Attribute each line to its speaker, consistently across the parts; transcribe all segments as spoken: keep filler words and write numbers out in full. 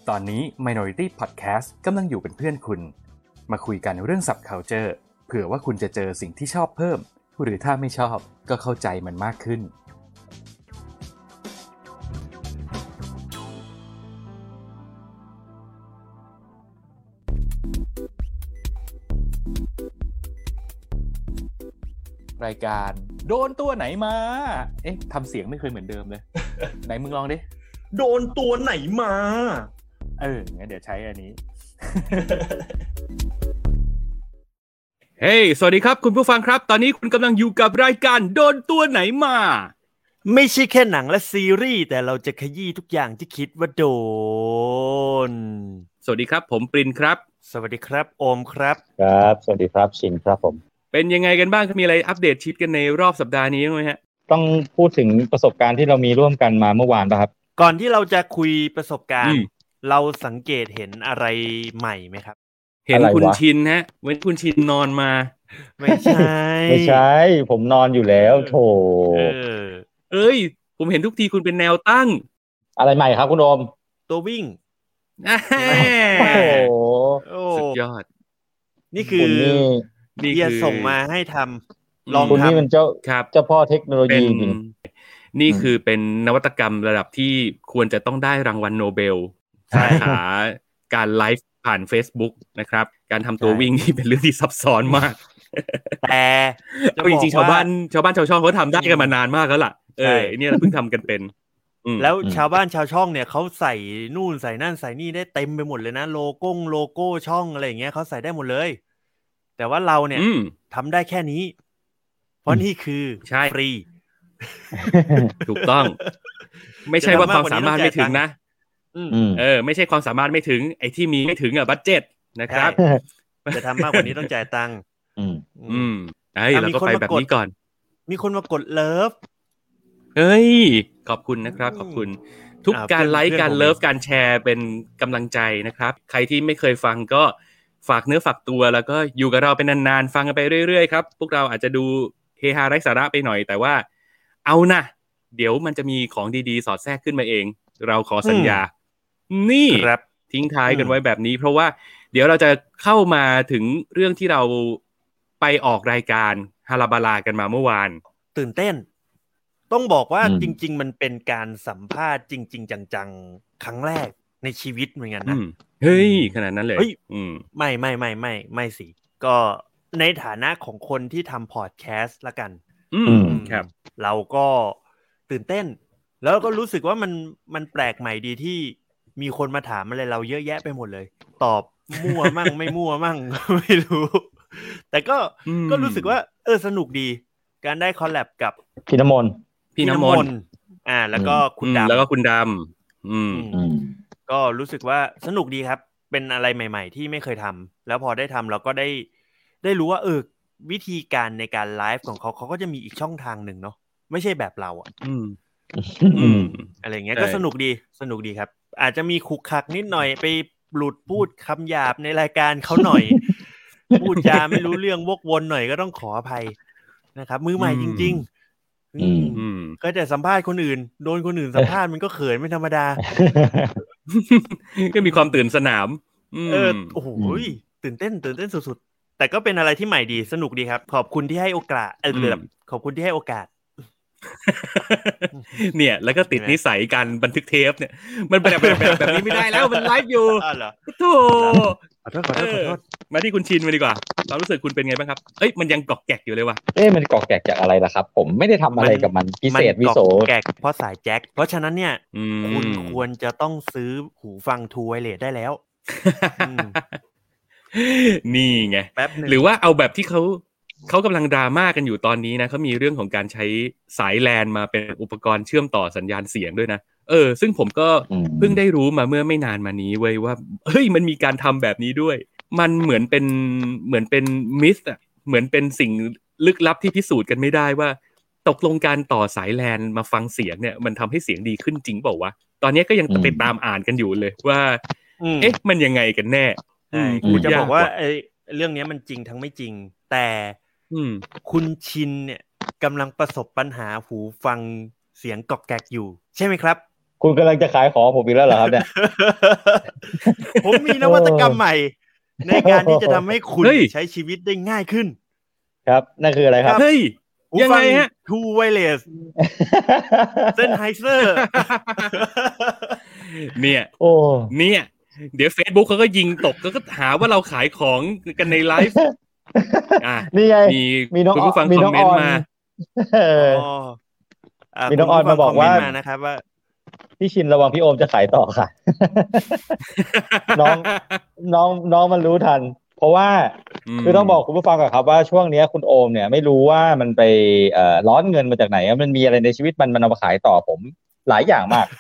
Speaker 1: ตอนนี้ Minority Podcast กำลังอยู่เป็นเพื่อนคุณมาคุยกันเรื่อง Subculture เผื่อว่าคุณจะเจอสิ่งที่ชอบเพิ่มหรือถ้าไม่ชอบก็เข้าใจมันมากขึ้นรายการโดนตัวไหนมาเอ๊ะทำเสียงไม่เคยเหมือนเดิมเลย ไหนมึงลองดิ
Speaker 2: โดนตัวไหนมา
Speaker 1: เอองั้นเดี๋ยวใช้อันนี้ เฮ้ย สวัสดีครับคุณผู้ฟังครับตอนนี้คุณกำลังอยู่กับรายการโดนตัวไหนมา
Speaker 3: ไม่ใช่แค่หนังและซีรีส์แต่เราจะขยี้ทุกอย่างที่คิดว่าโดน
Speaker 1: สวัสดีครับผมปรินครับ
Speaker 3: สวัสดีครับโอมครับ
Speaker 4: ครับสวัสดีครับชินครับผม
Speaker 1: เป็นยังไงกันบ้างมีอะไรอัปเดตชีวิตกันในรอบสัปดาห์นี้มั้ยฮะ
Speaker 4: ต้องพูดถึงประสบการณ์ที่เรามีร่วมกันมาเมื่อวานป่ะครับ
Speaker 3: ก่อนที่เราจะคุยประสบการณ์เราสังเกตเห็นอะไรใหม่ไหมครับ
Speaker 1: เห็นคุณชินฮะเว้นคุณชินนอนมา
Speaker 3: ไม่ใช่
Speaker 4: ไม่ใช่ผมนอนอยู่แล้วโถ
Speaker 1: เออเอ้ยผมเห็นทุกทีคุณเป็นแนวตั้ง
Speaker 4: อะไรใหม่ครับคุณโอม
Speaker 3: ตัววิ่ง
Speaker 4: โอ้โห
Speaker 1: สุดยอด
Speaker 3: นี่คือเดียส่งมาให้ทำลองทำ
Speaker 4: คุณนี่มันเจ้าเจ้าพ่อเทคโนโลยีจริง
Speaker 1: นี่คือเป็นนวัตกรรมระดับที่ควรจะต้องได้รางวัลโนเบลสาขาการไลฟ์ผ่าน Facebook นะครับการทำตัววิ่งนี่เป็นเรื่องที่ซับซ้อนมาก
Speaker 3: แต่
Speaker 1: จริงๆชาวบ้านชาวบ้านชาวช่องเขาทำได้กันมานานมากแล้วล่ะเออเนี่ยเราเพิ่งทำกันเป็น
Speaker 3: แล้วชาวบ้านชาวช่องเนี่ยเขาใส่นู่นใส่นั่นใส่นี่ได้เต็มไปหมดเลยนะโลโก้โลโก้ช่องอะไรอย่างเงี้ยเขาใส่ได้หมดเลยแต่ว่าเราเนี่ยทำได้แค่นี้เพราะนี่คือฟรี
Speaker 1: ถูกต้องไม่ใช่ว่าความสามารถไม่ถึงนะเออไม่ใช่ความสามารถไม่ถึงไอ้ที่มีไม่ถึงอ่ะบัดเจ็ตนะครับ
Speaker 3: จะทำมากกว่านี้ต้องจ่ายตังค์
Speaker 1: อืมไอ้เราก็ไปแบบนี้ก่อน
Speaker 3: มีคนมากดเลิฟ
Speaker 1: เฮ้ยขอบคุณนะครับขอบคุณทุกการไลค์การเลิฟการแชร์เป็นกำลังใจนะครับใครที่ไม่เคยฟังก็ฝากเนื้อฝากตัวแล้วก็อยู่กับเราเป็นนานๆฟังกันไปเรื่อยๆครับพวกเราอาจจะดูเฮฮาไร้สาระไปหน่อยแต่ว่าเอานะเดี๋ยวมันจะมีของดีๆสอดแทรกขึ้นมาเองเราขอสัญญานี่ทิ้งท้ายกันไว้แบบนี้เพราะว่าเดี๋ยวเราจะเข้ามาถึงเรื่องที่เราไปออกรายการฮาลาบาลากันมาเมื่อวาน
Speaker 3: ตื่นเต้นต้องบอกว่าจริงๆมันเป็นการสัมภาษณ์จริงๆจังๆครั้งแรกในชีวิตเหมือนกันนะ
Speaker 1: เฮ้ยขนาดนั้นเลย
Speaker 3: ไม่ไม่ไม่ไม่ไม่สิก็ในฐานะของคนที่ทำพอดแคสต์ละกัน
Speaker 1: อืมครับ
Speaker 3: เราก็ตื่นเต้นแล้วก็รู้สึกว่ามันมันแปลกใหม่ดีที่มีคนมาถามอะไรเราเยอะแยะไปหมดเลยตอบมั่วมั่งไม่มั่วมั่งไม่รู้แต่ก็ก็รู้สึกว่าเออสนุกดีการได้คอลแลบกับ
Speaker 4: พี่น้ำมนต์
Speaker 1: พี่น้ำมนต์
Speaker 3: อ่าแล้วก็คุณดำ
Speaker 1: แล้วก็คุณดำอืม
Speaker 3: ก็รู้สึกว่าสนุกดีครับเป็นอะไรใหม่ๆที่ไม่เคยทำแล้วพอได้ทำเราก็ได้ได้รู้ว่าเออวิธีการในการไลฟ์ของเขาเขาก็จะมีอีกช่องทางหนึ่งเนาะไม่ใช่แบบเราอ่ะ
Speaker 1: อืม
Speaker 3: อืมอะไรเงี้ยก็สนุกดีสนุกดีครับอาจจะมีขุกขักนิดหน่อยไปหลุดพูดคำหยาบในรายการเขาหน่อยพูดจาไม่รู้เรื่องวกวนหน่อยก็ต้องขออภัยนะครับมือใหม่จริงๆอืมก็จะสัมภาษณ์คนอื่นโดนคนอื่นสัมภาษณ์มันก็เขินไม่ธรรมดา
Speaker 1: ก็มีความตื่นสนาม
Speaker 3: เออโอ้โหตื่นเต้นตื่นเต้นสุดๆแต่ก็เป็นอะไรที่ใหม่ดีสนุกดีครับขอบคุณที่ให้โอกาสเออขอบคุณที่ให้โอกาส
Speaker 1: เนี่ยแล้วก็ติดนิสัยการบันทึกเทปเนี่ยมันเป็นแบบแบบแบบนี้ไม่ได้แล้วมันไลฟ์อยู่โธ่
Speaker 3: ขอโทษขอโทษขอโทษ
Speaker 1: มาที่คุณชินมาดีกว่าเรารู้สึกคุณเป็นไงบ้างครับเอ้ยมันยังกอกแกกอยู่เลยว่ะ
Speaker 4: เอ๊ะมันกอกแกกจากอะไรล่ะครับผมไม่ได้ทำอะไรกับมันพิเศษวิโส
Speaker 3: แกกเพราะสายแจ็คเพราะฉะนั้นเนี่ยคุณควรจะต้องซื้อหูฟัง True Wireless ได้แล้ว
Speaker 1: นี่ไงหรือว่าเอาแบบที่เขาเขากำลังดราม่ากันอยู่ตอนนี้นะเขามีเรื่องของการใช้สายแลนมาเป็นอุปกรณ์เชื่อมต่อสัญญาณเสียงด้วยนะเออซึ่งผมก็เพิ่งได้รู้มาเมื่อไม่นานมานี้เว้ยว่าเฮ้ยมันมีการทำแบบนี้ด้วยมันเหมือนเป็นเหมือนเป็นมิสอ่ะเหมือนเป็นสิ่งลึกลับที่พิสูจน์กันไม่ได้ว่าตกลงการต่อสายแลนมาฟังเสียงเนี่ยมันทำให้เสียงดีขึ้นจริงเปล่าวะตอนนี้ก็ยังไปตามอ่านกันอยู่เลยว่าเอ๊ะมันยังไงกันแน่
Speaker 3: กูจะบอกว่าไอ้เรื่องนี้มันจริงทั้งไม่จริงแต่คุณชินเนี่ยกำลังประสบปัญหาหูฟังเสียงกอกแกกอยู่ใช่ไหมครับ
Speaker 4: คุณกำลังจะขายของผมอีกแล้วเหรอครับเนี่ย
Speaker 3: ผมมีนวัตกรรมใหม่ในการที่จะทำให้คุณใช้ชีวิตได้ง่ายขึ้น
Speaker 4: ครับนั่นคืออะไรครับ
Speaker 1: เฮ้ยยังไงฮะ
Speaker 3: True Wireless Sennheiser
Speaker 1: เนี่ย
Speaker 4: โอ้
Speaker 1: เนี่ยเดี๋ยว Facebook เขาก็ยิงตกก็หาว่าเราขายของกันในไลฟ์อ่ะ
Speaker 4: นี่ไง
Speaker 1: มี
Speaker 4: มีน้อง
Speaker 1: คุณผู้ฟัง
Speaker 4: มี
Speaker 1: คอ
Speaker 4: น้
Speaker 1: ม
Speaker 4: อง
Speaker 1: เมนต์มา
Speaker 3: อ๋อ
Speaker 4: มีน้องออนมาบอกว่า
Speaker 3: นะครับว่า
Speaker 4: พี่ชินระวังพี่โอมจะขายต่อค่ะ น้องน้องน้องมันรู้ทันเพราะว่าคือต้องบอกคุณผู้ฟังก่อนครับว่าช่วงนี้คุณโอมเนี่ยไม่รู้ว่ามันไปเอ่อร้อนเงินมาจากไหนมันมีอะไรในชีวิตมันมันเอามาขายต่อผมหลายอย่างมาก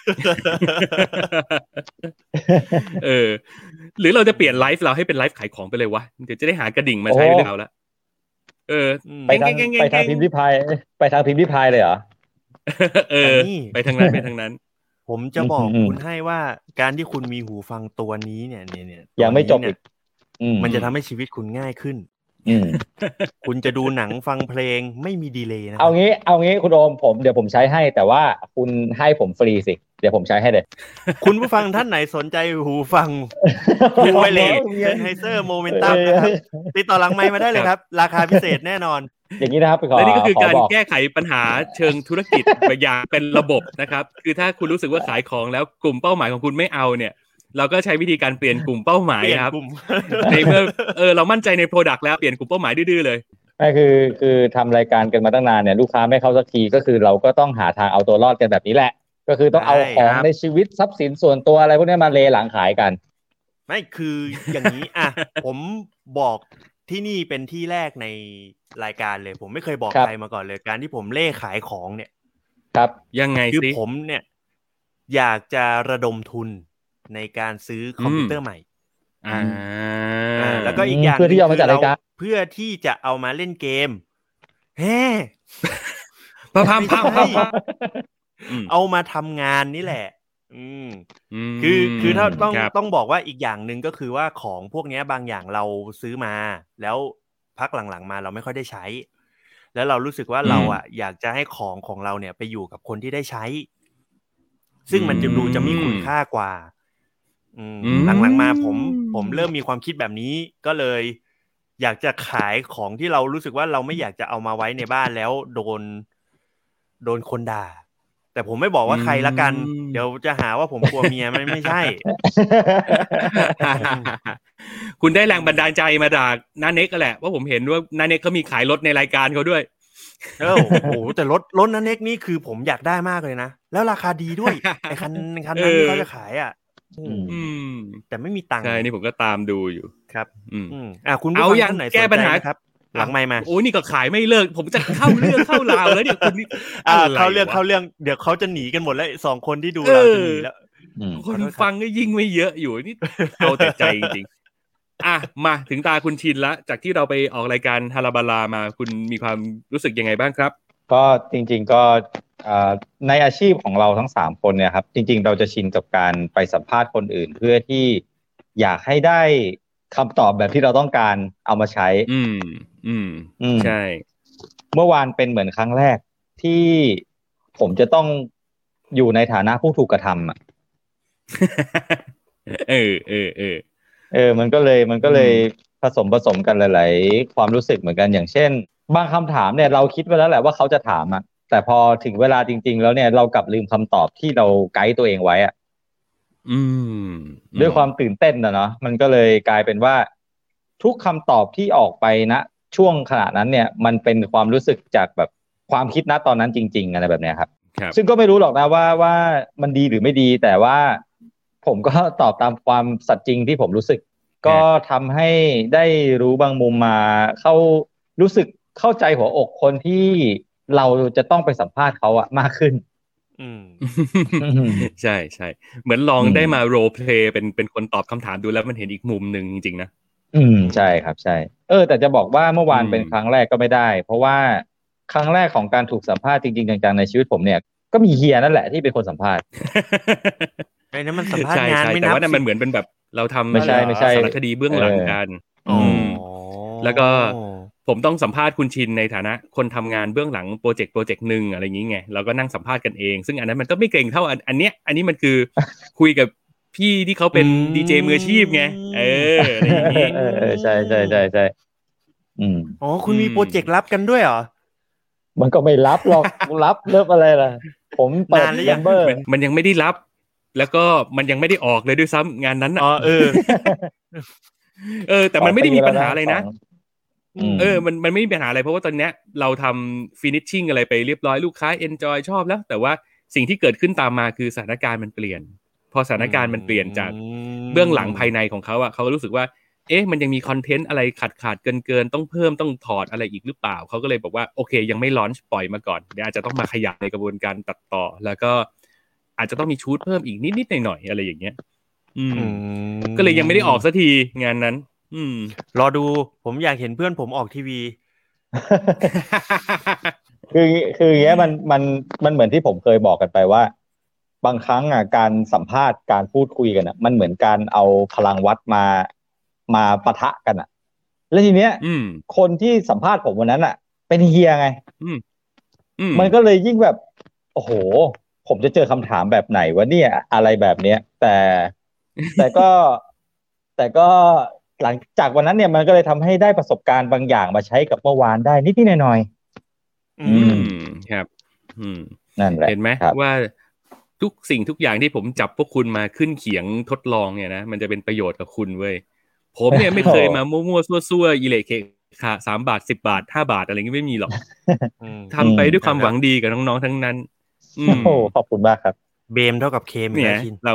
Speaker 1: เออหรือเราจะเปลี่ยนไลฟ์เราให้เป็นไลฟ์ขายของไปเลยวะเดี๋ยวจะได้หากระดิ่งมาใช้ด้วยเราละเออ
Speaker 4: ไปทางไปทางพิมพ์ริพายไปทางพิมพ์ริพายเลยเหรอ
Speaker 1: เออไปทางนั้นไปทางนั้น
Speaker 3: ผมจะบอกคุณให้ว่าการที่คุณมีหูฟังตัวนี้เนี่ยเนี่ยเนี่ย
Speaker 4: ยังไม่จบอีก
Speaker 3: มันจะทำให้ชีวิตคุณง่ายขึ้นคุณจะดูหนังฟังเพลงไม่มีดีเลย์นะ
Speaker 4: เอางี้เอางี้คุณโอมผมเดี๋ยวผมใช้ให้แต่ว่าคุณให้ผมฟรีสิเดี๋ยวผมใช้ให้เลย
Speaker 3: คุณผู้ฟังท่านไหนสนใจหูฟัง True Wireless Sennheiser Momentum นะครับติดต่อหลังไมค์มาได้เลยครับราคาพิเศษแน่นอน
Speaker 4: อย่างนี้นะครับ
Speaker 1: และนี่ก็คือการแก้ไขปัญหาเชิงธุรกิจอย่างเป็นระบบนะครับคือถ้าคุณรู้สึกว่าขายของแล้วกลุ่มเป้าหมายของคุณไม่เอาเนี่ยเราก็ใช้วิธีการเปลี่ยนกลุ่มเป้าหมายครับในเมื่อเออเรามั่นใจใน product แล้วเปลี่ยนกลุ่มเป้าหมายดื้อๆเลย
Speaker 4: ไม่คือคือทำรายการกันมาตั้งนานเนี่ยลูกค้าไม่เข้าสักทีก็คือเราก็ต้องหาทางเอาตัวรอดกันแบบนี้แหละก็คือต้องเอาของในชีวิตทรัพย์สินส่วนตัวอะไรพวกนี้มาเลหลังขายกัน
Speaker 3: ไม่คืออย่างนี้อ่ะผมบอกที่นี่เป็นที่แรกในรายการเลยผมไม่เคยบอกใครมาก่อนเลยการที่ผมเล่ขายของเนี่ย
Speaker 4: ครับ
Speaker 1: ยังไง
Speaker 3: คือผมเนี่ยอยากจะระดมทุนในการซื้อคอมพิวเตอร์ใหม่
Speaker 1: อ่า
Speaker 3: แล้วก็อีกอย่าง
Speaker 4: เพื่อที่จะมาจัดรายการ
Speaker 3: เพื่อที่จะเอามาเล่นเกมเฮ้
Speaker 1: พัมพัมพัม
Speaker 3: เอามาทำงานนี่แหละอืมคือคือถ้าต้องต้องบอกว่าอีกอย่างหนึ่งก็คือว่าของพวกนี้บางอย่างเราซื้อมาแล้วพักหลังๆมาเราไม่ค่อยได้ใช้แล้วเรารู้สึกว่าเราอ่ะอยากจะให้ของของเราเนี่ยไปอยู่กับคนที่ได้ใช้ซึ่งมันจะดูจะมีคุณค่ากว่าหลังๆมาผมผมเริ่มมีความคิดแบบนี้ก็เลยอยากจะขายของที่เรารู้สึกว่าเราไม่อยากจะเอามาไว้ในบ้านแล้วโดนโดนคนด่าแต่ผมไม่บอกว่าใครละกันเดี๋ยวจะหาว่าผมกลัวเมียมันไม่ใช่
Speaker 1: คุณได้แรงบันดาลใจมาจากน้าเน็กก็แหละว่าผมเห็นว่าน้าเน็กเขามีขายรถในรายการเขาด้วย
Speaker 3: เออโอ้โหแต่รถรถน้าเน็กนี่คือผมอยากได้มากเลยนะแล้วราคาดีด้วยไอ้คันคันนั้นที่เขาจะขายอ่ะ
Speaker 1: อืม
Speaker 3: แต่ไม่มีตังค์
Speaker 1: ใช่นี่ผมก็ตามดูอยู่
Speaker 3: ครับ
Speaker 1: อืม
Speaker 3: อ่ะคุณ
Speaker 1: เอาอย่างแก้ปัญหา
Speaker 3: ครับหลังไมค์มา
Speaker 1: โอ้นี่ก็ขายไม่เลิกผมจะเข้าเรื่องเข้าราวแล้วเนี่ยคุณนี่
Speaker 3: อ่าเข้าเรื่องเข้าเรื่องเดี๋ยวเขาจะหนีกันหมดแล้วสองคนที่ดูเราจะหนีแล้ว
Speaker 1: คนฟังก็ยิ่งไม่เยอะอยู่นี่เอาแต่ใจจริงๆอ่ะมาถึงตาคุณชินละจากที่เราไปออกรายการฮาราบาลามาคุณมีความรู้สึกยังไงบ้างครับ
Speaker 4: ก็จริงๆก็ในอาชีพของเราทั้งสามคนเนี่ยครับจริงๆเราจะชินกับการไปสัมภาษณ์คนอื่นเพื่อที่อยากให้ได้คำตอบแบบที่เราต้องการเอามาใช้
Speaker 1: อืมอืมอืมใช่
Speaker 4: เมื่อวานเป็นเหมือนครั้งแรกที่ผมจะต้องอยู่ในฐานะผู้ถูกกระทำอ่ะ
Speaker 1: เออเออเออ
Speaker 4: เออมันก็เลยมันก็เลยผสมผสมกันหลายๆความรู้สึกเหมือนกันอย่างเช่นบางคำถามเนี่ยเราคิดไว้แล้วแหละว่าเขาจะถามอ่ะแต่พอถึงเวลาจริงๆแล้วเนี่ยเรากลับลืมคำตอบที่เราไกด์ตัวเองไว้อ่ะ
Speaker 1: อืม
Speaker 4: ด้วยความตื่นเต้นนะเนาะมันก็เลยกลายเป็นว่าทุกคำตอบที่ออกไปนะช่วงขณะนั้นเนี่ยมันเป็นความรู้สึกจากแบบความคิดณตอนนั้นจริงๆอะไรแบบเนี้ยครับซึ่งก็ไม่รู้หรอกนะว่าว่ามันดีหรือไม่ดีแต่ว่าผมก็ตอบตามความสัตย์จริงที่ผมรู้สึกก็ทำให้ได้รู้บางมุมมาเข้ารู้สึกเข้าใจหัวอกคนที่เราจะต้องไปสัมภาษณ์เขาอะมากขึ้น
Speaker 3: อืม
Speaker 1: ใช่ใช่เหมือนลองได้มาโรลเพลย์เป็นเป็นคนตอบคำถามดูแล้วมันเห็นอีกมุมหนึ่งจริงๆนะ
Speaker 4: อืมใช่ครับใช่เออแต่จะบอกว่าเมื่อวานเป็นครั้งแรกก็ไม่ได้เพราะว่าครั้งแรกของการถูกสัมภาษณ์จริงๆจังๆในชีวิตผมเนี่ยก็มีเฮียนั่นแหละที่เป็นคนสัมภาษณ์
Speaker 3: ไอ้นั่นมันสัมภาษณ์งานไม่นับ
Speaker 1: แต่ว่านั่นมันเหมือนเป็นแบบเราทำ
Speaker 4: ไม่ใช่ไม่ใช่
Speaker 1: สารคดีเบื้องหลังกันแล้วก็ผผมต้องสัมภาษณ์คุณชินในฐานะคนทำงานเบื้องหลังโปรเจกต์โปรเจกต์นึงอะไรอย่างงี้ไงเราก็นั่งสัมภาษณ์กันเองซึ่งอันนั้นมันก็ไม่เกรงเท่าอันอันเนี้ยอันนี้มันคือ คุยกับพี่ที่เขาเป็นดีเจมืออาชีพไงเอออะไรอย่างงี้
Speaker 4: เออใช่ใช่ใช่ใช่อืม
Speaker 3: อ๋อคุณมีโปรเจกต์ลับกันด้วยเหรอ
Speaker 4: มันก็ไม่รับหรอกรับเลิกอะไรล่ะผมเปิดเมมเบอร์
Speaker 1: มันยังไม่ได้รับแล้วก็มันยังไม่ได้ออกเลยด้วยซ้ำงานนั้น
Speaker 3: อ๋อเออ
Speaker 1: เออแต่มันไม่ได้มีปัญหาอะไรนะเออมันมันไม่มีปัญหาอะไรเพราะว่าตอนเนี้ยเราทำ finishing อะไรไปเรียบร้อยลูกค้า enjoy ชอบแล้วแต่ว่าสิ่งที่เกิดขึ้นตามมาคือสถานการณ์มันเปลี่ยนพอสถานการณ์มันเปลี่ยนจากเบื้องหลังภายในของเขาอ่ะเขาก็รู้สึกว่าเอ๊ะมันยังมีคอนเทนต์อะไรขาดขาดเกินเกินต้องเพิ่มต้องถอดอะไรอีกหรือเปล่าเขาก็เลยบอกว่าโอเคยังไม่ลอนช์ปล่อยมาก่อนเดี๋ยวอาจจะต้องมาขยับในกระบวนการตัดต่อแล้วก็อาจจะต้องมีชูตเพิ่มอีกนิดๆหน่อยๆอะไรอย่างเงี้ยอืมก็เลยยังไม่ได้ออกสักทีงานนั้นอืม
Speaker 3: รอดูผมอยากเห็นเพื่อนผมออกทีวี
Speaker 4: คือคืออย่างเงี้ยมันมันมันเหมือนที่ผมเคยบอกกันไปว่าบางครั้งอ่ะการสัมภาษณ์การพูดคุยกันอ่ะมันเหมือนการเอาพลังวัดมามาปะทะกันอ่ะแล้วทีเนี้ยคนที่สัมภาษณ์ผมวันนั้นอ่ะเป็นเฮียไงมันก็เลยยิ่งแบบโอ้โหผมจะเจอคำถามแบบไหนวะเนี่ยอะไรแบบเนี้ยแต่แต่ก็แต่ก็หลังจากวันนั้นเนี่ยมันก็เลยทำให้ได้ประสบการณ์บางอย่างมาใช้กับเมื่อวานได้นิดๆหน่อยๆ
Speaker 1: อืมครับอืม
Speaker 4: นั่นแหละ
Speaker 1: เห็นไหมว่าทุกสิ่งทุกอย่างที่ผมจับพวกคุณมาขึ้นเขียงทดลองเนี่ยนะมันจะเป็นประโยชน์กับคุณเว้ยผมเนี่ยไม่เคยมามั่วๆซั่วๆอีเล่เคค่ะสามบาทสิบบาทห้าบาทอะไรเงี้ยไม่มีหรอกทำไปด้วยความหวังดีกับน้องๆทั้งนั้น
Speaker 4: โอ้โหขอบคุณมากครับ
Speaker 3: เบมเท่ากับเคม
Speaker 1: เนี่ยเรา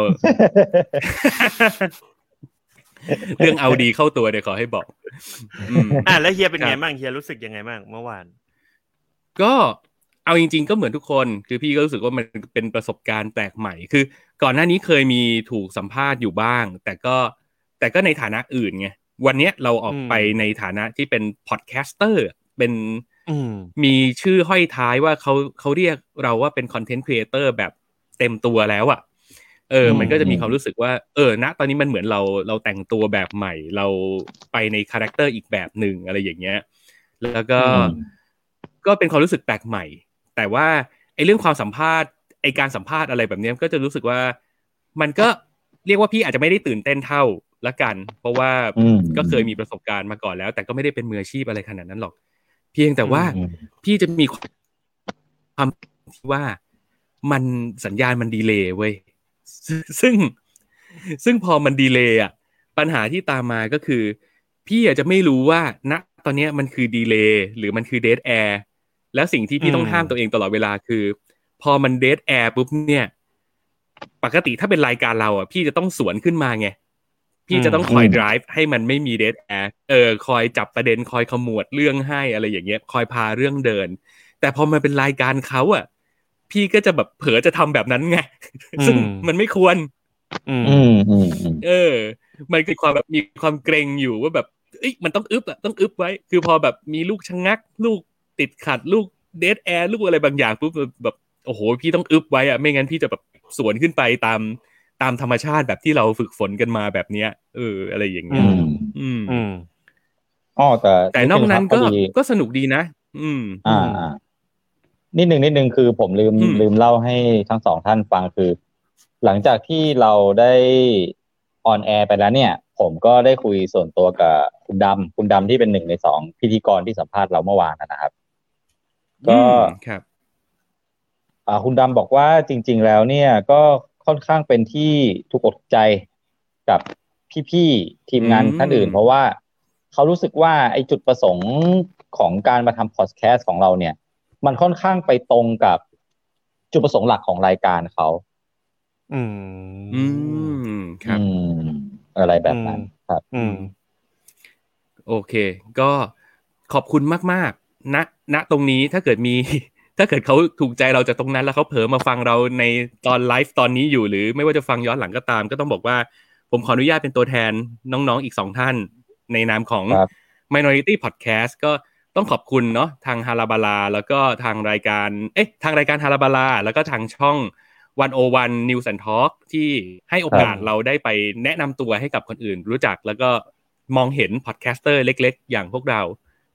Speaker 1: เรื่องเอาดีเข้าตัวเดี๋ยวขอให้บอก
Speaker 3: อ่ะแล้วเฮียเป็นไงบ้างเฮียรู้สึกยังไงบ้างเมื่อวาน
Speaker 1: ก็เอาจริงๆก็เหมือนทุกคนคือพี่ก็รู้สึกว่ามันเป็นประสบการณ์แปลกใหม่คือก่อนหน้านี้เคยมีถูกสัมภาษณ์อยู่บ้างแต่ก็แต่ก็ในฐานะอื่นไงวันนี้เราออกไปในฐานะที่เป็นพอดแคสเตอร์เป็นมีชื่อห้อยท้ายว่าเขาเขาเรียกเราว่าเป็นคอนเทนต์ครีเอเตอร์แบบเต็มตัวแล้วอ่ะเออมันก็จะมีความรู้สึกว่าเออณตอนนี้มันเหมือนเราเราแต่งตัวแบบใหม่เราไปในคาแรคเตอร์อีกแบบนึงอะไรอย่างเงี้ยแล้วก็ก็เป็นความรู้สึกแปลกใหม่แต่ว่าไอ้เรื่องความสัมภาษณ์ไอ้การสัมภาษณ์อะไรแบบนี้ก็จะรู้สึกว่ามันก็เรียกว่าพี่อาจจะไม่ได้ตื่นเต้นเท่าละกันเพราะว่าก็เคยมีประสบการณ์มาก่อนแล้วแต่ก็ไม่ได้เป็นมืออาชีพอะไรขนาดนั้นหรอกเพียงแต่ว่าพี่จะมีความที่ว่ามันสัญญาณมันดีเลย์เว้ยซึ่งซึ่งพอมันดีเลย์อ่ะปัญหาที่ตามมาก็คือพี่อาจจะไม่รู้ว่าณตอนนี้มันคือดีเลย์หรือมันคือเดดแอร์แล้วสิ่งที่พี่ต้องห้ามตัวเองตลอดเวลาคือพอมันเดดแอร์ปุ๊บเนี่ยปกติถ้าเป็นรายการเราอ่ะพี่จะต้องสวนขึ้นมาไงพี่จะต้องคอย drive ให้มันไม่มีเดดแอร์เออคอยจับประเด็นคอยขมวดเรื่องให้อะไรอย่างเงี้ยคอยพาเรื่องเดินแต่พอมันเป็นรายการเขาอ่ะพี่ก็จะแบบเผลอจะทำแบบนั้นไงซึ่งมันไม่ควร
Speaker 4: อืมอืม
Speaker 1: เออมันคือความแบบมีความเกรงอยู่ว่าแบบเอ้ยมันต้องอึบอ่ะต้องอึบไว้คือพอแบบมีลูกชะงักลูกติดขัดลูกเดดแอร์ลูกอะไรบางอย่างปุ๊บแบบโอ้โหพี่ต้องอึบไว้อ่ะไม่งั้นพี่จะแบบสวนขึ้นไปตามตามธรรมชาติแบบที่เราฝึกฝนกันมาแบบเนี้ยเอออะไรอย่างเงี้ยอืม
Speaker 4: อืมอ๋อแต่
Speaker 1: แต่นอกนั้นก็ก็สนุกดีนะอืม
Speaker 4: อ่านิดนึงนิดนึงคือผมลืมลืมเล่าให้ทั้งสองท่านฟังคือหลังจากที่เราได้ออนแอร์ไปแล้วเนี่ยผมก็ได้คุยส่วนตัวกับคุณดำคุณดำที่เป็นหนึ่งในสองพิธีกรที่สัมภาษณ์เราเมื่อวานนะครับก็
Speaker 1: ครับ
Speaker 4: อ่าคุณดำบอกว่าจริงๆแล้วเนี่ยก็ค่อนข้างเป็นที่ถูกอกถูกใจกับพี่ๆทีมงานท่านอื่นเพราะว่าเขารู้สึกว่าไอ้จุดประสงค์ของการมาทำพอดแคสต์ของเราเนี่ยมันค่อนข้างไปตรงกับจุดประสงค์หลักของรายการเขา
Speaker 3: อื
Speaker 1: มอืมครับ
Speaker 4: อืมอะไรแบบนั้นครับ
Speaker 3: อืม
Speaker 1: โอเคก็ขอบคุณมากๆณณตรงนี้ถ้าเกิดมีถ้าเกิดเขาถูกใจเราจากตรงนั้นแล้วเขาเผลอมาฟังเราในตอนไลฟ์ตอนนี้อยู่หรือไม่ว่าจะฟังย้อนหลังก็ตามก็ต้องบอกว่าผมขออนุญาตเป็นตัวแทนน้องๆอีกสองท่านในนามของ Minority Podcast ก็ต้องขอบคุณเนาะทางฮาราบาลาแล้วก็ทางรายการเอ๊ะทางรายการฮาราบาลาแล้วก็ทางช่องหนึ่งศูนย์หนึ่ง News and Talk ที่ให้โอกาสเราได้ไปแนะนำตัวให้กับคนอื่นรู้จักแล้วก็มองเห็นพอดแคสเตอร์เล็กๆอย่างพวกเรา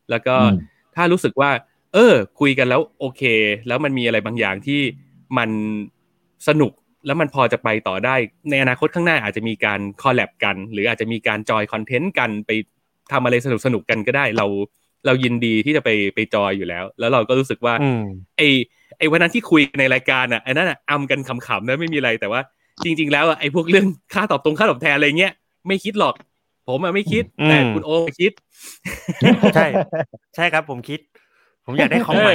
Speaker 1: แล้วก็ถ้ารู้สึกว่าเออคุยกันแล้วโอเคแล้วมันมีอะไรบางอย่างที่มันสนุกแล้วมันพอจะไปต่อได้ในอนาคตข้างหน้าอาจจะมีการคอลแลบกันหรืออาจจะมีการจอยคอนเทนต์กันไปทำอะไรสนุกๆกันก็ได้เราเรายินดีที่จะไปไปจอยอยู่แล้วแล้วเราก็รู้สึกว่าไอไอวันนั้นที่คุยในรายการอ่ะไอ้นั่นอ่ะอำกันขำๆนะไม่มีอะไรแต่ว่าจริงๆแล้วไอพวกเรื่องค่าตอบตรงค่าตอบแทนอะไรเงี้ยไม่คิดหรอกผมอ่ะไม่คิดแต่คุณโอคิด
Speaker 3: ใช่ใช่ครับผมคิดผมอยากได้ของใหม่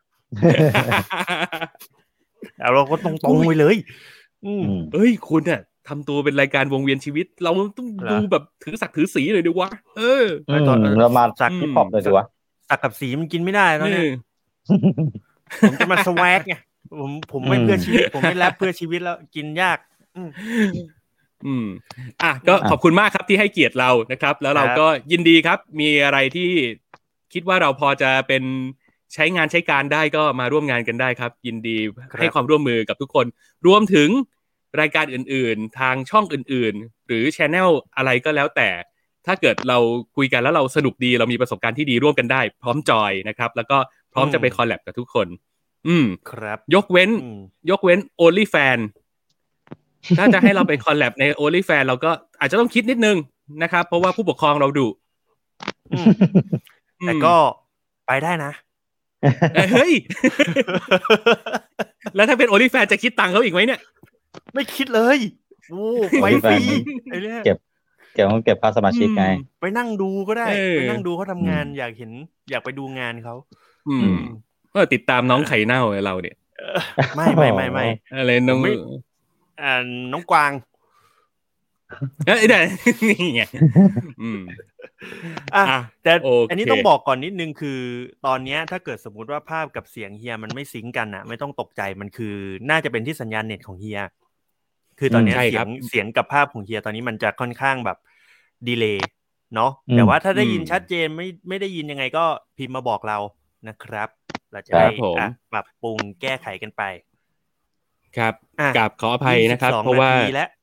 Speaker 3: เอาเราก็ตรงๆไปเลย
Speaker 1: อืมเอ้ยคุณอ่ะทำตัวเป็นรายการวงเวียนชีวิตเราต้องดูแบบถือศักดิ์ถือสีเลยดีวะเออ
Speaker 4: เรามาสักฮิปฮอปเลยดีวะ
Speaker 3: สักกับสีมันกินไม่ได้แล้วเนี่ยผมจะมาสแวกไงผมผมไม่เพื่อชีวิตผมไม่แรปเพื่อชีวิตแล้วกินยาก
Speaker 1: อืมอ่ะก็ขอบคุณมากครับที่ให้เกียรติเรานะครับแล้วเราก็ยินดีครับมีอะไรที่คิดว่าเราพอจะเป็นใช้งานใช้การได้ก็มาร่วมงานกันได้ครับยินดีให้ความร่วมมือกับทุกคนรวมถึงรายการอื่นๆทางช่องอื่นๆหรือ channel อะไรก็แล้วแต่ถ้าเกิดเราคุยกันแล้วเราสนุกดีเรามีประสบการณ์ที่ดีร่วมกันได้พร้อมจอยนะครับแล้วก็พร้อมจะไปคอลแลบกับทุกคนอืม
Speaker 3: ครับ
Speaker 1: ยกเว้นยกเว้น OnlyFans ถ้าจะให้เราไปคอลแลบใน OnlyFans เราก็อาจจะต้องคิดนิดนึงนะครับเพราะว่าผู้ปกครองเราดุ
Speaker 3: แต่ก็ไปได้นะ
Speaker 1: เฮ้ยแล้วถ้าเป็น OnlyFans จะคิดตังค์เขาอีกไหมเนี่ย
Speaker 3: ไม่คิดเลยโอ้ไปฟรีไอ้เนี่ย
Speaker 4: เก็บเก็บต้องเก็บค่าสมาชิกไง
Speaker 3: ไปนั่งดูก็ได้ไปนั่งดูเขาทำงานอยากเห็นอยากไปดูงานเขา
Speaker 1: อืมก็ติดตามน้องไข่เน่าเราเนี่ย
Speaker 3: ไม่ไม่ไม่ไม่
Speaker 1: อะไรน้อง
Speaker 3: อ่าน้องกวาง
Speaker 1: เอ้ยได้นี่ไงอืม
Speaker 3: อ่ะแต่อันนี้ต้องบอกก่อนนิดนึงคือตอนนี้ถ้าเกิดสมมุติว่าภาพกับเสียงเฮียมันไม่ซิงค์กันอ่ะไม่ต้องตกใจมันคือน่าจะเป็นที่สัญญาณเน็ตของเฮียคือตอนนี้เสียงเสียงกับภาพของเฮียตอนนี้มันจะค่อนข้างแบบดีเลย์เนาะแต่ว่าถ้าได้ยินชัดเจนไม่ไม่ได้ยินยังไงก็พิมพ์มาบอกเรานะครับเราจะได้ปรับปรุงแก้ไขกันไป
Speaker 1: ครับกราบขออภัยนะครับเพราะว่า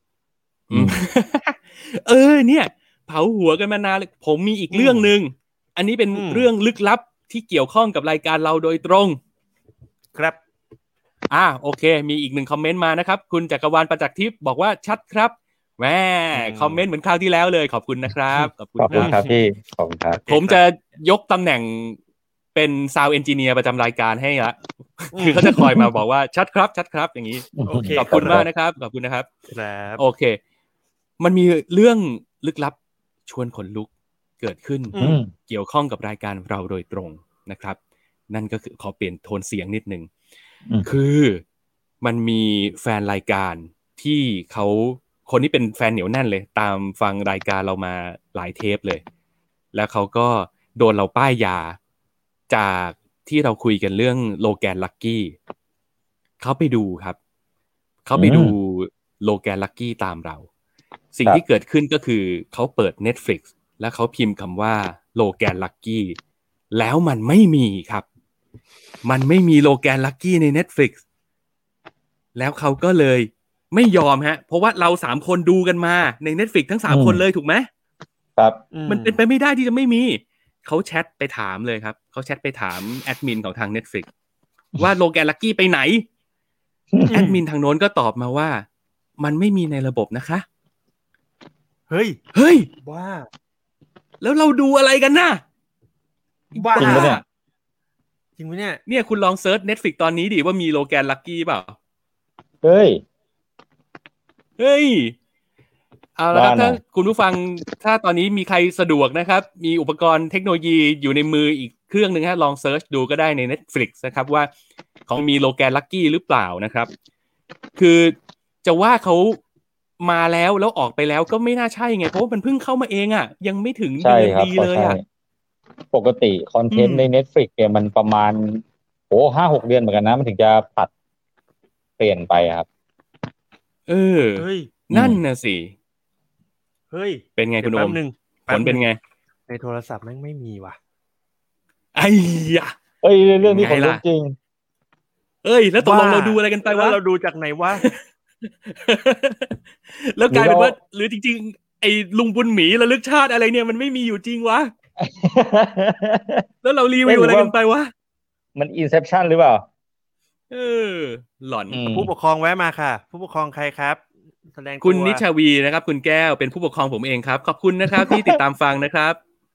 Speaker 1: เออเนี่ยเผาหัวกันมานานเลยผมมีอีกเรื่องนึงอันนี้เป็นเรื่องลึกลับที่เกี่ยวข้องกับรายการเราโดยตรง
Speaker 3: ครับ
Speaker 1: อ่าโอเคมีอีกหนึ่งคอมเมนต์มานะครับคุณจักรวาลประจักษ์ทิพย์บอกว่าชัดครับแหมคอมเมนต์เหมือนคราวที่แล้วเลยขอบคุณนะครับ
Speaker 4: ขอบคุณครับพี่ขอบคุณครับ
Speaker 1: ผมจะยกตำแหน่งเป็นซาวด์เอนจิเนียร์ประจำรายการให้ละคือเขาจะคอยมาบอกว่าชัดครับชัดครับอย่างนี้ขอบคุณมากนะครับขอบคุณนะครับ
Speaker 3: ครับ
Speaker 1: โอเคมันมีเรื่องลึกลับชวนขนลุกเกิดขึ้นเกี่ยวข้องกับรายการเราโดยตรงนะครับนั่นก็คือขอเปลี่ยนโทนเสียงนิดนึงคือมันมีแฟนรายการที่เขาคนที่เป็นแฟนเหนียวแน่นเลยตามฟังรายการเรามาหลายเทปเลยแล้วเขาก็โดนเราป้ายยาจากที่เราคุยกันเรื่องโลแกนลัคกี้เขาไปดูครับเขาไปดูโลแกนลัคกี้ตามเราสิ่งที่เกิดขึ้นก็คือเขาเปิด Netflix แล้วเขาพิมพ์คำว่าโลแกนลัคกี้แล้วมันไม่มีครับมันไม่มีโลแกนลัคกี้ใน Netflix แล้วเขาก็เลยไม่ยอมฮะเพราะว่าเราสามคนดูกันมาใน Netflix ทั้งสามคนเลยถูกไหม
Speaker 4: ครับ
Speaker 1: มันเป็นไปไม่ได้ที่จะไม่มีเขาแชทไปถามเลยครับเขาแชทไปถามแอดมินของทาง Netflix ว่าโลแกนลัคกี้ไปไหนแอดมินทางโน้นก็ตอบมาว่ามันไม่มีในระบบนะคะ
Speaker 3: เฮ้ย
Speaker 1: เฮ้ย
Speaker 3: บ้า
Speaker 1: แล้วเราดูอะไรกันน่ะ
Speaker 3: บ้า
Speaker 4: จริงปะเนี่ย
Speaker 3: จริงปะเนี่ย
Speaker 1: เนี่ยคุณลองเซิร์ช Netflix ตอนนี้ดิว่ามีโลแกนลัคกี้เปล่า
Speaker 4: เฮ้ย
Speaker 1: เฮ้ยเอาละครับถ้าคุณผู้ฟังถ้าตอนนี้มีใครสะดวกนะครับมีอุปกรณ์เทคโนโลยีอยู่ในมืออีกเครื่องนึงฮะลองเซิร์ชดูก็ได้ใน Netflix นะครับว่าของมีโลแกนลัคกี้หรือเปล่านะครับคือจะว่าเขามาแล้วแล้วออกไปแล้วก็ไม่น่าใช่ไงเพราะว่ามันเพิ่งเข้ามาเองอ่ะยังไม่ถึงเดือนดีเลยอ่ะ
Speaker 4: ปกติคอนเทนต์ใน Netflix เนี่ยมันประมาณโอ้ ห้าหก เดือนเหมือนกันนะมันถึงจะผัดเปลี่ยนไปครับ
Speaker 1: เออนั่นน่ะสิ
Speaker 3: เฮ้ย
Speaker 1: เป็นไงคุณโอมผลเป็นไง
Speaker 3: ในโทรศัพท์แม่งไม่มีว่ะ
Speaker 1: ไอ้ยะ
Speaker 4: เอ้ยเรื่องนี้ขนลุกจริง
Speaker 1: เอ้ยแล้วตกลงเราดูอะไรกันไปวะ
Speaker 3: เราดูจากไหนวะ
Speaker 1: แล้วกลายเป็นว่าหรือจริงๆไอ้ลุงบุญหมีระลึกชาติอะไรเนี่ยมันไม่มีอยู่จริงวะแล้วเรารีวิวอะไรกันไปวะ
Speaker 4: มัน Inception หรือเปล่า
Speaker 1: เออหลอน
Speaker 3: ผู้ปกครองแวะมาค่ะผู้ปกครองใครครับแสดงตัว
Speaker 1: คุณนิชาวีนะครับคุณแก้วเป็นผู้ปกครองผมเองครับขอบคุณนะครับที่ติดตามฟังนะครับ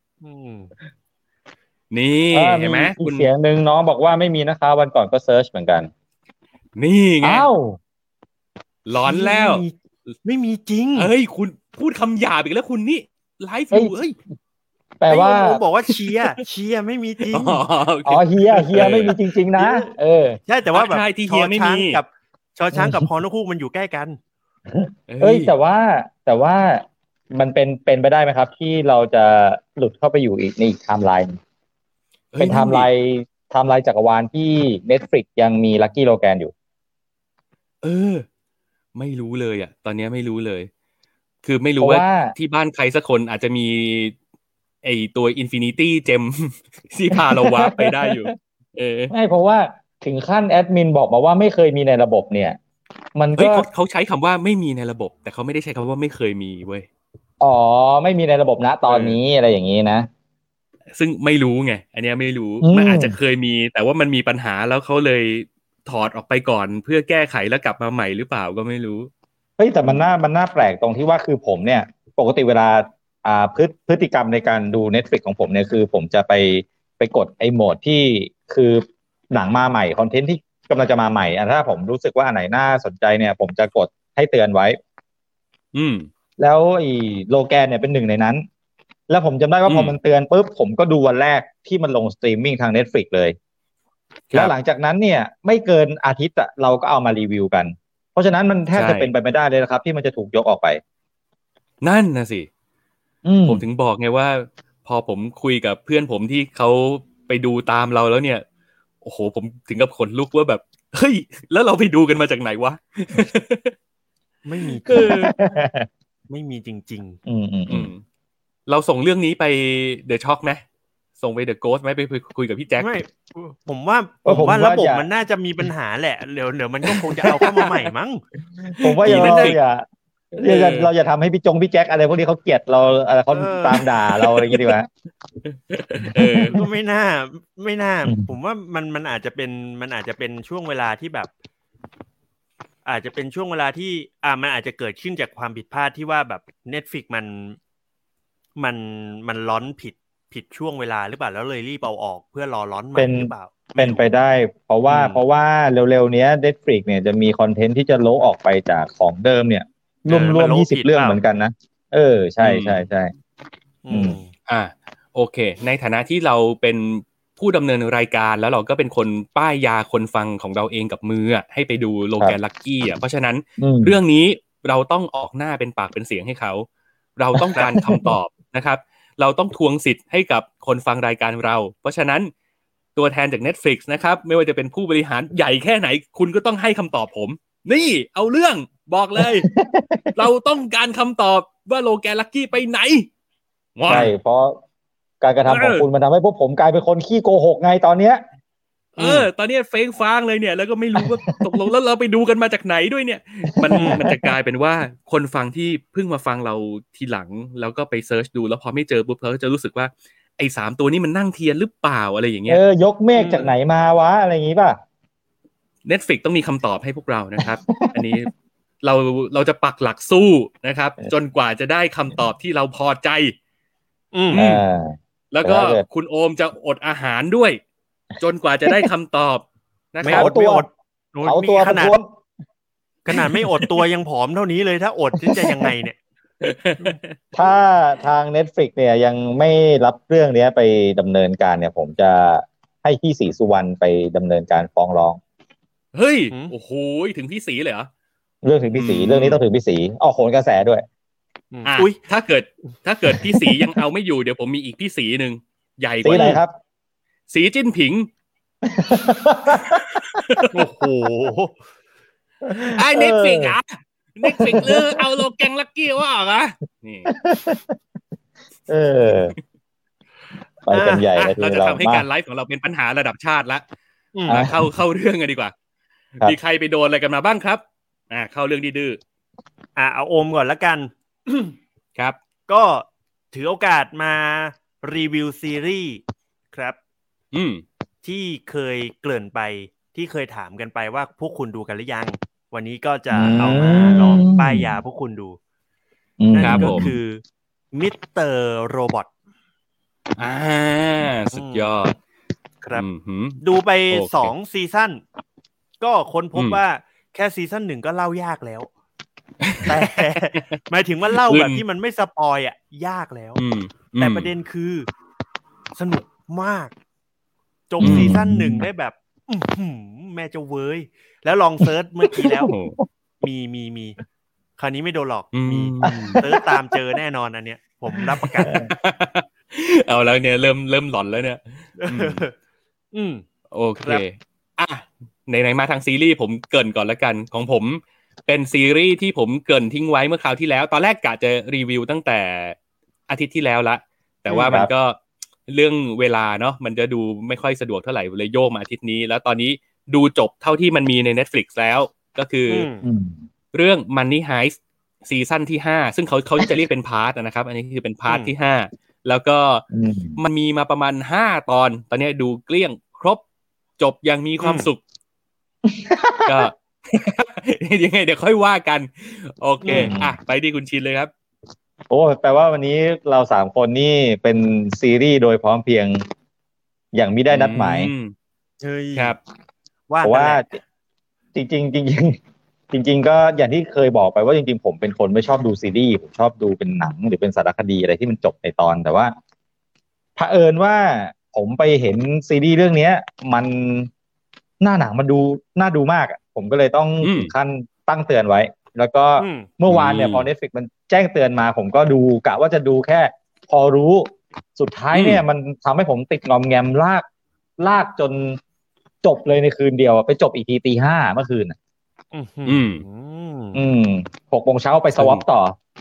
Speaker 1: นี่เห็นไหม
Speaker 4: คุณเสียงหนึ่งน้องบอกว่าไม่มีนะคะวันก่อนก็เซิร์ชเหมือนกัน
Speaker 1: นี่ไง
Speaker 4: อ้าว
Speaker 1: หลอนแล้ว
Speaker 3: ไม่มีจริง
Speaker 1: เอ้ยคุณพูดคำหยาบอีกแล้วคุณนี่ไลฟ์อยู่เอ้ย
Speaker 4: แปลว่า
Speaker 3: ผมบอกว่าเชียร์เชียร์ไม่มีจริง
Speaker 4: อ๋อเฮียเฮียไม่มีจริงๆนะเออ
Speaker 3: ใช่แต่ว่าแบบ
Speaker 1: ที่เฮียไม่มี
Speaker 3: กับชอช้างกับฮอนกฮูกมันอยู่ใกล้กัน
Speaker 4: เอ้ยแต่ว่าแต่ว่ามันเป็นเป็นไปได้ไหมครับที่เราจะหลุดเข้าไปอยู่อีกในอีกไทม์ไลน์เป็นไทม์ไลน์ไทม์ไลน์จักรวาลที่ Netflix ยังมี Lucky Logan อยู่
Speaker 1: เออไม่รู้เลยอ่ะตอนนี้ไม่รู้เลยคือไม่รู้ว่าที่บ้านใครสักคนอาจจะมีไอตัว Infinity Gem ที่พาเราวาร์ปไปได้อยู่เออ
Speaker 4: ไม่เพราะว่าถึงขั้นแอดมินบอกมาว่าไม่เคยมีในระบบเนี่ยมันก็
Speaker 1: เขาเขาใช้คำว่าไม่มีในระบบแต่เขาไม่ได้ใช้คำว่าไม่เคยมีเว้ย
Speaker 4: อ๋อไม่มีในระบบณตอนนี้อะไรอย่างนี้นะ
Speaker 1: ซึ่งไม่รู้ไงอันนี้ไม่รู้มันอาจจะเคยมีแต่ว่ามันมีปัญหาแล้วเขาเลยถอดออกไปก่อนเพื่อแก้ไขแล้วกลับมาใหม่หรือเปล่าก็ไม่รู้
Speaker 4: เฮ้ยแต่มันน่ามันน่าแปลกตรงที่ว่าคือผมเนี่ยปกติเวลาอ่าพฤพฤติกรรมในการดู Netflix ของผมเนี่ยคือผมจะไปไปกดไอ้โหมดที่คือหนังมาใหม่คอนเทนต์ที่กำลังจะมาใหม่อ่ะถ้าผมรู้สึกว่าอันไหนน่าสนใจเนี่ยผมจะกดให้เตือนไว้
Speaker 1: อืม
Speaker 4: แล้วไอ้โลแกนเนี่ยเป็นหนึ่งในนั้นแล้วผมจำได้ว่าพอมันเตือนปุ๊บผมก็ดูวันแรกที่มันลงสตรีมมิ่งทาง Netflix เลยแล้วหลังจากนั้นเนี่ยไม่เกินอาทิตย์อะเราก็เอามารีวิวกันเพราะฉะนั้นมันแทบจะเป็นไปไม่ได้เลยนะครับที่มันจะถูกยกออกไป
Speaker 1: นั่นนะสิผมถึงบอกไงว่าพอผมคุยกับเพื่อนผมที่เขาไปดูตามเราแล้วเนี่ยโอ้โหผมถึงกับขนลุกว่าแบบเฮ้ยแล้วเราไปดูกันมาจากไหนวะ
Speaker 3: ไม่มีคือไม่มีจริงๆ
Speaker 4: อืมอืมอืม
Speaker 1: เราส่งเรื่องนี้ไปเดอะช็อคไหมส่งไปเดอะโกสต์ไหมไปคุยกับพี่แจ็ค
Speaker 3: ไม่ผมว่าผมว่าระบบมันน่าจะมีปัญหาแหละเดี๋ยวเดี๋ยวมันก็คงจะเอาเข้ามาใหม่มั้ง
Speaker 4: ผมว่าอย่างนั้นอย่าเราเราอย่าทำให้พี่จงพี่แจ็คอะไรพวกนี้เขาเกลียดเราอะไรเขาตามด่าเราอะไรอย่างนี้ดีกว่า
Speaker 3: เออก็ไม่น่าไม่น่าผมว่ามันมันอาจจะเป็นมันอาจจะเป็นช่วงเวลาที่แบบอาจจะเป็นช่วงเวลาที่อ่ามันอาจจะเกิดขึ้นจากความผิดพลาดที่ว่าแบบ Netflix มันมันมันล้อนผิดผิดช่วงเวลาหรือเปล่าแล้วเลยรีบเอาออกเพื่อรอล้อนใหม่หรือเปล่า
Speaker 4: เป็นไปได้เพราะว่าเพราะว่าเร็วๆนี้ Netflix เนี่ยจะมีคอนเทนต์ที่จะโละออกไปจากของเดิมเนี่ยรวมๆยี่สิบเรื่องเหมือนกันนะเออใช่ๆๆอืม
Speaker 1: อ่ะโอเคในฐานะที่เราเป็นผู้ดำเนินรายการแล้วเราก็เป็นคนป้ายยาคนฟังของเราเองกับมือให้ไปดูโลแกนลัคกี้อ่ะเพราะฉะนั้นเรื่องนี้เราต้องออกหน้าเป็นปากเป็นเสียงให้เขาเราต้องการคำตอบนะครับเราต้องทวงสิทธิ์ให้กับคนฟังรายการเราเพราะฉะนั้นตัวแทนจาก Netflix นะครับไม่ว่าจะเป็นผู้บริหารใหญ่แค่ไหนคุณก็ต้องให้คำตอบผมนี่เอาเรื่องบอกเลย เราต้องการคำตอบว่าโลแกนลัคกี้ไปไหน
Speaker 4: ใช่เพราะการกระทำของคุณมันทำให้พวกผมกลายเป็นคนขี้โกหกไงตอนเนี้ย
Speaker 1: เออตอนนี้เฟกฟ้างเลยเนี่ยแล้วก็ไม่รู้ว่าตกลงแล้วเราไปดูกันมาจากไหนด้วยเนี่ยมันมันจะกลายเป็นว่าคนฟังที่เพิ่งมาฟังเราทีหลังแล้วก็ไปเซิร์ชดูแล้วพอไม่เจอปุ๊บเขาจะรู้สึกว่าไอ้สามตัวนี้มันนั่งเทียนหรือเปล่าอะไรอย่างเงี้ย
Speaker 4: เออยกเมฆจากไหนมาวะอะไรอย่างงี้ป่ะ
Speaker 1: Netflix ต้องมีคำตอบให้พวกเรานะครับอันนี้เราเราจะปักหลักสู้นะครับจนกว่าจะได้คำตอบที่เราพอใจ
Speaker 4: อืม
Speaker 1: แล้วก็คุณโอมจะอดอาหารด้วยจนกว่าจะได้คำตอบ
Speaker 3: นะครับไม่อดไม่อดเอาตัวขนาดขนาดไม่อดตัวยังผอมเท่านี้เลยถ้าอดจะยังไงเนี่ย
Speaker 4: ถ้าทาง Netflix เนี่ยยังไม่รับเรื่องนี้ไปดำเนินการเนี่ยผมจะให้พี่ศรีสุวรรณไปดำเนินการฟ้องร้อง
Speaker 1: เฮ้ยโอ้โหถึงพี่ศรีเลยเหรอ
Speaker 4: เรื่องถึงพี่ศรีเรื่องนี้ต้องถึงพี่ศรีออกโหนกระแสด้วย
Speaker 1: อุ้ยถ้าเกิดถ้าเกิดพี่ศรียังเอาไม่อยู่เดี๋ยวผมมีอีกพี่ศรีนึงใหญ่กว่า
Speaker 4: สีไหนครับ
Speaker 1: สีจิ้นผิง
Speaker 3: โอ้โห
Speaker 1: ไอ้ Netflix อ่ะ Netflix เลือกเอาโลแกนลัคกี้ว่าอ่ะนี่
Speaker 4: เออไปกันใหญ่เลย
Speaker 1: เราจะทำให้การไลฟ์ของเราเป็นปัญหาระดับชาติละเข้าเข้าเรื่องกันดีกว่ามีใครไปโดนอะไรกันมาบ้างครับอ่าเข้าเรื่องดื้อ
Speaker 3: อ่าเอาโอมก่อนละกัน
Speaker 1: ครับ
Speaker 3: ก็ถือโอกาสมารีวิวซีรีส์ครับ
Speaker 1: อืม
Speaker 3: ที่เคยเกริ่นไปที่เคยถามกันไปว่าพวกคุณดูกันหรือยังวันนี้ก็จะเอามาลองป้ายยาพวกคุณดูนั่นก็คือมิสเตอร์โรบอท
Speaker 1: อ่าสุดยอด
Speaker 3: ครับดูไปสองซีซั่นก็ค้นพบว่าแค่ซีซั่นหนึ่งก็เล่ายากแล้วแต่หมายถึงว่าเล่าแบบที่มันไม่สปอยอ่ะยากแล้วแต่ประเด็นคือสนุกมากจบซีซั่นหนึ่งได้แบบแม่เจ้าเว้ยแล้วลองเซิร์ชเมื่อกี้แล้วมีมีมีคราวนี้ไม่โดนหลอกมีเซิร์ชตามเจอแน่นอนอันเนี้ยผมรับประกัน
Speaker 1: เอาแล้วเนี่ยเริ่มเริ่มหลอนแล้วเนี่ย
Speaker 3: อืม
Speaker 1: โอเคอ่ะไหนๆมาทางซีรีส์ผมเกริ่นก่อนละกันของผมเป็นซีรีส์ที่ผมเกริ่นทิ้งไว้เมื่อคราวที่แล้วตอนแรกกะจะรีวิวตั้งแต่อาทิตย์ที่แล้วละแต่ว่ามันก็เรื่องเวลาเนาะมันจะดูไม่ค่อยสะดวกเท่าไหร่เลยโยกมาอาทิตย์นี้แล้วตอนนี้ดูจบเท่าที่มันมีใน Netflix แล้วก็คือเรื่อง Money Heist ซีซั่นที่ห้าซึ่งเขาเขาจะเรียกเป็นพาร์ทนะครับอันนี้คือเป็นพาร์ทที่ห้าแล้วก็มันมีมาประมาณห้าตอนตอนนี้ดูเกลี้ยงครบจบอย่างมีความสุขก็ยังไงเดี๋ยวค่อยว่ากันโอเคอ่ะไปดีคุณชินเลยครับ
Speaker 4: โอ้แปลว่าวันนี้เราสามคนนี่เป็นซีรีส์โดยพร้อมเพียงอย่างมิได้นัดหมาย
Speaker 1: ครับ
Speaker 4: ว่าว่าจริงๆจริงๆจริงๆก็อย่างที่เคยบอกไปว่าจริงๆผมเป็นคนไม่ชอบดูซีรีส์ผมชอบดูเป็นหนังหรือเป็นสารคดีอะไรที่มันจบในตอนแต่ว่าเผอิญว่าผมไปเห็นซีรีส์เรื่องนี้มันหน้าหนังมันดูน่าดูมากอ่ะผมก็เลยต้องถึงขั้นตั้งเตือนไว้แล้วก็เมื่อวานเนี่ยพอ Netflix มันแจ้งเตือนมาผมก็ดูกะว่าจะดูแค่พอรู้สุดท้ายเนี่ยมันทำให้ผมติดงอมแงมลากลากจนจบเลยในคืนเดียวไปจบอีกทีตีห้าเมื่อคืนอ่ะ
Speaker 1: อืม
Speaker 4: อืมหกโมงเช้าไปสวอปต่อ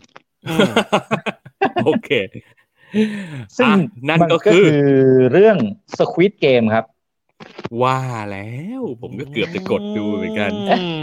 Speaker 1: โอเค
Speaker 4: ซึ่งนั่นก็คือเรื่อง Squid Game ครับ
Speaker 1: ว่าแล้วผมก็เกือบจะกดดูเหมือนกัน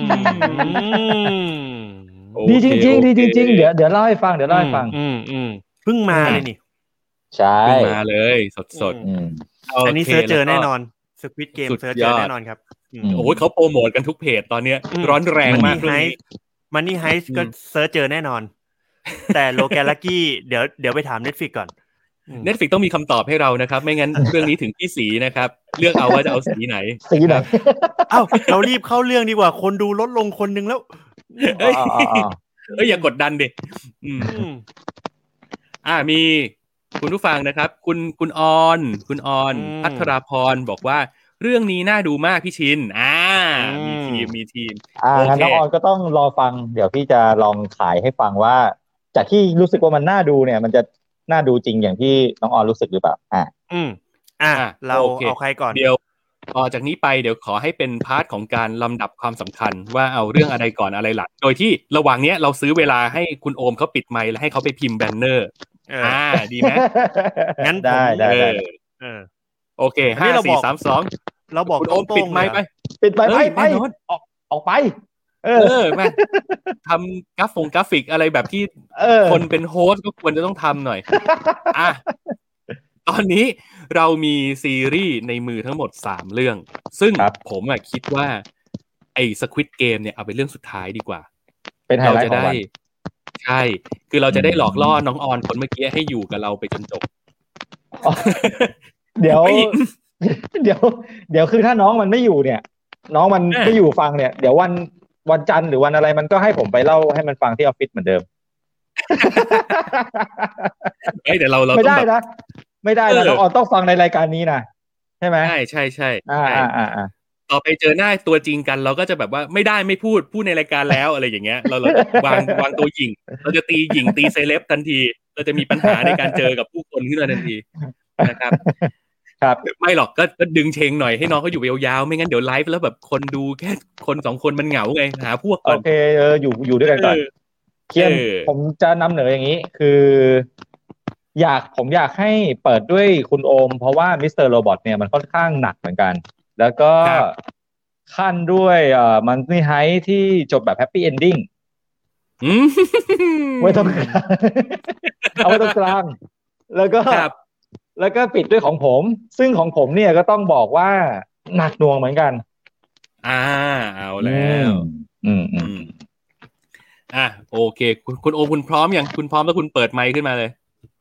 Speaker 4: ดีจริงๆดีจริงๆเดี๋ยวเดี๋ยวเล่าให้ฟังเดี๋ยวเล่าให้ฟัง
Speaker 3: อืมอืมเพิ่งมาเลยนี่
Speaker 4: ใช่
Speaker 1: เพิ่งมาเลยสด
Speaker 3: ๆอันนี้เซิร์ชเจอแน่นอน Squid Game เซิร์ชเจอแน่นอนครับ
Speaker 1: โอ้ยเขาโปรโมทกันทุกเพจตอนนี้ร้อนแรงมากเลย
Speaker 3: Money Heist ก็เซิร์ชเจอแน่นอนแต่ Logan Lucky เดี๋ยวเดี๋ยวไปถาม Netflix ก่อน
Speaker 1: Netflix ต้องมีคำตอบให้เรานะครับไม่งั้นเรื่องนี้ถึงพี่สีนะครับเลือกเอาว่าจะเอาสีไหน
Speaker 4: สีไหน
Speaker 3: เอ้าเรารีบเข้าเรื่องดีกว่าคนดูลดลงคนนึงแล้ว
Speaker 1: เอ้ยเอ้ยอย่ากดดันดิอืมอ่ามีคุณผู้ฟังนะครับคุณคุณออนคุณออนพัทราพรบอกว่าเรื่องนี้น่าดูมากพี่ชินอ่ามีทีมมีทีม
Speaker 4: อ่างั้นน้องออนก็ต้องรอฟังเดี๋ยวพี่จะลองขายให้ฟังว่าจากที่รู้สึกว่ามันน่าดูเนี่ยมันจะน่าดูจริงอย่างที่น้องออนรู้สึกหรือเปล่าอ่า
Speaker 3: อืมอ่าเราเอาใครก่อน
Speaker 1: เดี๋ยวต่อจากนี้ไปเดี๋ยวขอให้เป็นพาร์ทของการลำดับความสำคัญว่าเอาเรื่องอะไรก่อนอะไรหลังโดยที่ระหว่างนี้เราซื้อเวลาให้คุณโอมเขาปิดไมค์แล้วให้เขาไปพิมพ์แบนเนอร์อ่าดีไหม
Speaker 3: งั้น
Speaker 4: ได้ได้
Speaker 3: เออ
Speaker 1: โอเคห้าสี่สามสอง
Speaker 3: เราบอก
Speaker 1: คุณโอมปิดไมค์ไป
Speaker 4: ปิดไมค์ไปไปออกออกไปเออ
Speaker 1: แม่ทำกราฟงกราฟิกอะไรแบบที่คนเป็นโฮสต์ก็ควรจะต้องทำหน่อยอ่ะตอนนี้เรามีซีรีส์ในมือทั้งหมดสามเรื่องซึ่งผมอ่ะคิดว่าไอ้ Squid Game เนี่ยเอาเป็นเรื่องสุดท้ายดีกว่า
Speaker 4: เป็นไฮไลท์ของวัน
Speaker 1: ใช่คือเราจะได้หลอกล่อน้องออนคนเมื่อกี้ให้อยู่กับเราไปจนจบ
Speaker 4: เดี๋ยวเดี๋ยวเดี๋ยวคือถ้าน้องมันไม่อยู่เนี่ยน้องมันไม่อยู่ฟังเนี่ยเดี๋ยววันวันจันทร์หรือวันอะไรมันก็ให้ผมไปเล่าให้มันฟังที่ออฟฟิศเหมือนเดิม
Speaker 1: เอ้ยเดี๋ยวเราเรา
Speaker 4: ไม่ได้นะไม่ได้นะน้องออนต้องฟังในรายการนี้นะใช่ไหม
Speaker 1: ใช่ใช่ใช่
Speaker 4: อ่าอ่าอ่า
Speaker 1: ต่อไปเจอหน้าตัวจริงกันเราก็จะแบบว่าไม่ได้ไม่พูดพูดในรายการแล้วอะไรอย่างเงี้ยเราเราวางวางตัวหญิงเราจะตีหญิงตีเซเลบทันทีเราจะมีปัญหาในการเจอกับผู้คนขึ้นมาทันทีนะครับ
Speaker 4: ครับ
Speaker 1: ไม่หรอกก็ก็ดึงเชงหน่อยให้น้องเขาอยู่ยาวๆไม่งั้นเดี๋ยวไลฟ์แล้วแบบคนดูแค่คนสองคนมันเหงาไงหาพวกก่อน
Speaker 4: โอเคเอออยู่อยู่ด้วยกันก่อนเคียนผมจะนำเหนืออย่างนี้คืออยากผมอยากให้เปิดด้วยคุณโอมเพราะว่ามิสเตอร์โรบอทเนี่ยมันค่อนข้างหนักเหมือนกันแล้วก็ขั้นด้วยเอ่อมันนี่ไฮที่จบแบบแฮปปี้เอนดิ้งไว้ตรงกลางเอาไว้ตรงกลางแล้วก็แล้วก็ปิดด้วยของผมซึ่งของผมเนี่ยก็ต้องบอกว่าหนักหน่วงเหมือนกัน
Speaker 1: อ่าเอาแล้ว
Speaker 4: อืมอืม
Speaker 1: อ่ะโอเคคุณคุณโอคุณพร้อมยังคุณพร้อมแล้วคุณเปิดไมค์ขึ้นมาเลย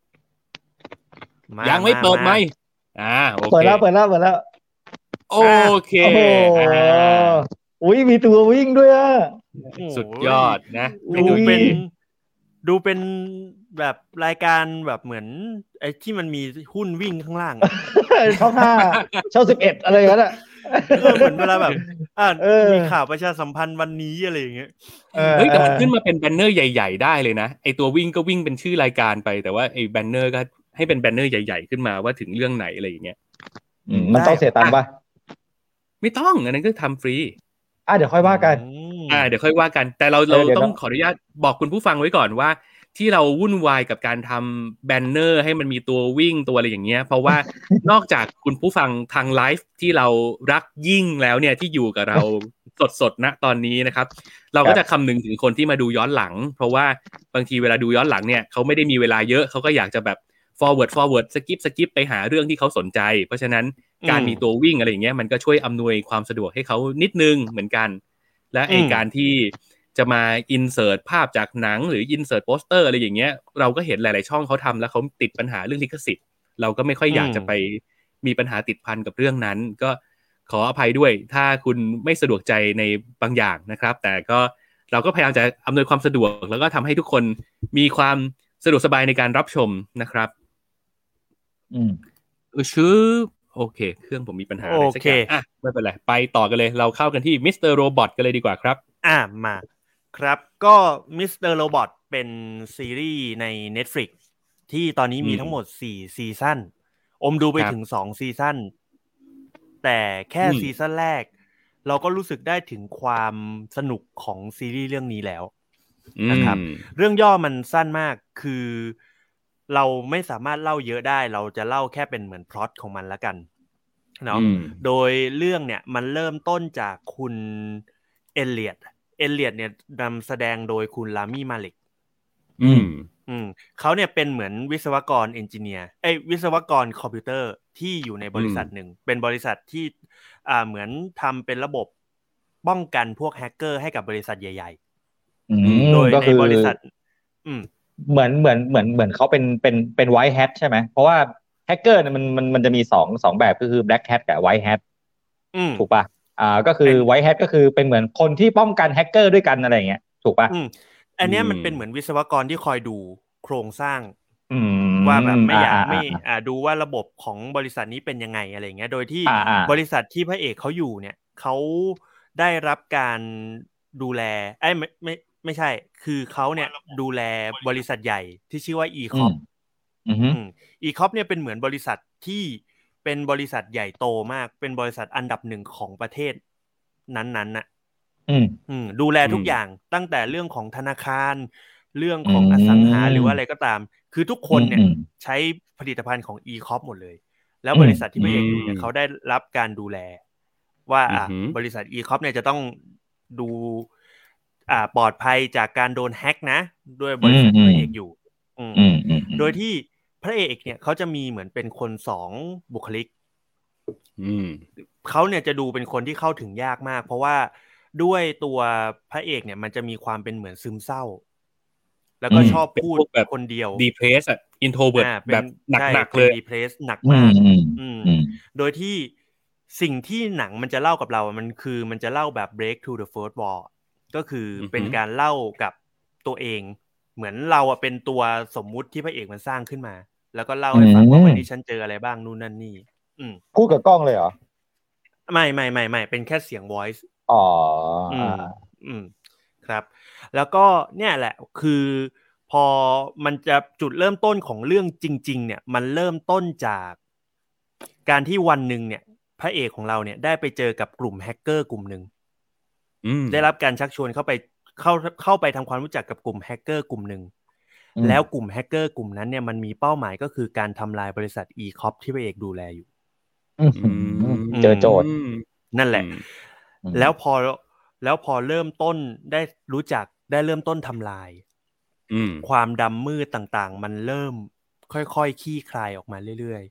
Speaker 1: ยังไม่เปิดไมค์อ่าโอเค
Speaker 4: เปิดแล้วเปิดแล้วเปิดแล้ว
Speaker 1: โอเค
Speaker 4: อ่าอุ้ยมีตัววิ่งด้วยอ่ะ
Speaker 1: สุดยอดนะ
Speaker 3: ดูเป็นดูเป็นแบบรายการแบบเหมือนไอ้ที่มันมีหุ้นวิ่งข้างล่าง
Speaker 4: ช่องห้าช่องสิบเอ็ดอะไรกันอ่ะ
Speaker 3: เออเหมือนเวลาแบบอ่ามีข่าวประชาสัมพันธ์วันนี้อะไรอย่างเงี้ย
Speaker 1: เฮ้ยแต่มันขึ้นมาเป็นแบนเนอร์ใหญ่ๆได้เลยนะไอตัววิ่งก็วิ่งเป็นชื่อรายการไปแต่ว่าไอแบนเนอร์ก็ให้เป็นแบนเนอร์ใหญ่ๆขึ้นมาว่าถึงเรื่องไหนอะไรอย่างเงี้ย
Speaker 4: มันต้องเสียตังค์ป่ะ
Speaker 1: ไม่ต้องอันนั้นก็ทำฟรี
Speaker 4: อ่ะเดี๋ยวค่อยว่ากัน
Speaker 1: อ่าเดี๋ยวค่อยว่ากันแต่เราเราต้องขออนุญาตบอกคุณผู้ฟังไว้ก่อนว่าที่เราวุ่นวายกับการทำแบนเนอร์ให้มันมีตัววิ่งตัวอะไรอย่างเงี้ยเพราะว่านอกจากคุณผู้ฟังทางไลฟ์ที่เรารักยิ่งแล้วเนี่ยที่อยู่กับเราสดๆณตอนนี้นะครับเราก็จะคำนึงถึงคนที่มาดูย้อนหลังเพราะว่าบางทีเวลาดูย้อนหลังเนี่ยเขาไม่ได้มีเวลาเยอะเขาก็อยากจะแบบ forward forward skip skip ไปหาเรื่องที่เขาสนใจเพราะฉะนั้นการมีตัววิ่งอะไรอย่างเงี้ยมันก็ช่วยอำนวยความสะดวกให้เขานิดนึงเหมือนกันและไอ้การที่จะมา insert ภาพจากหนังหรือ insert poster อะไรอย่างเงี้ยเราก็เห็นหลายๆช่องเขาทำแล้วเขาติดปัญหาเรื่องลิขสิทธิ์เราก็ไม่ค่อยอยากจะไปมีปัญหาติดพันกับเรื่องนั้นก็ขออภัยด้วยถ้าคุณไม่สะดวกใจในบางอย่างนะครับแต่ก็เราก็พยายามจะอำนวยความสะดวกแล้วก็ทำให้ทุกคนมีความสะดวกสบายในการรับชมนะครับ
Speaker 4: อืม
Speaker 1: ชื่อโอเคเครื่องผมมีปัญหาอะไรสักอย่างอ่ะไม่เป็นไรไปต่อกันเลยเราเข้ากันที่มิสเตอร์โรบอทกันเลยดีกว่าครับ
Speaker 3: อ่ะมาครับก็มิสเตอร์โรบอทเป็นซีรีส์ใน Netflix ที่ตอนนี้มีทั้งหมดสี่ซีซั่นอมดูไปถึงสองซีซั่นแต่แค่ซีซั่นแรกเราก็รู้สึกได้ถึงความสนุกของซีรีส์เรื่องนี้แล้วนะครับเรื่องย่อมันสั้นมากคือเราไม่สามารถเล่าเยอะได้เราจะเล่าแค่เป็นเหมือนพล็อตของมันละกันเนาะโดยเรื่องเนี่ยมันเริ่มต้นจากคุณเอเลียตเอเลียตเนี่ยนำแสดงโดยคุณลามี่มาลิก
Speaker 1: อืม
Speaker 3: อืมเขาเนี่ยเป็นเหมือนวิศวกรเอนจิเนียร์เอ้ยวิศวกรคอมพิวเตอร์ที่อยู่ในบริษัทหนึ่งเป็นบริษัทที่อ่าเหมือนทำเป็นระบบป้องกันพวกแฮกเกอร์ให้กับบริษัทใหญ่ๆโดยในบริษัทอืม
Speaker 4: เหมือนเหมือนเหมือนเหมือนเขาเป็นเป็นเป็นไวท์แฮทใช่ไหมเพราะว่าแฮกเกอร์เนี่ยมันมันมันจะมีสองสองแบบก็คือแบล็กแฮทกับไวท์แฮทถูกป่ะอ่าก็คือไวท์แฮทก็คือเป็นเหมือนคนที่ป้องกันแฮกเกอร์ด้วยกันอะไรอย่างเงี้ยถูกป่ะ
Speaker 3: อืมอันนี้มันเป็นเหมือนวิศวกรที่คอยดูโครงสร้างว่าแบบไม่อยากไม่อ่าดูว่าระบบของบริษัทนี้เป็นยังไงอะไรเงี้ยโดยที่บริษัทที่พระเอกเขาอยู่เนี่ยเขาได้รับการดูแลไอ้ไม่ไม่ไม่ใช่คือเขาเนี่ยดูแลบริษัทใหญ่ที่ชื่อว่า E-Corp
Speaker 4: อือฮึ
Speaker 3: E-Corp เนี่ยเป็นเหมือนบริษัทที่เป็นบริษัทใหญ่โตมากเป็นบริษัทอันดับหนึ่งของประเทศนั้นๆน่ะ
Speaker 4: อืม
Speaker 3: อืมดูแลทุกอย่างตั้งแต่เรื่องของธนาคารเรื่องของอสังหาหรือว่าอะไรก็ตามคือทุกคนเนี่ยใช้ผลิตภัณฑ์ของ E-Corp หมดเลยแล้วบริษัทที่พระเอกอยู่เนี่ยเขาได้รับการดูแลว่าอ่ะบริษัท E-Corp เนี่ยจะต้องดูอ่าปลอดภัยจากการโดนแฮ็กนะด้วยบริษัทที่พระเอกอยู่อืมโดยที่พระเอกเนี่ยเขาจะมีเหมือนเป็นคนสองบุคลิก
Speaker 1: อืม
Speaker 3: เขาเนี่ยจะดูเป็นคนที่เข้าถึงยากมากเพราะว่าด้วยตัวพระเอกเนี่ยมันจะมีความเป็นเหมือนซึมเศร้าแล้วก็ชอบพูดแบบคนเดียว
Speaker 1: depress อ่ะ introvert แบบหนักๆเลย
Speaker 3: depress หนักมากอืมโดยที่สิ่งที่หนังมันจะเล่ากับเรามันคือมันจะเล่าแบบ break to the fourth wall ก็คือเป็นการเล่ากับตัวเองเหมือนเราอ่ะเป็นตัวสมมุติที่พระเอกมันสร้างขึ้นมาแล้วก็เล่าให้ฟังว่าวันนี้ฉันเจออะไรบ้างนู่นนั่นนี่อืม
Speaker 4: พูดกับกล้องเลยเหรอ
Speaker 3: ไม่ไม่ไม่ไม่เป็นแค่เสียง voice
Speaker 4: อ๋อ
Speaker 3: อืมอืมครับแล้วก็เนี่ยแหละคือพอมันจะจุดเริ่มต้นของเรื่องจริงๆเนี่ยมันเริ่มต้นจากการที่วันหนึ่งเนี่ยพระเอกของเราเนี่ยได้ไปเจอกับกลุ่มแฮกเกอร์กลุ่มหนึ่งได้รับการชักชวนเข้าไปเข้าเข้าไปทำความรู้จักกับกลุ่มแฮกเกอร์กลุ่มหนึ่งแล้วกลุ่มแฮกเกอร์กลุ่มนั้นเนี่ยมันมีเป้าหมายก็คือการทำลายบริษัท E-Corp ที่พระเอกดูแลอยู่
Speaker 4: เจอโจทย์
Speaker 3: นั่นแหละแล้วพอแล้วพอเริ่มต้นได้รู้จักได้เริ่มต้นทำลายความดำมืดต่างๆมันเริ่มค่อยๆคลี่คลายออกมาเรื่อย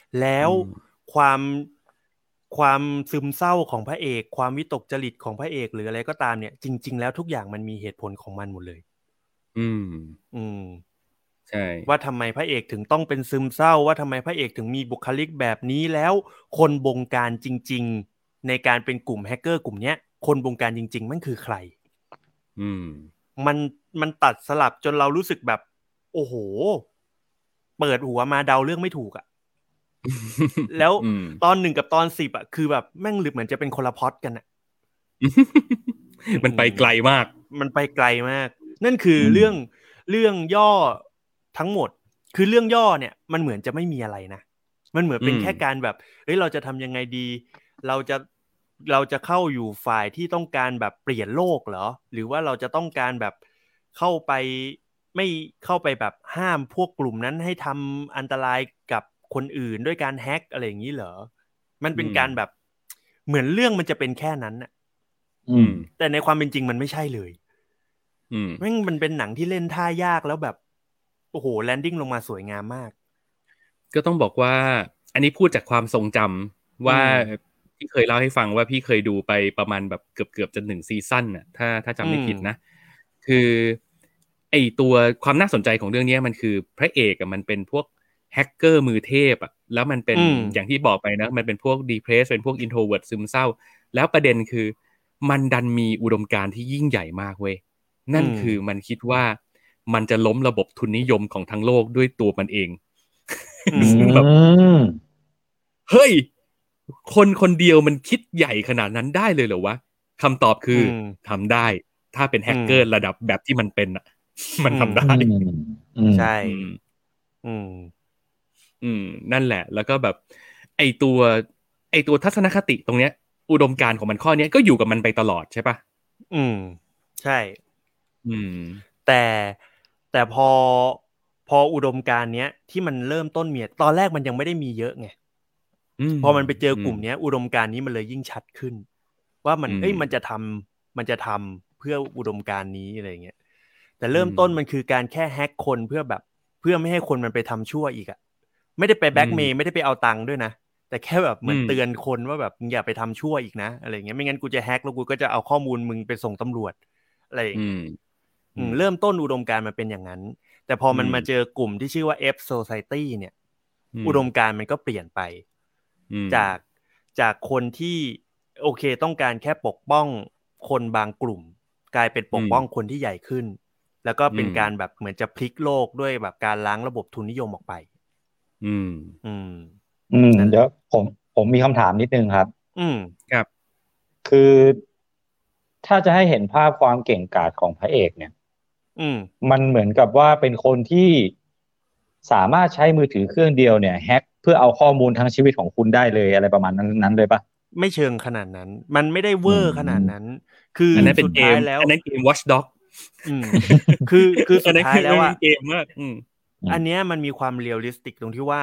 Speaker 3: แล้วความความซึมเศร้าของพระเอกความวิตกจริตของพระเอกหรืออะไรก็ตามเนี่ยจริงๆแล้วทุกอย่างมันมีเหตุผลของมันหมดเลย
Speaker 1: อืม
Speaker 3: อืม
Speaker 1: ใช่
Speaker 3: ว่าทำไมพระเอกถึงต้องเป็นซึมเศร้าว่าทำไมพระเอกถึงมีบุคลิกแบบนี้แล้วคนบงการจริงๆในการเป็นกลุ่มแฮกเกอร์กลุ่มเนี้ยคนบงการจริงๆมันคือใคร
Speaker 1: อืม
Speaker 3: มันมันตัดสลับจนเรารู้สึกแบบโอ้โหเปิดหัวมาเดาเรื่องไม่ถูกอ่ะ แล้วตอนหนึ่งกับตอนสิบอ่ะคือแบบแม่งหรือเหมือนจะเป็นคนละพล็อตกันอ่ะ
Speaker 1: มันไปไกลมาก
Speaker 3: มันไปไกลมากนั่นคือเรื่องเรื่องย่อทั้งหมดคือเรื่องย่อเนี่ยมันเหมือนจะไม่มีอะไรนะมันเหมือนเป็นแค่การแบบเฮ้ยเราจะทำยังไงดีเราจะเราจะเข้าอยู่ฝ่ายที่ต้องการแบบเปลี่ยนโลกเหรอหรือว่าเราจะต้องการแบบเข้าไปไม่เข้าไปแบบห้ามพวกกลุ่มนั้นให้ทำอันตรายกับคนอื่นด้วยการแฮกอะไรอย่างนี้เหรอมันเป็นการแบบเหมือนเรื่องมันจะเป็นแค่นั้นน่ะ
Speaker 1: อืม
Speaker 3: แต่ในความเป็นจริงมันไม่ใช่เลย
Speaker 1: อืม
Speaker 3: แม่งมันเป็นหนังที่เล่นท่ายากแล้วแบบโอ้โหแลนดิ้งลงมาสวยงามมาก
Speaker 1: ก็ต้องบอกว่าอันนี้พูดจากความทรงจำว่าพี่เคยเล่าให้ฟังว่าพี่เคยดูไปประมาณแบบเกือบๆจะหนึ่งซีซั่นน่ะถ้าถ้าจำไม่ผิดนะคือไอตัวความน่าสนใจของเรื่องนี้มันคือพระเอกอะมันเป็นพวกแฮกเกอร์มือเทพอ่ะแล้วมันเป็นอย่างที่บอกไปนะมันเป็นพวกดีเพรสเป็นพวกอินโทรเวิร์ตซึมเศร้าแล้วประเด็นคือมันดันมีอุดมการณ์ที่ยิ่งใหญ่มากเว้ยนั่นคือมันคิดว่ามันจะล้มระบบทุนนิยมของทั้งโลกด้วยตัวมันเองซึ่งแบบเฮ้ยคนคนเดียวมันคิดใหญ่ขนาดนั้นได้เลยเหรอวะคำตอบคือทำได้ถ้าเป็นแฮกเกอร์ระดับแบบที่มันเป็นอ่ะมันทำได้
Speaker 3: ใช่อืม
Speaker 1: อืมนั่นแหละแล้วก็แบบไอตัวไอตัวทัศนคติตรงเนี้ยอุดมการณ์ของมันข้อนี้ก็อยู่กับมันไปตลอดใช่ปะ
Speaker 3: อืมใช่
Speaker 1: อืม
Speaker 3: แต่แต่พอพออุดมการณ์เนี้ยที่มันเริ่มต้นมีตอนแรกมันยังไม่ได้มีเยอะไงพอมันไปเจอกลุ่มเนี้ยอุดมการณ์นี้มันเลยยิ่งชัดขึ้นว่ามันเอ้ยมันจะทำมันจะทำเพื่ออุดมการณ์นี้อะไรเงี้ยแต่เริ่มต้นมันคือการแค่แฮกคนเพื่อแบบเพื่อไม่ให้คนมันไปทำชั่วอีกอ่ะไม่ได้ไปแบล็กเมย์ไม่ได้ไปเอาตังค์ด้วยนะแต่แค่แบบเหมือนเตือนคนว่าแบบมึงอย่าไปทำชั่วอีกนะอะไรเงี้ยไม่งั้นกูจะแฮกแล้วกูก็จะเอาข้อมูลมึงไปส่งตำรวจอะไรอย่างเงี้ยเริ่มต้นอุดมการณ์มันเป็นอย่างนั้นแต่พอมันมาเจอกลุ่มที่ชื่อว่า F Society เนี่ยอุดมการณ์มันก็เปลี่ยนไปจากจากคนที่โอเคต้องการแค่ปกป้องคนบางกลุ่มกลายเป็นปกป้องคนที่ใหญ่ขึ้นแล้วก็เป็นการแบบเหมือนจะพลิกโลกด้วยแบบการล้างระบบทุนนิยมออกไป
Speaker 1: อืม
Speaker 3: อืม
Speaker 4: อืมเดี๋ยวผมผมมีคำถามนิดนึงครับ
Speaker 3: อืม
Speaker 1: ครับ
Speaker 4: คือถ้าจะให้เห็นภาพความเก่งกาจของพระเอกเนี่ย
Speaker 3: อืม
Speaker 4: มันเหมือนกับว่าเป็นคนที่สามารถใช้มือถือเครื่องเดียวเนี่ยแฮ็กเพื่อเอาข้อมูลทั้งชีวิตของคุณได้เลยอะไรประมาณนั้นนั้นเลยปะ
Speaker 3: ไม่เชิงขนาดนั้นมันไม่ได้เวอร์ขนาดนั้นคือ
Speaker 1: อันนั้นเป็นเกม
Speaker 3: แล้ว
Speaker 1: อันนั้นเกม Watch Dogs
Speaker 3: อืมคือคือสุดท้ายแล้วอ่ะ
Speaker 1: เกมมากอืม
Speaker 3: อันเนี้ยมันมีความเรียลลิสติกตรงที่ว่า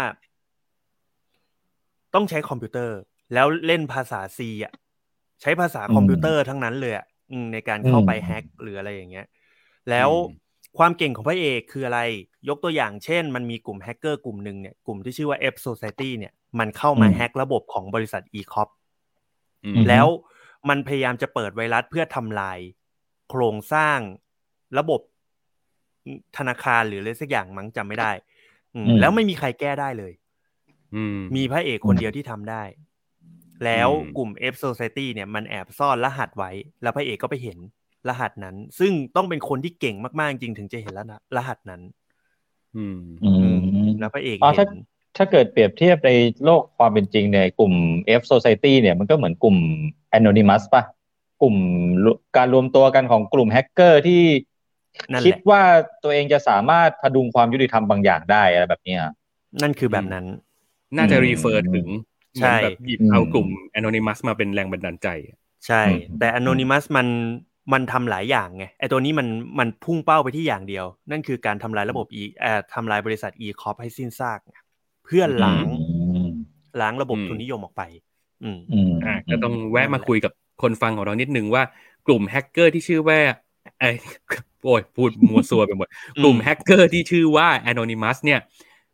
Speaker 3: ต้องใช้คอมพิวเตอร์แล้วเล่นภาษา C อ่ะใช้ภาษาคอมพิวเตอร์ทั้งนั้นเลยอ่ะในการเข้าไปแฮ็กหรืออะไรอย่างเงี้ยแล้วความเก่งของพระเอกคืออะไรยกตัวอย่างเช่นมันมีกลุ่มแฮกเกอร์กลุ่มนึงเนี่ยกลุ่มที่ชื่อว่า F Society เนี่ยมันเข้ามาแฮ็กระบบของบริษัท E-Corp แล้วมันพยายามจะเปิดไวรัสเพื่อทำลายโครงสร้างระบบธนาคารหรืออะไรสักอย่างมั้งจำไม่ได้แล้วไม่มีใครแก้ได้เลยมีพระเอกคนเดียวที่ทำได้แล้วกลุ่ม F Society เนี่ยมันแอบซ่อนรหัสไว้แล้วพระเอกก็ไปเห็นรหัสนั้นซึ่งต้องเป็นคนที่เก่งมากๆจริงถึงจะเห็นรหัสนั้น
Speaker 1: อืม
Speaker 3: แล้วพระเอก
Speaker 4: เห็นถ้าเกิดเปรียบเทียบในโลกความเป็นจริงเนี่ยกลุ่ม F Society เนี่ยมันก็เหมือนกลุ่ม Anonymous ป่ะกลุ่มการรวมตัวกันของกลุ่มแฮกเกอร์ที่คิดว่าตัวเองจะสามารถพดุงความยุติธรรมบางอย่างได้อะไรแบบนี้
Speaker 3: นั่นคือแบบนั้น
Speaker 1: น่าจะรีเฟอร์ถึงเหมือนแบบหยิบเอากลุ่ม Anonymous มาเป็นแรงบันดาลใจ
Speaker 3: ใช่แต่ Anonymous มันมันทำหลายอย่างไงไอ้ตัวนี้มันมันพุ่งเป้าไปที่อย่างเดียวนั่นคือการทำลายระบบอีเอ่อทำลายบริษัท E-Corp ให้สิ้นซากเพื่อล้างล้างระบบทุนนิยมออกไปอืม
Speaker 1: อ่าก็ต้องแวะมาคุยกับคนฟังของเรานิดนึงว่ากลุ่มแฮกเกอร์ที่ชื่อว่าไอ้โอ้ยพูดมัวซัวไปหมดกลุ่มแฮกเกอร์ที่ชื่อว่า Anonymous เนี่ย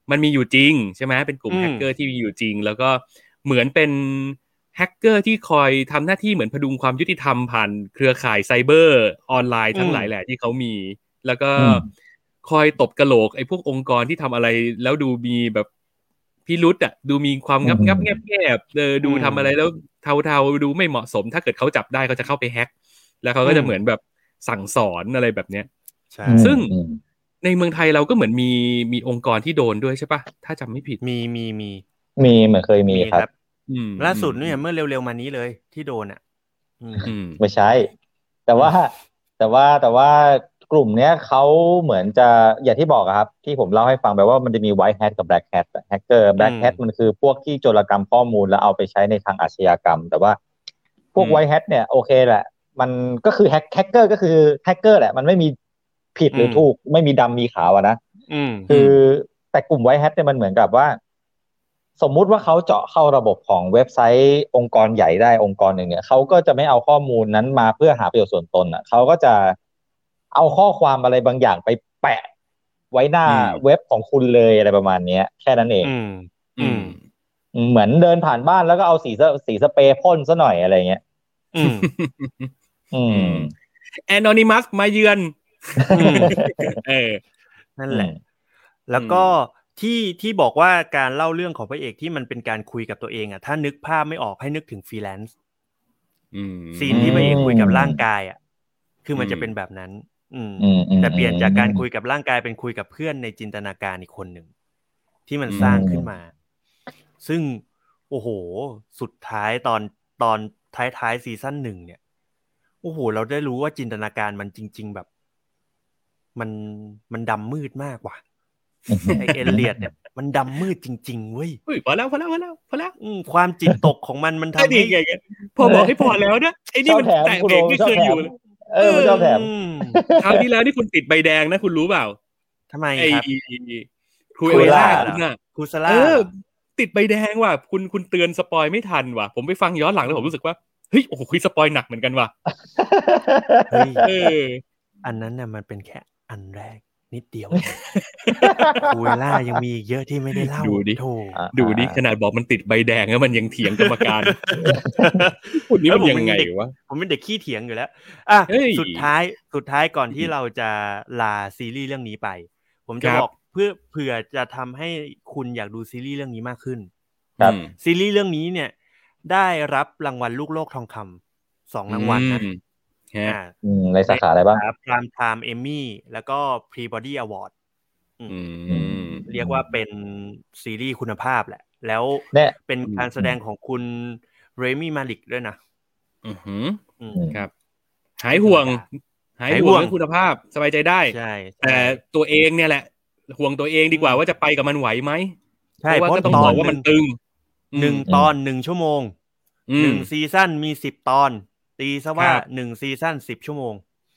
Speaker 1: มันมีอยู่จริงใช่ไหมเป็นกลุ่มแฮกเกอร์ที่มีอยู่จริงแล้วก็เหมือนเป็นแฮกเกอร์ที่คอยทำหน้าที่เหมือนพดุงความยุติธรรมผ่านเครือข่ายไซเบอร์ออนไลน์ทั้งหลายแหละที่เขามีแล้วก็คอยตบกระโหลกไอ้พวกองค์กรที่ทำอะไรแล้วดูมีแบบพิรุธอ่ะดูมีความงับงับแงบแงบเออดูทำอะไรแล้วเทาๆดูไม่เหมาะสมถ้าเกิดเขาจับได้เขาจะเข้าไปแฮกแล้วเขาก็จะเหมือนแบบสั่งสอนอะไรแบบเนี้ยซึ่งในเมืองไทยเราก็เหมือนมีมีองค์กรที่โดนด้วยใช่ปะถ้าจำไม่ผิด
Speaker 3: มีมีมี
Speaker 4: มีเหมือนเคยมีครับ
Speaker 3: ล่าสุดเนี่ยเมื่อเร็วๆมานี้เลยที่โดนอ่ะ
Speaker 4: ไม่ใช่แต่ว่าแต่ว่าแต่ว่ากลุ่มเนี้ยเขาเหมือนจะอย่างที่บอกครับที่ผมเล่าให้ฟังไปว่ามันจะมี white hat กับ black hat แฮกเกอร์ black hat มันคือพวกที่โจรกรรมข้อมูลแล้วเอาไปใช้ในทางอาชญากรรมแต่ว่าพวก white hat เนี่ยโอเคแหละมันก็คือแฮกแฮกเกอร์ก็คือแฮกเกอร์แหละมันไม่มีผิดหรือถูกไม่มีดำมีขาวอะนะคือแต่กลุ่ม white hat เนี่ยมันเหมือนกับว่าสมมุติว่าเขาเจาะเข้าระบบของเว็บไซต์องค์กรใหญ่ได้องค์กรหนึ่งเนี่ยเขาก็จะไม่เอาข้อมูลนั้นมาเพื่อหาประโยชน์ส่วนตนอ่ะเขาก็จะเอาข้อความอะไรบางอย่างไปแปะไว้หน้าเว็บของคุณเลยอะไรประมาณนี้แค่นั้นเอง
Speaker 3: อืม
Speaker 4: เหมือนเดินผ่านบ้านแล้วก็เอาสีสีสเปรย์พ่นซะหน่อยอะไรเงี้ย
Speaker 3: อืม
Speaker 4: อืม
Speaker 1: แอนอนิมัสมาเยือนเออ
Speaker 3: นั่นแหละแล้วก็ที่ที่บอกว่าการเล่าเรื่องของพระเอกที่มันเป็นการคุยกับตัวเองอ่ะถ้านึกภาพไม่ออกให้นึกถึงฟรีแลนซ์ซีนที่พระเอกคุยกับร่างกายอ่ะคือมันจะเป็นแบบนั้นอืมแต่เปลี่ยนจากการคุยกับร่างกายเป็นคุยกับเพื่อนในจินตนาการอีกคนหนึ่งที่มันสร้างขึ้นมาซึ่งโอ้โหสุดท้ายตอนตอนท้ายๆซีซั่นหนึ่งเนี่ยโอ้โหเราได้รู้ว่าจินตนาการมันจริงๆแบบมันมันดำมืดมากว่ะไอเอเลียดเนี่ยมันดำมืดจริงๆเว้ย
Speaker 1: พอแล้วพอแล้วพอแล้วพอแล้ว
Speaker 3: ความจิตตกของมันมันทำให้
Speaker 1: พอบอกให้พอแล้วนะไอ้นี่มันแตะเบรกไม่เคยอยู่เลย
Speaker 4: เออมันชอบแถม
Speaker 1: คราวที่แล้วนี่คุณติดใบแดงนะคุณรู้เปล่า
Speaker 3: ทำไมครับ
Speaker 1: ครูเอล่าคุณน่ะ
Speaker 3: ครูซาร่า
Speaker 1: เออติดใบแดงว่ะคุณคุณเตือนสปอยไม่ทันว่ะผมไปฟังย้อนหลังแล้วผมรู้สึกว่าเฮ้ยโอ้โหคุยสปอยหนักเหมือนกันว่ะ
Speaker 3: เฮ้ย
Speaker 1: เออ
Speaker 3: อันนั้นน่ะมันเป็นแค่อันแรกนิดเดียวครูเอล่ายังมีเยอะที่ไม่ได้เล่า
Speaker 1: ดูดิดูดิขนาดบอกมันติดใบแดงแล้วมันยังเถียงกรรมการคุณนี่มันยังไงวะ
Speaker 3: ผมเป็นเด็กขี้เถียงอยู่แล้วอ่ะสุดท้ายสุดท้ายก่อนที่เราจะลาซีรีส์เรื่องนี้ไปผมจะบอกเพื่อเผื่อจะทำให้คุณอยากดูซีรีส์เรื่องนี้มากขึ้น
Speaker 4: ครับ
Speaker 3: ซีรีส์เรื่องนี้เนี่ยได้รับรางวัลลูกโลกทองคำสองรางวัลนะ
Speaker 4: ในสาขาอะไรบ้าง
Speaker 3: พรามไทม์เอมมี่แล้วก็พรีบอดี้อวอร์ดเรียกว่าเป็นซีรีส์คุณภาพแหละแล้วเป็นการแสดงของคุณเรมี่มาลิกด้วยนะ
Speaker 1: อือหือครับหายห่วงหายห่วงเรื่องคุณภาพสบายใจได้แต่ตัวเองเนี่ยแหละห่วงตัวเองดีกว่าว่าจะไปกับมันไหวไหม
Speaker 3: ใช่เพราะ
Speaker 1: ต้องบอกว่ามันตึง
Speaker 3: หนึ่งตอนหนึ่งชั่วโมงหนึ่งซีซั่นมีสิบตอนตีซะว่าหนึ่งซีซั่นสิบชั่วโมง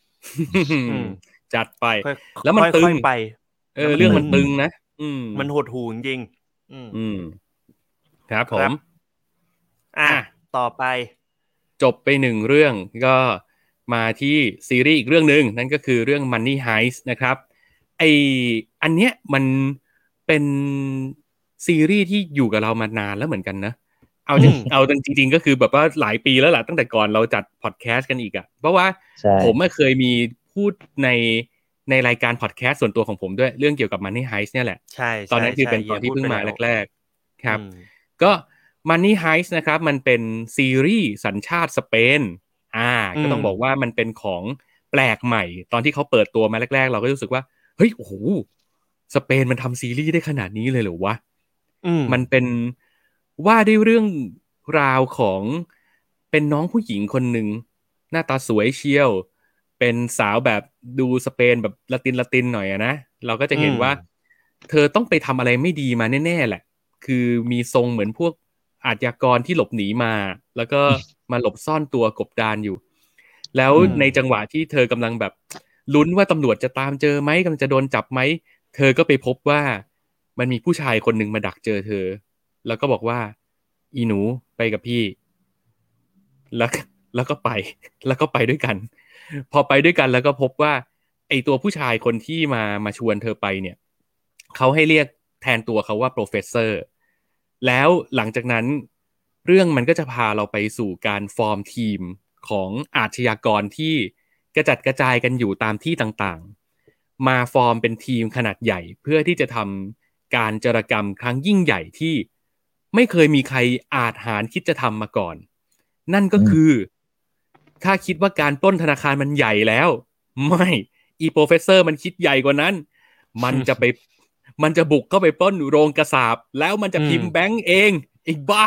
Speaker 1: จัดไปแล้วมันตึง
Speaker 3: ไป
Speaker 1: เออเรื่องมันตึงนะ
Speaker 3: มันหดหู่จริง
Speaker 1: อืมครับผม
Speaker 3: อ่ะต่อไป
Speaker 1: จบไปหนึ่งเรื่องก็มาที่ซีรีส์อีกเรื่องนึงนั่นก็คือเรื่อง Money Heist นะครับไออันเนี้ยมันเป็นซีรีส์ที่อยู่กับเรามานานแล้วเหมือนกันนะเอาจริงเอาจริงๆก็คือแบบว่าหลายปีแล้วล่ะตั้งแต่ก่อนเราจัดพอดแคสต์กันอีกอ่ะเพราะว่าผมเคยมีพูดในในรายการพอดแคสต์ส่วนตัวของผมด้วยเรื่องเกี่ยวกับ Money Heist เนี่ยแหละ
Speaker 3: ใช่
Speaker 1: ตอนนั้นคือเป็นตอนที่เพิ่งมาแรกๆครับก็ Money Heist นะครับมันเป็นซีรีส์สัญชาติสเปนอ่าก็ต้องบอกว่ามันเป็นของแปลกใหม่ตอนที่เขาเปิดตัวมาแรกๆเราก็รู้สึกว่าเฮ้ยโอ้โหสเปนมันทำซีรีส์ได้ขนาดนี้เลยเหรอวะมันเป็นว่าด้วยเรื่องราวของเป็นน้องผู้หญิงคนหนึ่งหน้าตาสวยเชียวเป็นสาวแบบดูสเปนแบบละตินละตินหน่อยนะเราก็จะเห็นว่าเธอต้องไปทำอะไรไม่ดีมาแน่ๆแหละคือมีทรงเหมือนพวกอาชญากรที่หลบหนีมาแล้วก็มาหลบซ่อนตัวกบดานอยู่แล้วในจังหวะที่เธอกำลังแบบลุ้นว่าตำรวจจะตามเจอไหมกำลังจะโดนจับไหมเธอก็ไปพบว่ามันมีผู้ชายคนหนึ่งมาดักเจอเธอแล้วก็บอกว่าอีหนูไปกับพี่แล้วแล้วก็ไปแล้วก็ไปด้วยกันพอไปด้วยกันแล้วก็พบว่าไอตัวผู้ชายคนที่มามาชวนเธอไปเนี่ยเขาให้เรียกแทนตัวเขาว่าโปรเฟสเซอร์แล้วหลังจากนั้นเรื่องมันก็จะพาเราไปสู่การฟอร์มทีมของอาชญากรที่กระจัดกระจายกันอยู่ตามที่ต่างๆมาฟอร์มเป็นทีมขนาดใหญ่เพื่อที่จะทำการจารกรรมครั้งยิ่งใหญ่ที่ไม่เคยมีใครอาจหาญคิดจะทำมาก่อนนั่นก็คือถ้าคิดว่าการปล้นธนาคารมันใหญ่แล้วไม่อีโปรเฟสเซอร์มันคิดใหญ่กว่านั้นมันจะไปมันจะบุกเข้าไปปล้นโรงกษาปแล้วมันจะพิมพ์แบงก์เองไอ้บ้า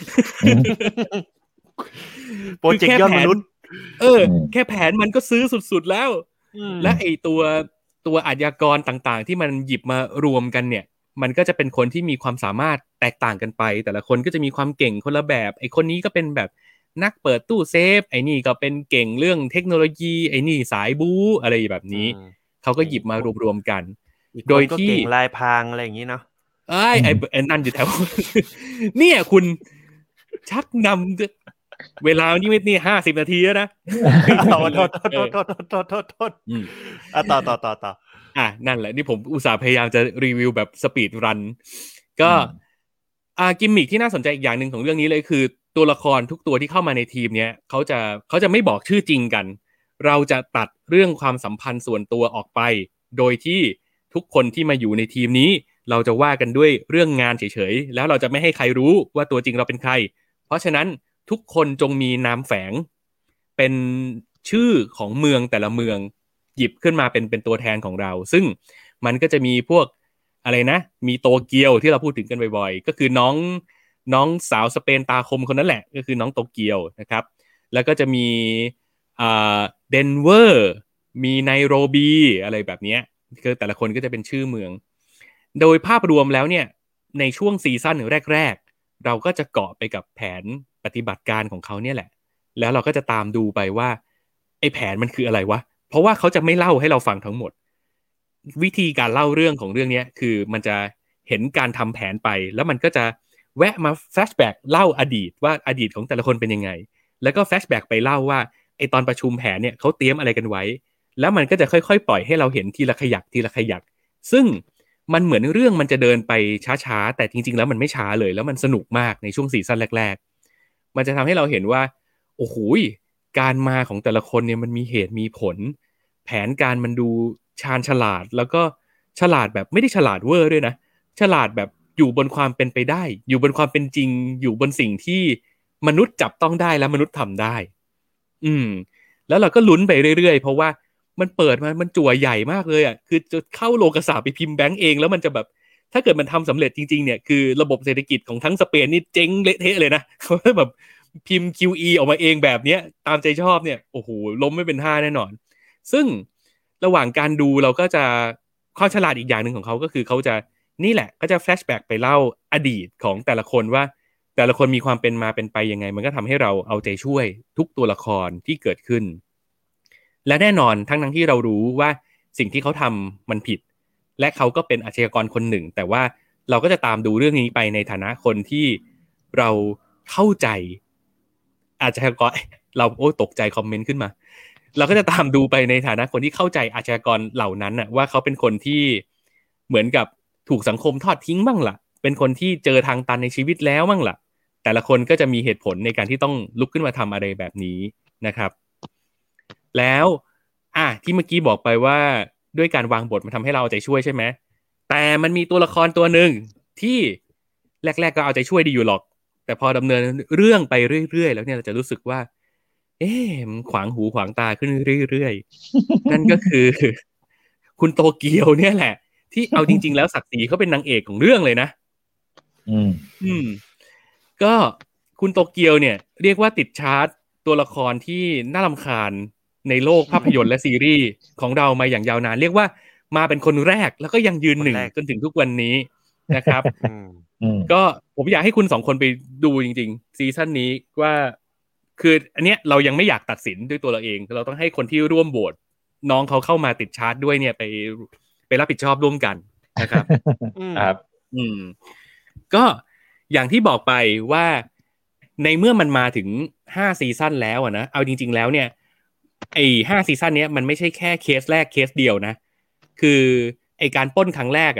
Speaker 3: โปรเจกต์ยอดมนุษย์
Speaker 1: เออแค่แผนมันก็ซื้อสุดๆแล้วและไอ้ตัวตัวอาชญากรต่างๆที่มันหยิบมารวมกันเนี่ยมันก็จะเป็นคนที่มีความสามารถแตกต่างกันไปแต่ละคนก็จะมีความเก่งคนละแบบไอ้คนนี้ก็เป็นแบบนักเปิดตู้เซฟไอ้นี่ก็เป็นเก่งเรื่องเทคโนโลยีไอ้นี่สายบู๊อะไรแบบนี้เขาก็หยิบมารวมๆกัน
Speaker 3: โดยที่เก่งลายพรางอะไรอย่างนี้เนาะ
Speaker 1: ไอ้ไอ้ไอ้นั่นอยู่แถวเนี่ยคุณชักนำเวลานี่ไม่นี่ห้าสิบนาทีแล้วนะ
Speaker 3: โทษโทษโทษโทษโทษโทษโทษโทษอ่ะต่อต่อต่อต่อ
Speaker 1: อ่ะนั่นแหละนี่ผมอุตส่าห์พยายามจะรีวิวแบบสปีดรันก็อ่ากิมมิคที่น่าสนใจอีกอย่างนึงของเรื่องนี้เลยคือตัวละครทุกตัวที่เข้ามาในทีมเนี้ยเขาจะเขาจะไม่บอกชื่อจริงกันเราจะตัดเรื่องความสัมพันธ์ส่วนตัวออกไปโดยที่ทุกคนที่มาอยู่ในทีมนี้เราจะว่ากันด้วยเรื่องงานเฉยๆแล้วเราจะไม่ให้ใครรู้ว่าตัวจริงเราเป็นใครเพราะฉะนั้นทุกคนจงมีนามแฝงเป็นชื่อของเมืองแต่ละเมืองหยิบขึ้นมาเป็นเป็นตัวแทนของเราซึ่งมันก็จะมีพวกอะไรนะมีโตเกียวที่เราพูดถึงกันบ่อยๆก็คือน้องน้องสาวสเปนตาคมคนนั้นแหละก็คือน้องโตเกียวนะครับแล้วก็จะมีอ่าเดนเวอร์มีไนโรบีอะไรแบบนี้คือแต่ละคนก็จะเป็นชื่อเมืองโดยภาพรวมแล้วเนี่ยในช่วงซีซั่นแรกๆเราก็จะเกาะไปกับแผนปฏิบัติการของเขาเนี่ยแหละแล้วเราก็จะตามดูไปว่าไอ้แผนมันคืออะไรวะเพราะว่าเขาจะไม่เล่าให้เราฟังทั้งหมดวิธีการเล่าเรื่องของเรื่องนี้คือมันจะเห็นการทำแผนไปแล้วมันก็จะแวะมาแฟลชแบ็กเล่าอดีตว่าอดีตของแต่ละคนเป็นยังไงแล้วก็แฟลชแบ็กไปเล่าว่าไอ้ตอนประชุมแผนเนี่ยเขาเตรียมอะไรกันไว้แล้วมันก็จะค่อยๆปล่อยให้เราเห็นทีละขยักทีละขยักซึ่งมันเหมือนเรื่องมันจะเดินไปช้าๆแต่จริงๆแล้วมันไม่ช้าเลยแล้วมันสนุกมากในช่วงซีซั่นแรกๆมันจะทำให้เราเห็นว่าโอ้โหการมาของแต่ละคนเนี่ยมันมีเหตุมีผลแผนการมันดูชาญฉลาดแล้วก็ฉลาดแบบไม่ได้ฉลาดเวอร์ด้วยนะฉลาดแบบอยู่บนความเป็นไปได้อยู่บนความเป็นจริงอยู่บนสิ่งที่มนุษย์จับต้องได้และมนุษย์ทำได้อืมแล้วเราก็ลุ้นไปเรื่อยๆเพราะว่ามันเปิดมามันจั่วใหญ่มากเลยอ่ะคือจะเข้าโลกาสาไปพิมพ์แบงก์เองแล้วมันจะแบบถ้าเกิดมันทำสำเร็จจริงๆเนี่ยคือระบบเศรษฐกิจของทั้งสเปนนี่เจ๊งเละเทะเลยนะเขาแบบพิมพ์ คิว อี ออกมาเองแบบเนี้ยตามใจชอบเนี่ยโอ้โหล้มไม่เป็นท่าแน่นอนซึ่งระหว่างการดูเราก็จะความฉลาดอีกอย่างนึงของเขาก็คือเขาจะนี่แหละก็จะแฟลชแบ็กไปเล่าอดีตของแต่ละคนว่าแต่ละคนมีความเป็นมาเป็นไปยังไงมันก็ทำให้เราเอาใจช่วยทุกตัวละครที่เกิดขึ้นและแน่นอนทั้งทั้งที่เรารู้ว่าสิ่งที่เขาทำมันผิดและเขาก็เป็นอาชญากรคนหนึ่งแต่ว่าเราก็จะตามดูเรื่องนี้ไปในฐานะคนที่เราเข้าใจอาชญากรเราโอ้ตกใจคอมเมนต์ขึ้นมาเราก็จะตามดูไปในฐานะคนที่เข้าใจอาชญากรเหล่านั้นน่ะว่าเขาเป็นคนที่เหมือนกับถูกสังคมทอดทิ้งบ้างล่ะเป็นคนที่เจอทางตันในชีวิตแล้วบ้างล่ะแต่ละคนก็จะมีเหตุผลในการที่ต้องลุกขึ้นมาทำอะไรแบบนี้นะครับแล้วอ่ะที่เมื่อกี้บอกไปว่าด้วยการวางบทมันทำให้เราเอาใจช่วยใช่ไหมแต่มันมีตัวละครตัวหนึ่งที่แรกๆก็เอาใจช่วยดีอยู่หรอกแต่พอดำเนินเรื่องไปเรื่อยๆแล้วเนี่ยเราจะรู้สึกว่าเอ๊ะมันขวางหูขวางตาขึ้นเรื่อยๆนั่นก็คือคุณโตเกียวเนี่ยแหละที่เอาจริงๆแล้วศักดิ์ศรีเขาเป็นนางเอกของเรื่องเลยนะ
Speaker 4: อืม
Speaker 1: อืมก็คุณโตเกียวเนี่ยเรียกว่าติดชาร์ตตัวละครที่น่ารำคาญในโลกภาพยนตร์และซีรีส์ของเรามาอย่างยาวนานเรียกว่ามาเป็นคนแรกแล้วก็ยังยืนหนึ่งจนถึงทุกวันนี้นะครับก็ผมอยากให้คุณสองคนไปดูจริงๆซีซั่นนี้ว่าคืออันเนี้ยเรายังไม่อยากตัดสินด้วยตัวเราเองเราต้องให้คนที่ร่วมโหวตน้องเขาเข้ามาติดชาร์ตด้วยเนี่ยไปไปรับผิดชอบร่วมกันนะครับ
Speaker 4: ครับ
Speaker 1: อืมก็อย่างที่บอกไปว่าในเมื่อมันมาถึงห้าซีซั่นแล้วอ่ะนะเอาจริงๆแล้วเนี่ยไอ้ห้าซีซั่นเนี้ยมันไม่ใช่แค่เคสแรกเคสเดียวนะคือไอ้การปล้นครั้งแรกอ่ะ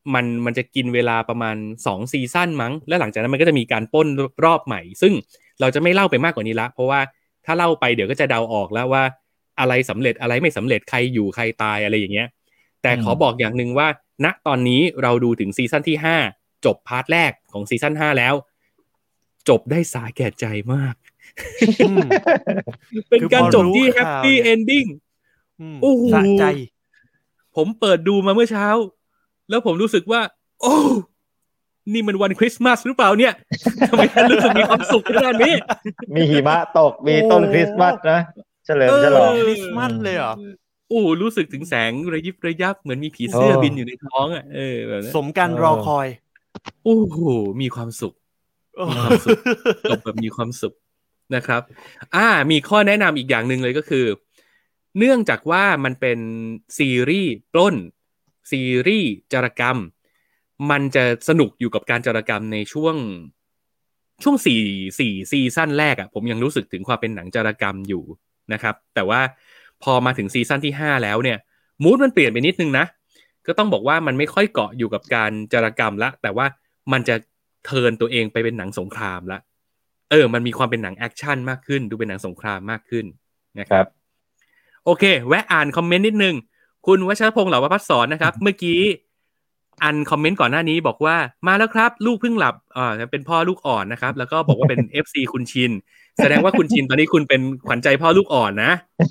Speaker 1: มันมันจะกินเวลาประมาณสองซีซั่นมั้งแล้วหลังจากนั้นมันก็จะมีการปล้นรอบใหม่ซึ่งเราจะไม่เล่าไปมากกว่านี้ละเพราะว่าถ้าเล่าไปเดี๋ยวก็จะเดาออกแล้วว่าอะไรสำเร็จอะไรไม่สำเร็จใครอยู่ใครตายอะไรอย่างเงี้ยแต่ขอบอกอย่างนึงว่าณตอนนี้เราดูถึงซีซั่นที่ห้าจบพาร์ทแรกของซีซั่นห้าแล้วจบได้สาแก่ใจมากเป็นการจบที่แฮปปี้เอนดิ้งโอ้โหสะใจผมเปิดดูมาเมื่อเช้าแล้วผมรู้สึกว่าโอ้นี่มันวันคริสต์มาสหรือเปล่าเนี่ยทำไมฉันรู้สึกมีความสุขขนาดนี้
Speaker 4: มีหิมะตกมีต้นคริสต์มาสนะเฉลิมฉลอง
Speaker 3: คริสต์มาสเลยเหรอ
Speaker 1: โอ้รู้สึกถึงแสงระยิบระยับเหมือนมีผีเสื้อบินอยู่ในท้องอ่ะเออแบบนั้น
Speaker 3: สมการรอคอย
Speaker 1: โอ้โหมีความสุขมีความสุขจบแบบมีความสุขนะครับอ่ามีข้อแนะนำอีกอย่างนึงเลยก็คือเนื่องจากว่ามันเป็นซีรีส์ปล้นซีรีส์จารกรรมมันจะสนุกอยู่กับการจารกรรมในช่วงช่วงสี่ สี่ซีซั่นแรกอ่ะผมยังรู้สึกถึงความเป็นหนังจารกรรมอยู่นะครับแต่ว่าพอมาถึงซีซั่นที่ห้าแล้วเนี่ยมูดมันเปลี่ยนไปนิดนึงนะก็ต้องบอกว่ามันไม่ค่อยเกาะอยู่กับการจารกรรมละแต่ว่ามันจะเทิร์นตัวเองไปเป็นหนังสงครามละเออมันมีความเป็นหนังแอคชั่นมากขึ้นดูเป็นหนังสงครามมากขึ้นนะครับโอเคแวะอ่านคอมเมนต์นิดนึงคุณวชรพงษ์เหล่าประภัสสรนะครับ เมื่อกี้อันคอมเมนต์ก่อนหน้านี้บอกว่ามาแล้วครับลูกเพิ่งหลับอ่าเป็นพ่อลูกอ่อนนะครับแล้วก็บอกว่าเป็น เอฟ ซี คุณชินแสดงว่าคุณชินตอนนี้คุณเป็นขวัญใจพ่อลูกอ่อนนะ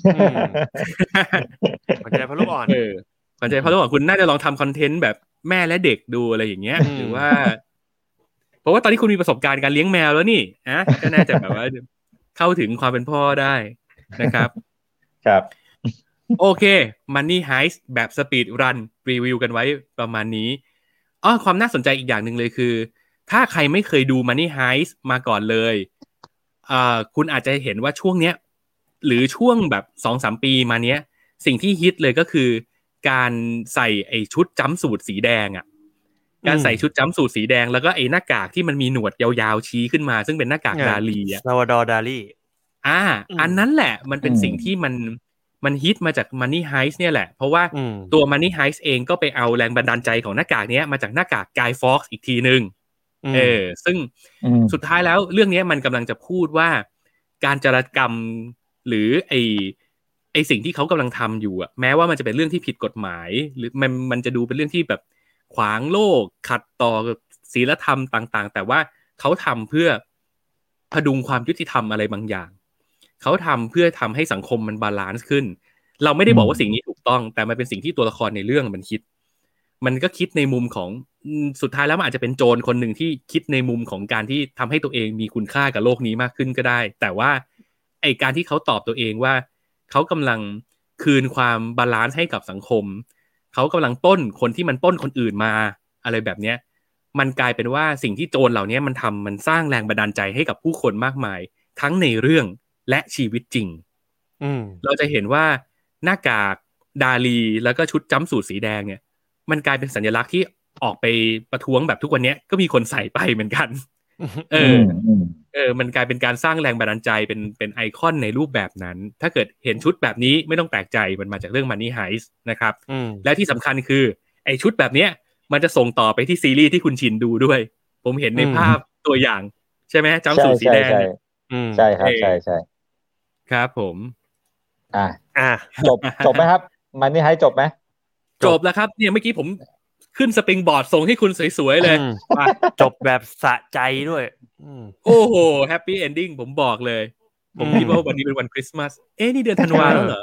Speaker 3: ขวัญใจพ่อลูกอ่อน
Speaker 1: เออขวัญใจพ่อลูกอ่อนคุณน่าจะลองทำคอนเทนต์แบบแม่และเด็กดูอะไรอย่างเงี้ยหรือว่าเพราะว่าตอนนี้คุณมีประสบการณ์การเลี้ยงแมวแล้วนี่นะก็น่าจะแบบว่าเข้าถึงความเป็นพ่อได้นะครับ
Speaker 4: ครับ
Speaker 1: โอเค Money Heist แบบ Speed Run รีวิวกันไว้ประมาณนี้อ้อความน่าสนใจอีกอย่างหนึ่งเลยคือถ้าใครไม่เคยดู Money Heist มาก่อนเลยอ่าคุณอาจจะเห็นว่าช่วงเนี้ยหรือช่วงแบบ สองถึงสาม ปีมาเนี้ยสิ่งที่ฮิตเลยก็คือการใส่ไอ้ชุดจัมป์สูทสีแดงอ่ะการใส่ชุดจัมป์สูทสีแดงแล้วก็ไอ้หน้ากากที่มันมีหนวดยาวๆชี้ขึ้นมาซึ่งเป็นหน้ากากดาลีอ่ะ
Speaker 3: Salvador Dali
Speaker 1: อ่าอันนั้นแหละมันเป็นสิ่งที่มันมันฮิตมาจาก Money Heist เนี่ยแหละเพราะว่าตัว Money Heist เองก็ไปเอาแรงบันดาลใจของหน้ากากเนี้ยมาจากหน้ากาก Guy Fawkes อีกทีนึงเออซึ่งสุดท้ายแล้วเรื่องนี้มันกำลังจะพูดว่าการจารกรรมหรือไอไอสิ่งที่เขากำลังทำอยู่อะแม้ว่ามันจะเป็นเรื่องที่ผิดกฎหมายหรือมันมันจะดูเป็นเรื่องที่แบบขวางโลกขัดต่อศีลธรรมต่างๆแต่ว่าเขาทำเพื่อพดุงความยุติธรรมอะไรบางอย่างเขาทำเพื่อทำให้สังคมมันบาลานซ์ขึ้นเราไม่ได้บอกว่าสิ่งนี้ถูกต้องแต่มันเป็นสิ่งที่ตัวละครในเรื่องมันคิดมันก็คิดในมุมของสุดท้ายแล้วมันอาจจะเป็นโจรคนหนึ่งที่คิดในมุมของการที่ทำให้ตัวเองมีคุณค่ากับโลกนี้มากขึ้นก็ได้แต่ว่าไอการที่เขาตอบตัวเองว่าเขากำลังคืนความบาลานซ์ให้กับสังคมเขากำลังปล้นคนที่มันปล้นคนอื่นมาอะไรแบบเนี้ยมันกลายเป็นว่าสิ่งที่โจรเหล่านี้มันทำมันสร้างแรงบันดาลใจให้กับผู้คนมากมายทั้งในเรื่องและชีวิตจริงเราจะเห็นว่าหน้ากากดาลีแล้วก็ชุดจัมป์สูทสีแดงเนี่ยมันกลายเป็นสัญลักษณ์ที่ออกไปประท้วงแบบทุกวันนี้ก็มีคนใส่ไปเหมือนกันเออเออมันกลายเป็นการสร้างแรงบันดาลใจเป็นเป็นไอคอนในรูปแบบนั้นถ้าเกิดเห็นชุดแบบนี้ไม่ต้องแปลกใจมันมาจากเรื่อง Money Heist นะครับและที่สำคัญคือไอชุดแบบเนี้ยมันจะส่งต่อไปที่ซีรีส์ที่คุณชินดูด้วยผมเห็นในภาพตัวอย่างใช่ไหมจัมป์สูทสีแดง
Speaker 4: ใช่ครับใช่ใช่
Speaker 1: ครับผม
Speaker 4: อ่าอ่าจบจบไหมครับมันนี่ให้จบไหม
Speaker 1: จบแล้วครับเนี่ยเมื่อกี้ผมขึ้นสปริงบอร์ดส่งให้คุณสวยๆเลย
Speaker 3: จบแบบสะใจด้วย
Speaker 1: โอ้โหแฮปปี้เอนดิ้งผมบอกเลยผมคิดว่าวันนี้เป็นวันคริสต์มาสเอ๊ะนี่เดือนธันวาแล้วเหรอ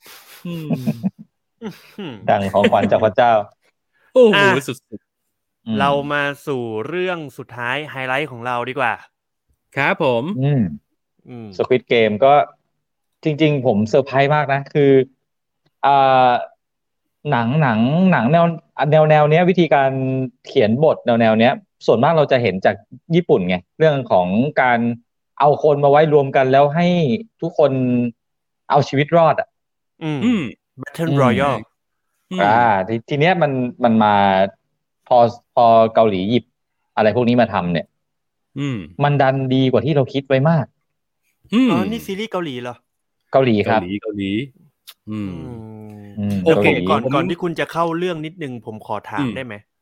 Speaker 4: ดังของขวัญจากพระเจ้า
Speaker 1: โอ้โหสุด
Speaker 3: ๆเรามาสู่เรื่องสุดท้ายไฮไลท์ของเราดีกว่า
Speaker 1: ครับผม
Speaker 4: อืมอืม Squid Game ก็จริงๆผมเซอร์ไพรส์มากนะคืออ่าหนังหนังหนังแนวแนวแนวเนี้ยวิธีการเขียนบทแนวแนวเนี้ยส่วนมากเราจะเห็นจากญี่ปุ่นไงเรื่องของการเอาคนมาไว้รวมกันแล้วให้ทุกคนเอาชีวิตรอดอ่ะ
Speaker 3: อืม Battle Royale
Speaker 4: อ่าทีทีเนี้ยมันมันมาพอพอเกาหลีหยิบอะไรพวกนี้มาทำเนี่ย
Speaker 1: อืม
Speaker 4: มันดันดีกว่าที่เราคิดไว้มาก
Speaker 3: อ๋อนี่ซีรีส์เกาหลีเหรอ
Speaker 4: เกาหลีครับ
Speaker 1: เกาหลีเกาหลีอืม
Speaker 3: โอเคก่อนก่อนที่คุณจะเข้าเรื่องนิดนึงผมขอถามได้ไหม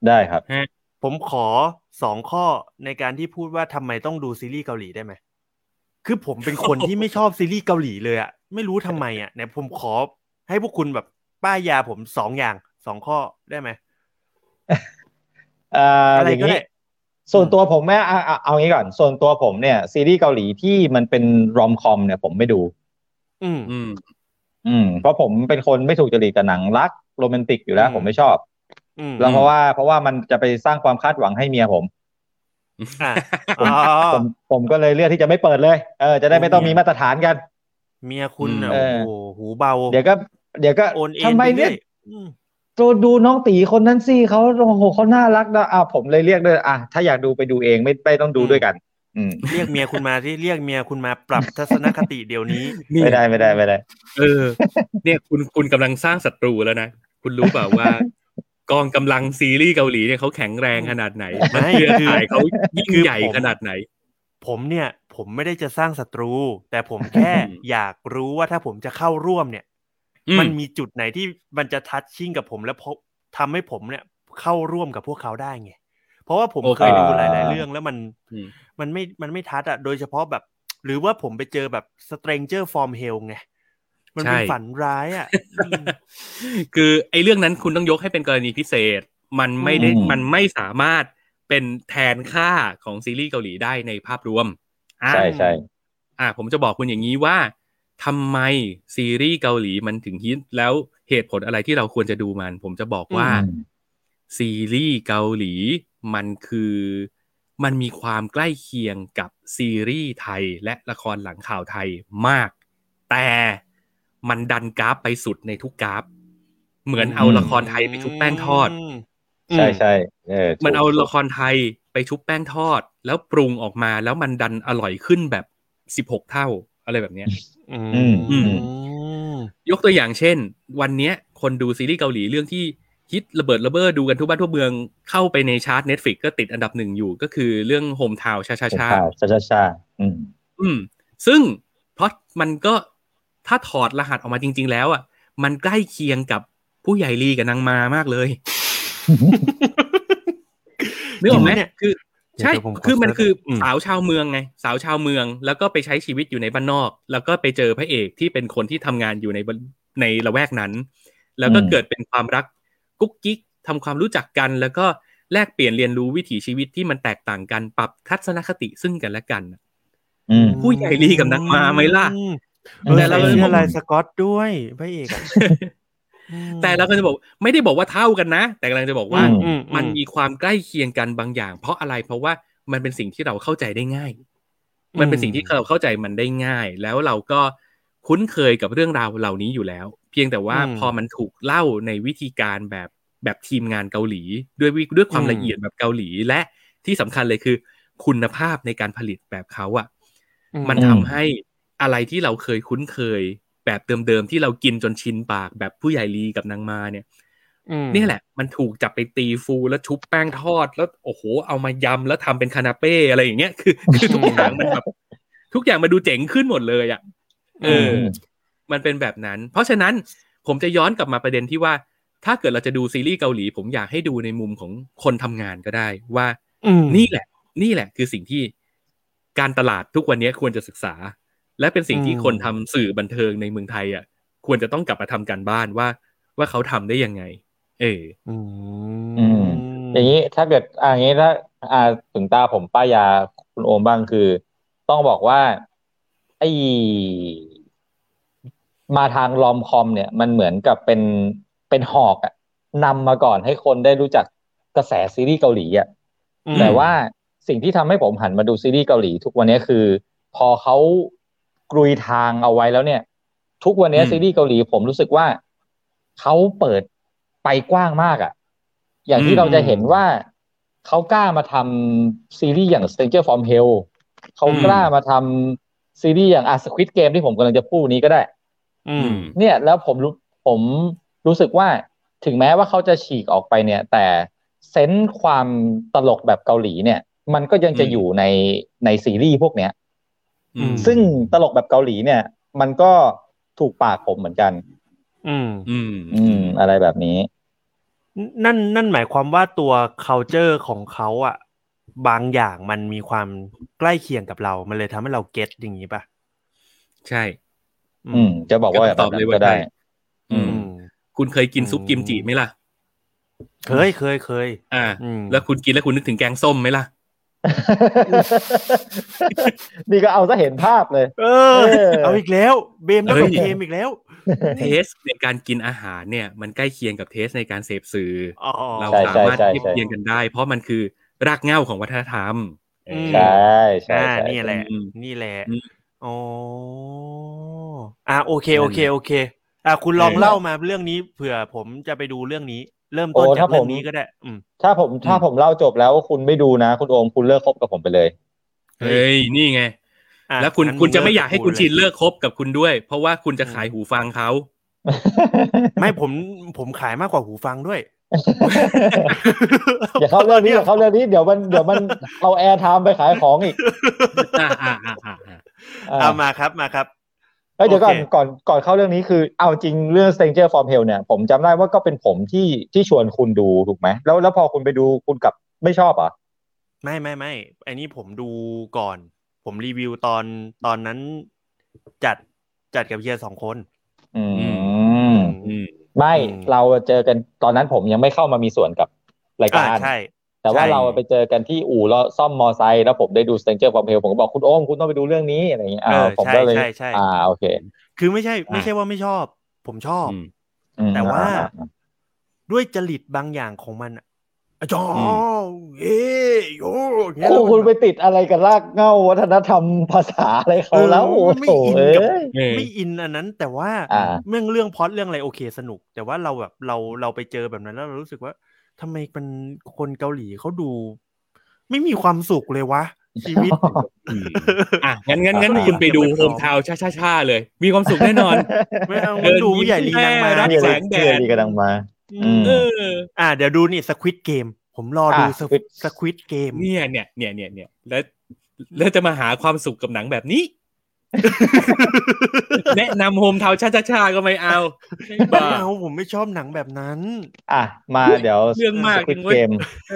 Speaker 4: ได้ครับ
Speaker 3: ผมขอสองข้อในการที่พูดว่าทำไมต้องดูซีรีส์เกาหลีได้ไหมคือผมเป็นคนที่ไม่ชอบซีรีส์เกาหลีเลยอะไม่รู้ทำไมอะเนี่ยผมขอให้พวกคุณแบบป้ายยาผมสองอย่างสองข้อได้ไหม
Speaker 4: เอ่ออะไรก็ได้ส่วนตัวผมแม่เอาเอางี้ก่อนส่วนตัวผมเนี่ยซีรีส์เกาหลีที่มันเป็นรอมคอมเนี่ยผมไม่ดู
Speaker 3: อืม
Speaker 1: อืม
Speaker 4: อืมเพราะผมเป็นคนไม่ถูกจริตกับหนังรักโรแมนติกอยู่แล้วผมไม่ชอบแล้วเพราะว่าเพราะว่ามันจะไปสร้างความคาดหวังให้เมียผมผมผมผมก็เลยเลือกที่จะไม่เปิดเลยเออจะได้ไม่ต้องมีมาตรฐานกัน
Speaker 3: เมียคุณอ่ะโอ้โหหูเบา
Speaker 4: เดี๋ยวก็เดี๋ยวก็ทำไมเนี่ยตัวดูน้องตีคนนั้นสิเขาโอ้โหเขาน่ารักนะอ่ะผมเลยเรียกด้วยอ่ะถ้าอยากดูไปดูเองไม่ไม่ต้องดูด้วยกันอืม
Speaker 3: เรียกเมียคุณมาที่เรียกเมียคุณมาปรับทัศนคติเดี๋ยวนี้
Speaker 4: ไม่ได้ไม่ได้ไม่ได้
Speaker 1: เออเนี่ยคุณคุณกำลังสร้างศัตรูแล้วนะคุณรู้เปล่าว่ากองกำลังซีรีส์เกาหลีเนี่ยเขาแข็งแรงขนาดไหนเครือข่ายเขายิ่งใหญ่ขนาดไหน
Speaker 3: ผมเนี่ยผมไม่ได้จะสร้างศัตรูแต่ผมแค่อยากรู้ว่าถ้าผมจะเข้าร่วมเนี่ยมันมีจุดไหนที่มันจะทัชชิ่งกับผมแล้วทำให้ผมเนี่ยเข้าร่วมกับพวกเขาได้ไงเพราะว่าผมเคยดูหลายๆเรื่องแล้วมันมันไม่มันไม่ทัชอ่ะโดยเฉพาะแบบหรือว่าผมไปเจอแบบ Stranger from Hell ไงมันเป็นฝันร้ายอ่ะ
Speaker 1: คือไอ้เรื่องนั้นคุณต้องยกให้เป็นกรณีพิเศษมันไม่ได้มันไม่สามารถเป็นแทนค่าของซีรีส์เกาหลีได้ในภาพรวม
Speaker 4: ใช่ใช่
Speaker 1: อ่าผมจะบอกคุณอย่างนี้ว่าทำไมซีรีส์เกาหลีมันถึงฮิตแล้วเหตุผลอะไรที่เราควรจะดูมันผมจะบอกว่าซีรีส์เกาหลีมันคือมันมีความใกล้เคียงกับซีรีส์ไทยและละครหลังข่าวไทยมากแต่มันดันกราฟไปสุดในทุกกราฟเหมือนเอาละครไทยไปชุบแป้งทอด
Speaker 4: ใช่ใช่เออ
Speaker 1: มันเอาละครไทยไปชุบแป้งทอดแล้วปรุงออกมาแล้วมันดันอร่อยขึ้นแบบสิบหกเท่าอะไรแบบเนี้ย
Speaker 4: อืมอืม
Speaker 1: ยกตัวอย่างเช่นวันเนี้ยคนดูซีรีส์เกาหลีเรื่องที่ฮิตระเบิดระเบ้อดูกันทั่วบ้านทั่วเมืองเข้าไปในชาร์ต Netflix ก็ติดอันดับหนึ่งอยู่ก็คือเรื่อง Home Town ชาชาชา
Speaker 4: ชาชาชาอืม
Speaker 1: อืมซึ่งเพราะมันก็ถ้าถอดรหัสออกมาจริงๆแล้วอ่ะมันใกล้เคียงกับผู้ใหญ่ลีกับนางมามากเลยนึกออกไหมคือใช่คือมันคือสาวชาวเมืองไงสาวชาวเมืองแล้วก็ไปใช้ชีวิตอยู่ในบ้านนอกแล้วก็ไปเจอพระเอกที่เป็นคนที่ทำงานอยู่ในในละแวกนั้นแล้วก็เกิดเป็นความรักกุ๊กกิ๊กทำความรู้จักกันแล้วก็แลกเปลี่ยนเรียนรู้วิถีชีวิตที่มันแตกต่างกันปรับทัศนคติซึ่งกันและกันผู้ใหญ่ลีกับนางมาไหมล่ะ
Speaker 3: แต่เราเชื่อลายสก๊อตด้วยพระเอก
Speaker 1: แต่เราก็จะบอกไม่ได้บอกว่าเท่ากันนะแต่กำลังจะบอกว่ามันมีความใกล้เคียงกันบางอย่างเพราะอะไรเพราะว่ามันเป็นสิ่งที่เราเข้าใจได้ง่ายมันเป็นสิ่งที่เราเข้าใจมันได้ง่ายแล้วเราก็คุ้นเคยกับเรื่องราวเหล่านี้อยู่แล้วเพียงแต่ว่าพอมันถูกเล่าในวิธีการแบบแบบทีมงานเกาหลีด้วยด้วยความละเอียดแบบเกาหลีและที่สำคัญเลยคือคุณภาพในการผลิตแบบเขาอ่ะมันทำให้อะไรที่เราเคยคุ้นเคยแบบเดิมๆที่เรากินจนชินปากแบบผู้ใหญ่ลีกับนางมาเนี่ยนี่แหละมันถูกจับไปตีฟูแล้วชุบแป้งทอดแล้วโอ้โหเอามายำแล้วทำเป็นคานาเป้อะไรอย่างเงี้ยคือคือทุกอย่างมันแบบทุกอย่างมาดูเจ๋งขึ้นหมดเลยอ่ะเออมันเป็นแบบนั้นเพราะฉะนั้นผมจะย้อนกลับมาประเด็นที่ว่าถ้าเกิดเราจะดูซีรีส์เกาหลีผมอยากให้ดูในมุมของคนทำงานก็ได้ว่านี่แหละนี่แหละคือสิ่งที่การตลาดทุกวันนี้ควรจะศึกษาและเป็นสิ่งที่คนทำสื่อบันเทิงในเมืองไทยอ่ะควรจะต้องกลับมาทำการบ้านว่าว่าเขาทำได้ยังไงเออ
Speaker 4: อืมอย่างนี้ถ้าเกิดอย่างนี้ถ้าอ่าถึงตาผมป้ายาคุณโอมบ้างคือต้องบอกว่าไอ้มาทางลอมคอมเนี่ยมันเหมือนกับเป็นเป็นหอกอ่ะนำมาก่อนให้คนได้รู้จักกระแสซีรีส์เกาหลีอ่ะแต่ว่าสิ่งที่ทำให้ผมหันมาดูซีรีส์เกาหลีทุกวันนี้คือพอเขากลุยทางเอาไว้แล้วเนี่ยทุกวันนี้ซีรีส์เกาหลีผมรู้สึกว่าเขาเปิดไปกว้างมากอ่ะอย่างที่เราจะเห็นว่าเขากล้ามาทำซีรีส์อย่าง Stranger from Hell เขากล้ามาทำซีรีส์อย่าง Squid Game ที่ผมกำลังจะพูดนี้ก็ได้เนี่ยแล้วผมรู้ผมรู้สึกว่าถึงแม้ว่าเขาจะฉีกออกไปเนี่ยแต่เซนส์ความตลกแบบเกาหลีเนี่ยมันก็ยังจะอยู่ในในซีรีส์พวกเนี้ยซึ่งตลกแบบเกาหลีเนี่ยมันก็ถูกปากผมเหมือนกันอืมอืมอืมอะไรแบบนี้
Speaker 3: นั่นนั่นหมายความว่าตัว culture ของเขาอ่ะบางอย่างมันมีความใกล้เคียงกับเรามันเลยทำให้เราเก็ตอย่างนี้ป่ะ
Speaker 1: ใช่
Speaker 4: อืมจะบอกว่าแบบนั้นก็ได้
Speaker 1: อืมคุณเคยกินซุปกิมจิไหมล่ะ
Speaker 3: เคยเคยเคย
Speaker 1: อ่าแล้วคุณกินแล้วคุณนึกถึงแกงส้มไหมล่ะ
Speaker 4: นี่ก็เอาซะเห็นภาพเลย
Speaker 3: เออเอาอีกแล้วเบมแล้วก็เกมอีกแล้ว
Speaker 1: เทสในการกินอาหารเนี่ยมันใกล้เคียงกับเทสในการเสพสื่อเราสามารถเทียบเคียงกันได้เพราะมันคือรากเหง้าของวัฒนธรรม
Speaker 4: ใช่ใช่
Speaker 3: นี่แหละนี่แหละอ๋ออ่ะโอเคโอเคโอเคอ่ะคุณลองเล่ามาเรื่องนี้เผื่อผมจะไปดูเรื่องนี้เริ่มต้นจากเรื่องนี้ก็ได้อืม
Speaker 4: ถ้าผมถ้าผมเล่าจบแล้วคุณไม่ดูนะคุณโอมคุณเลิกคบกับผมไปเลย
Speaker 1: เฮ้ยนี่ไงแล้วคุณคุณจะไม่อยากให้คุณชินเลิกคบกับคุณด้วยเพราะว่าคุณจะขายหูฟังเขา
Speaker 3: ไม่ผมผมขายมากกว่าหูฟังด้วย
Speaker 4: อย่าเข้าเรื่องนี้อย่าเข้าเรื่องนี้เดี๋ยวมันเดี๋ยวมันเอาแอร์ไทม์ไปขายของอีก
Speaker 1: อ่าอ่าอ่าอ่า
Speaker 3: เอามาครับมาครับ
Speaker 4: เฮ้ยเดี๋ยวก่อนก่อนก่อนเข้าเรื่องนี้คือเอาจริงเรื่อง Stranger from Hell เนี่ยผมจำได้ว่าก็เป็นผมที่ที่ชวนคุณดูถูกไหมแล้วแล้วพอคุณไปดูคุณกลับไม่ชอบอ่ะ
Speaker 3: ไม่ไม่ไม่ไอ้นี่ผมดูก่อนผมรีวิวตอนตอนนั้นจัดจัดกับเฮียสองคน
Speaker 4: อืมไม่เราเจอกันตอนนั้นผมยังไม่เข้ามามีส่วนกับรายการ
Speaker 3: ใช่
Speaker 4: แต่ว่าเราไปเจอกันที่อู่แล้วซ่อมมอไซค์แล้วผมได้ดู Stranger from Hell ผมก็บอกคุณโอมคุณต้องไปดูเรื่องนี้อะไรอย่างเงี้ยอ่าผมก็เลยอ่าโอเค
Speaker 3: คือไม่ใช่ไม่ใช่ว่าไม่ชอบผมชอบแต่ว่าด้วยจริตบางอย่างของมันอ่ะจอเอ้ยโย่
Speaker 4: คุณคุณไปติดอะไรกับรากเหง้าวัฒนธรรมภาษาอะไรเขาแล้ว
Speaker 3: ไม่อินกับไม่อินอันนั้นแต่ว่าเรื่องเรื่องพล็อตเรื่องอะไรโอเคสนุกแต่ว่าเราแบบเราเราไปเจอแบบนั้นแล้วเรารู้สึกว่าทำไมเป็นคนเกาหลีเขาดูไม่มีความสุขเลยวะชีวิต
Speaker 1: อ่ะงั้นงั้นงั้นคุณไปดูโฮมทาวน์ช่าๆเลยมีความสุขแน่นอน
Speaker 3: ไม่เอาดูใหญ่ลีนางมา
Speaker 1: แสงแดด
Speaker 4: ลีกำลังมา
Speaker 1: เออ
Speaker 3: อ่ะเดี๋ยวดูนี่ Squid Game ผมรอดู Squid Game
Speaker 1: เนี่ยเนี่ยเนี่ยเนี่ยเนี่ยแล้วแล้วจะมาหาความสุขกับหนังแบบนี้แนะนำโฮมทาวน์ช่าๆก็ไม่เอา
Speaker 3: ไม่เอาผมไม่ชอบหนังแบบนั้น
Speaker 4: อ่ะมาเดี๋ยว Squid Game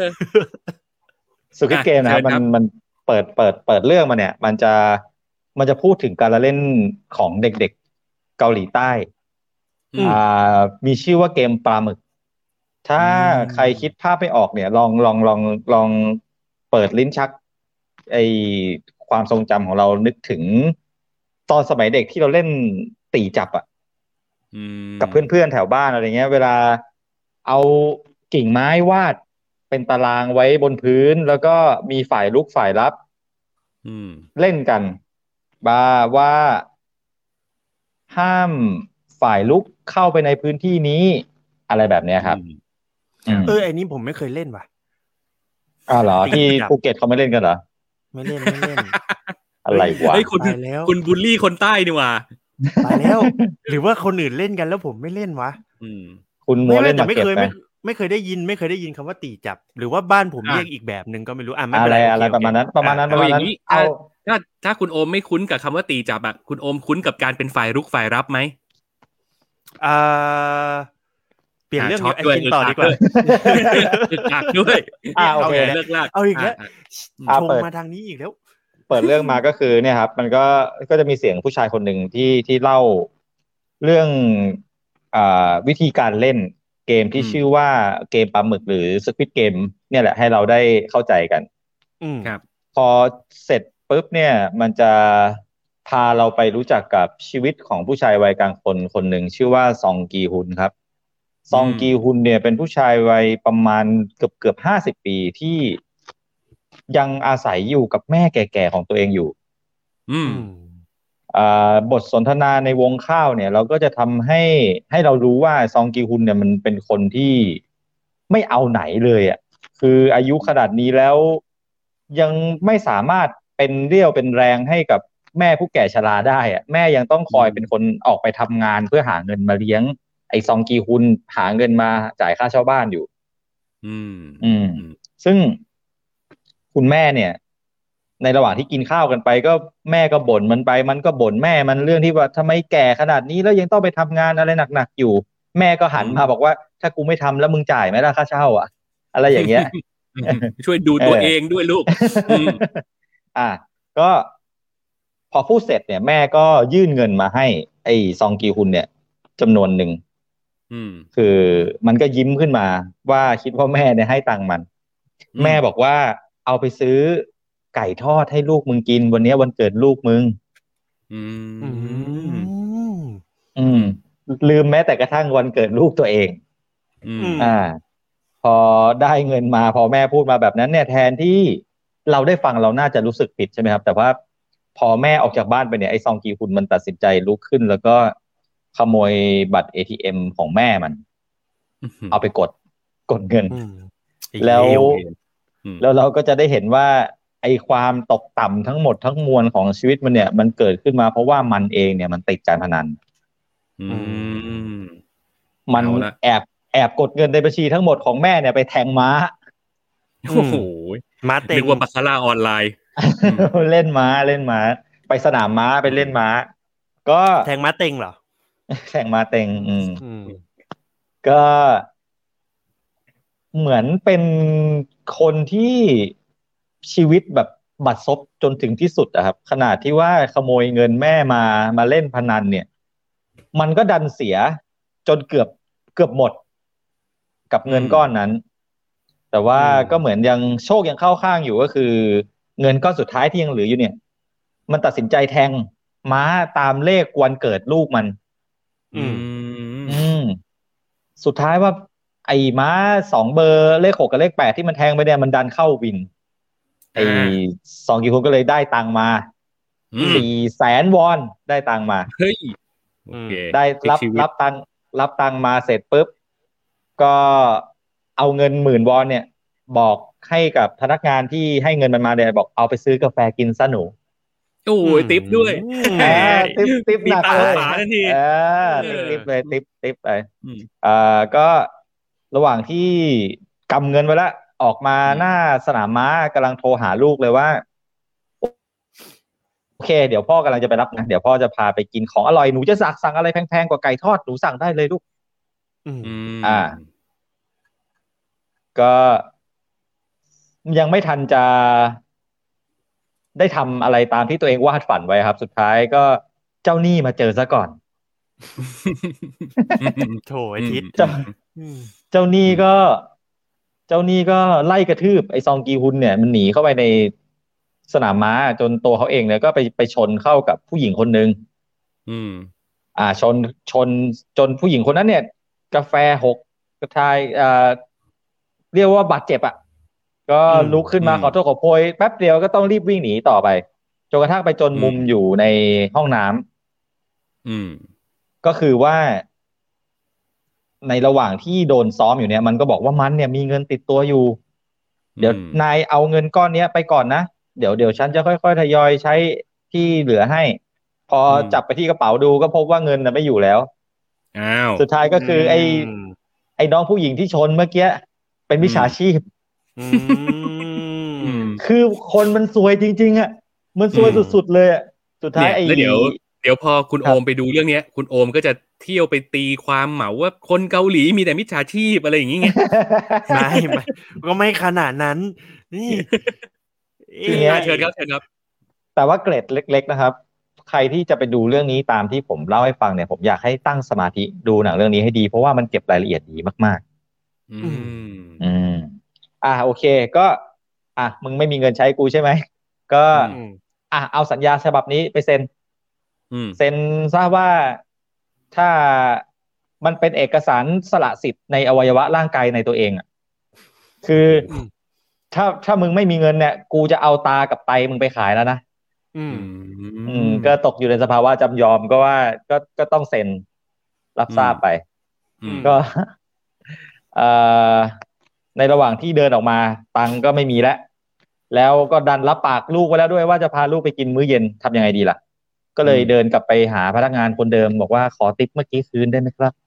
Speaker 4: Squid Game นะครับมันมันเปิดเปิดเปิดเรื่องมาเนี่ยมันจะมันจะพูดถึงการเล่นของเด็กๆเกาหลีใต้อ่ามีชื่อว่าเกมปลาหมึกถ้าใครคิดภาพไม่ออกเนี่ยลองลองลองลองเปิดลิ้นชักไอความทรงจำของเรานึกถึงตอนสมัยเด็กที่เราเล่นตีจับอ่ะกับเพื่อนๆแถวบ้านอะไรเงี้ยเวลาเอากิ่งไม้วาดเป็นตารางไว้บนพื้นแล้วก็มีฝ่ายลุกฝ่ายรับเล่นกันบาว่าห้ามฝ่ายลุกเข้าไปในพื้นที่นี้อะไรแบบนี้ครับ
Speaker 3: เออไอ้นี้ผมไม่เคยเล่นว่ะ
Speaker 4: อ้าวเหรอที่ภูเก็ตเขาไม่เล่นกันเหรอ
Speaker 3: ไม่เล่นไม่เล่น
Speaker 4: อะไรวะ
Speaker 1: เฮ้ยคุณคุณบูลลี่คนใต้นี่ว่า
Speaker 3: ตายแล้วหรือว่าคนอื่นเล่นกันแล้วผมไม่เล่นวะ
Speaker 4: คุณมัวเล่นมา
Speaker 3: ไม่
Speaker 4: เก็บ
Speaker 3: ไหมไม่เคยได้ยินไม่เคยได้ยินคำว่าตีจับหรือว่าบ้านผมเรียกอีกแบบนึงก็ไม่รู้อ่ะไม่เป็นไร
Speaker 4: อะไรประมาณนั้นประมาณนั้นประมาณนั้น
Speaker 1: เอาถ้าถ้าคุณโอมไม่คุ้นกับคำว่าตีจับอ่ะคุณโอมคุ้นกับการเป็นฝ่ายรุกฝ่ายรับไหม
Speaker 3: อ่าเปลี่ยนเรื่องไอ้กินต่อดีกว่า
Speaker 1: อักด้วย
Speaker 4: อ่าโอเค
Speaker 1: เลิกลาก
Speaker 3: เอาอีกแล้วชงมาทางนี้อีกแล้ว
Speaker 4: เปิดเรื่องมาก็คือเนี่ยครับมันก็ก็จะมีเสียงผู้ชายคนหนึ่งที่ที่เล่าเรื่องอ่าวิธีการเล่นเกมที่ชื่อว่าเกมปลาหมึกหรือ Squid Game เนี่ยแหละให้เราได้เข้าใจกัน
Speaker 1: ครับ
Speaker 4: พอเสร็จปุ๊บเนี่ยมันจะพาเราไปรู้จักกับชีวิตของผู้ชายวัยกลางคนคนหนึ่งชื่อว่าซองกีฮุนครับซองกีฮุนเนี่ยเป็นผู้ชายวัยประมาณเกือบเกือบห้าสิบปีที่ยังอาศัยอยู่กับแม่แก่ๆของตัวเองอยู่
Speaker 1: อืม
Speaker 4: อ่าบทสนทนาในวงข้าวเนี่ยเราก็จะทำให้ให้เรารู้ว่าซองกีฮุนเนี่ยมันเป็นคนที่ไม่เอาไหนเลยอ่ะคืออายุขนาดนี้แล้วยังไม่สามารถเป็นเรี่ยวเป็นแรงให้กับแม่ผู้แก่ชราได้อ่ะแม่ยังต้องคอยเป็นคนออกไปทำงานเพื่อหาเงินมาเลี้ยงไอ้ซองกีฮุนหาเงินมาจ่ายค่าเช่าบ้านอยู่
Speaker 1: อืม
Speaker 4: อืมซึ่งคุณแม่เนี่ยในระหว่างที่กินข้าวกันไปก็แม่ก็บ่นมันไปมันก็บ่นแม่มันเรื่องที่ว่าทำไมแก่ขนาดนี้แล้วยังต้องไปทำงานอะไรหนักๆอยู่แม่ก็หันมาบอกว่าถ้ากูไม่ทำแล้วมึงจ่ายไหมล่ะค่าเช่าอ่ะอะไรอย่างเงี้ย
Speaker 1: ช่วยดูตัวเองด้วยลูก
Speaker 4: อ่ะก็พอพูดเสร็จเนี่ยแม่ก็ยื่นเงินมาให้ไอ้ซองกีฮุนเนี่ยจำนวนหนึ่งคือมันก็ยิ้มขึ้นมาว่าคิดว่าแม่เนี่ยให้ตังค์มันแม่บอกว่าเอาไปซื้อไก่ทอดให้ลูกมึงกินวันนี้วันเกิดลูกมึงอืมอืมลืมแม้แต่กระทั่งวันเกิดลูกตัวเองอ่าพอได้เงินมาพอแม่พูดมาแบบนั้นเนี่ยแทนที่เราได้ฟังเราน่าจะรู้สึกผิดใช่ไหมครับแต่ว่าพอแม่ออกจากบ้านไปเนี่ยไอ้ซองกีฮุนมันตัดสินใจลุกขึ้นแล้วก็ขโมยบัตร เอ ที เอ็ม ของแม่มันเอาไปกดกดเงินแล้วแล้วเราก็จะได้เห็นว่าไอ้ความตกต่ำทั้งหมดทั้งมวลของชีวิตมันเนี่ยมันเกิดขึ้นมาเพราะว่ามันเองเนี่ยมันติดการพนันมันแอบแอบกดเงินในบัญชีทั้งหมดของแม่เนี่ยไปแทงม้า
Speaker 1: โอ้โหม้าเต็งนึกว่าบาคาร่าออนไลน์
Speaker 4: เล่นม้าเล่นม้าไปสนามม้าไปเล่นม้าก็
Speaker 3: แทงม้าเต็งเหรอ
Speaker 4: แทงม้าเต็งอืมก็เหมือนเป็นคนที่ชีวิตแบบบัดซบจนถึงที่สุดอะครับขนาดที่ว่าขโมยเงินแม่มามาเล่นพนันเนี่ยมันก็ดันเสียจนเกือบเกือบหมดกับเงินก้อนนั้นแต่ว่าก็เหมือนยังโชคยังเข้าข้างอยู่ก็คือเงินก้อนสุดท้ายที่ยังเหลืออยู่เนี่ยมันตัดสินใจแทงม้าตามเลขวันเกิดลูกมันอืมอืมสุดท้ายว่าไอ้ม้าสองเบอร์เลขหกกับเลขแปดที่มันแทงไปเนี่ยมันดันเข้าวินไอ้สองกี่คนก็เลยได้ตังมาสี่แสนวอนได้ตังมา
Speaker 1: เฮ้ย
Speaker 4: ได้รับรับตังรับตังมาเสร็จปุ๊บก็เอาเงินหมื่นวอนเนี่ยบอกให้กับพนักงานที่ให้เงินมันมาเนี่ยบอกเอาไปซื้อกาแฟกินซะหนู
Speaker 1: โอ้ยติ๊บด้วย
Speaker 4: แหมติ๊บติ๊บหนักเลยเออติ๊บเลยติ๊บติ๊บไปอ่าก็ระหว่างที่กำเงินไว้แล้วออกมาหน้าสนามม้ากำลังโทรหาลูกเลยว่าโอเคเดี๋ยวพ่อกำลังจะไปรับนะเดี๋ยวพ่อจะพาไปกินของอร่อยหนูจะสั่งสั่งอะไรแพงๆกว่าไก่ทอดหนูสั่งได้เลยลูกอ่าก็ยังไม่ทันจะได้ทำอะไรตามที่ตัวเองวาดฝันไว้ครับสุดท้ายก็เจ้าหนี้มาเจอซะก่อน
Speaker 3: โถไอ้ทิศ
Speaker 4: เจ้าเจ้าหนี้ก็เจ้าหนี้ก็ไล่กระทืบไอ้ซองกีฮุนเนี่ยมันหนีเข้าไปในสนามม้าจนตัวเขาเองเนี่ยก็ไปไปชนเข้ากับผู้หญิงคนนึงอืมอ่าชนชนจนผู้หญิงคนนั้นเนี่ยกาแฟหกกระทายอ่าเรียกว่าบาดเจ็บอ่ะก็ลุกขึ้นมาขอโทษขอโพยแป๊บเดียวก็ต้องรีบวิ่งหนีต่อไปจนกระทั่งไปจนมุมอยู่ในห้องน้ำอืมก็คือว่าในระหว่างที่โดนซ้อมอยู่เนี่ยมันก็บอกว่ามันเนี่ยมีเงินติดตัวอยู่เดี๋ยวนายเอาเงินก้อนนี้ไปก่อนนะเดี๋ยวเดี๋ยวฉันจะค่อยๆทยอยใช้ที่เหลือให้พอจับไปที่กระเป๋าดูก็พบว่าเงินน่ะไม่อยู่แล้วอ้าวสุดท้ายก็คือไอ้ไอ้น้องผู้หญิงที่ชนเมื่อกี้เป็นมิจฉาชีพคือคนมันซวยจริงๆอ่ะมันซวยสุดๆเลยอ่ะสุดท้ายไอ้
Speaker 1: เดี๋ยวเดี๋ยวพอคุณโอมไปดูเรื่องนี้คุณโอมก็จะเที่ยวไปตีความเหมาว่าคนเกาหลีมีแต่มิจฉาชีพอะไรอย่างเงี้ย
Speaker 3: ไม่ไม่ก็ไม่ขนาดนั้นนี่
Speaker 1: เชิญครับเชิญครับ
Speaker 4: แต่ว่าเกร็ดเล็กๆนะครับใครที่จะไปดูเรื่องนี้ตามที่ผมเล่าให้ฟังเนี่ยผมอยากให้ตั้งสมาธิดูหนังเรื่องนี้ให้ดีเพราะว่ามันเก็บรายละเอียดดีมากๆอืมอืมอ่ะโอเคก็อ่ะมึงไม่มีเงินใช้กูใช่ไหมก็อ่ะเอาสัญญาฉบับนี้ไปเซ็นเซ็นทราบว่าถ้ามันเป็นเอกสารสละสิทธิ์ในอวัยวะร่างกายในตัวเองอ่ะคือถ้าถ้ามึงไม่มีเงินเนี่ยกูจะเอาตากับไตมึงไปขายแล้วนะอืมอืมก็ตกอยู่ในสภาวะจำยอมก็ว่าก็ก็ต้องเซ็นรับทราบไปก็เอ่อในระหว่างที่เดินออกมาตังก็ไม่มีแล้วแล้วก็ดันรับปากลูกไว้แล้วด้วยว่าจะพาลูกไปกินมื้อเย็นทำยังไงดีล่ะก็เลยเดินกลับไปหาพนักงานคนเดิมบอกว่าขอทิปเมื่อกี้คืนได้ไหมครับ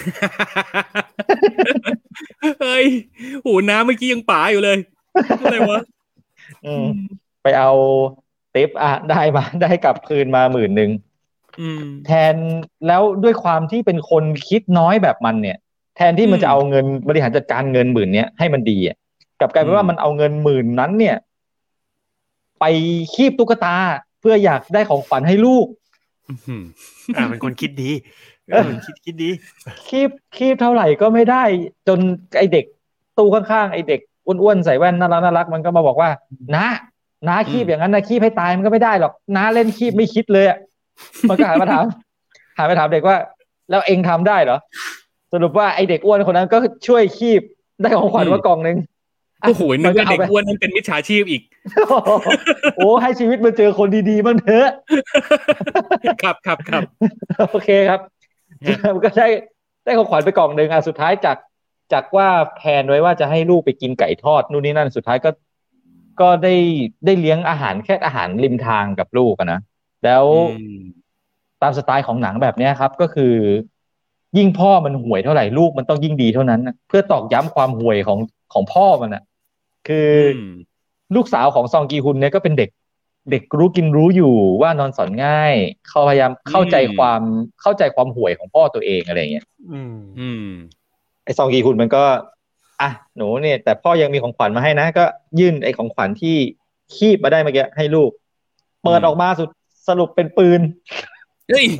Speaker 1: เฮ้ยโหน้ำเมื่อกี้ยังป๋าอยู่เลยอะไรวะ
Speaker 4: ไปเอาทิปอ่ะได้มาได้กลับคืนมาหมื่นนึงแทนแล้วด้วยความที่เป็นคนคิดน้อยแบบมันเนี่ยแทนที่มันจะเอาเงินบริหารจัดการเงินหมื่นเนี้ยให้มันดีอ่ะกลับกลายเป็นว่ามันเอาเงินหมื่นนั้นเนี่ยไปคีบตุ๊กตาเพื่ออยากได้ของขวัญให้ลูก
Speaker 3: อ่าเป็นคนคิดดีเออคิดคิดดี
Speaker 4: คีบคีบเท่าไหร่ก็ไม่ได้จนไอเด็กตู้ข้างๆไอเด็กอ้วนๆใส่แว่นน่ารักน่ารักมันก็มาบอกว่าน้าน้าคีบอย่างนั้นนะคีบให้ตายมันก็ไม่ได้หรอกน้าเล่นคีบไม่คิดเลยอ่ะมันก็หันมาถามหันไปถามเด็กว่าแล้วเองทำได้เหรอสรุปว่าไอเด็กอ้วนคนนั้นก็ช่วยคีบได้ของขวัญมากล่องนึง
Speaker 1: โอ้โหนึกว่าเด็กอ้วนนั้นเป็นมิจฉาชีพอีก
Speaker 4: โอ้ให้ชีวิตมันเจอคนดีๆบ้างเถอะ
Speaker 1: ครับครับครับ
Speaker 4: โอเคครับก็ได้ได้ของขวัญไปกล่องนึงอ่ะสุดท้ายจากจากว่าแพลนไว้ว่าจะให้ลูกไปกินไก่ทอดนู่นนี่นั่นสุดท้ายก็ก็ได้ได้เลี้ยงอาหารแค่อาหารริมทางกับลูกนะแล้วตามสไตล์ของหนังแบบนี้ครับก็คือยิ่งพ่อมันห่วยเท่าไหร่ลูกมันต้องยิ่งดีเท่านั้นนะเพื่อตอกย้ำความห่วยของของพ่อมันนะคือลูกสาวของซองกีฮุนเนี่ยก็เป็นเด็กเด็กรู้กินรู้อยู่ว่านอนสอนง่ายเขาพยายามเข้าใจความเข้าใจความห่วยของพ่อตัวเองอะไรอย่างเงี้ยไอ้ซองกีฮุนมันก็อ่ะหนูเนี่ยแต่พ่อยังมีของขวัญมาให้นะก็ยื่นไอ้ของขวัญที่คีบมาได้เมื่อกี้ให้ลูกเปิดออกมาสุดสรุปเป็นปืนเฮ้ย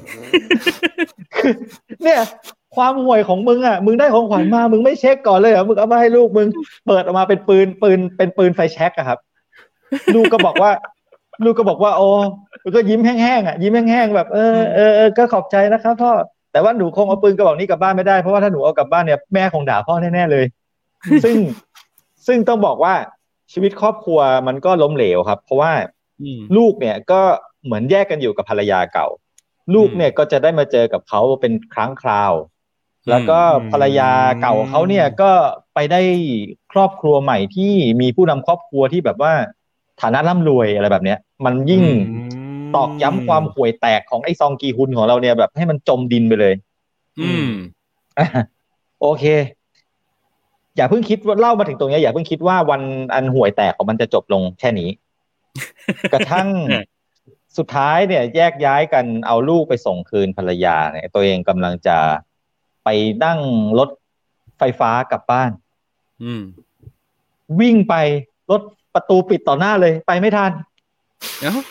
Speaker 4: เนี่ยความห่วยของมึงอ่ะมึงได้ของขวัญมามึงไม่เช็คก่อนเลยเหรอมึงเอามาให้ลูกมึงเปิดออกมาเป็นปืนปืนเป็นปืนไฟแช็กอะครับลูกก็บอกว่าลูกก็บอกว่าโอ้ก็ยิ้มแห้งๆอ่ะยิ้มแห้งๆแบบเออเออเออก็ขอบใจนะครับพ่อแต่ว่าหนูคงเอาปืนกระบอกนี้กลับบ้านไม่ได้เพราะว่าถ้าหนูเอากลับบ้านเนี่ยแม่คงด่าพ่อแน่ๆเลยซึ่งซึ่งต้องบอกว่าชีวิตครอบครัวมันก็ล้มเหลวครับเพราะว่าลูกเนี่ยก็เหมือนแยกกันอยู่กับภรรยาเก่าลูกเนี่ยก็จะได้มาเจอกับเขาเป็นครั้งคราวแล้วก็ภรรยาเก่าเขาเนี่ยก็ไปได้ครอบครัวใหม่ที่มีผู้นำครอบครัวที่แบบว่าฐานะร่ำรวยอะไรแบบเนี้ยมันยิ่งตอกย้ำความห่วยแตกของไอ้ซองกีฮุนของเราเนี่ยแบบให้มันจมดินไปเลยอืมโอเคอย่าเพิ่งคิดว่าเล่ามาถึงตรงนี้อย่าเพิ่งคิดว่าวันอันห่วยแตกของมันจะจบลงแค่นี้กระทั่งสุดท้ายเนี่ยแยกย้ายกันเอาลูกไปส่งคืนภรรยาเนี่ยตัวเองกำลังจะไปนั่งรถไฟฟ้ากลับบ้านอืมวิ่งไปรถประตูปิดต่อหน้าเลยไปไม่ทันเอ้า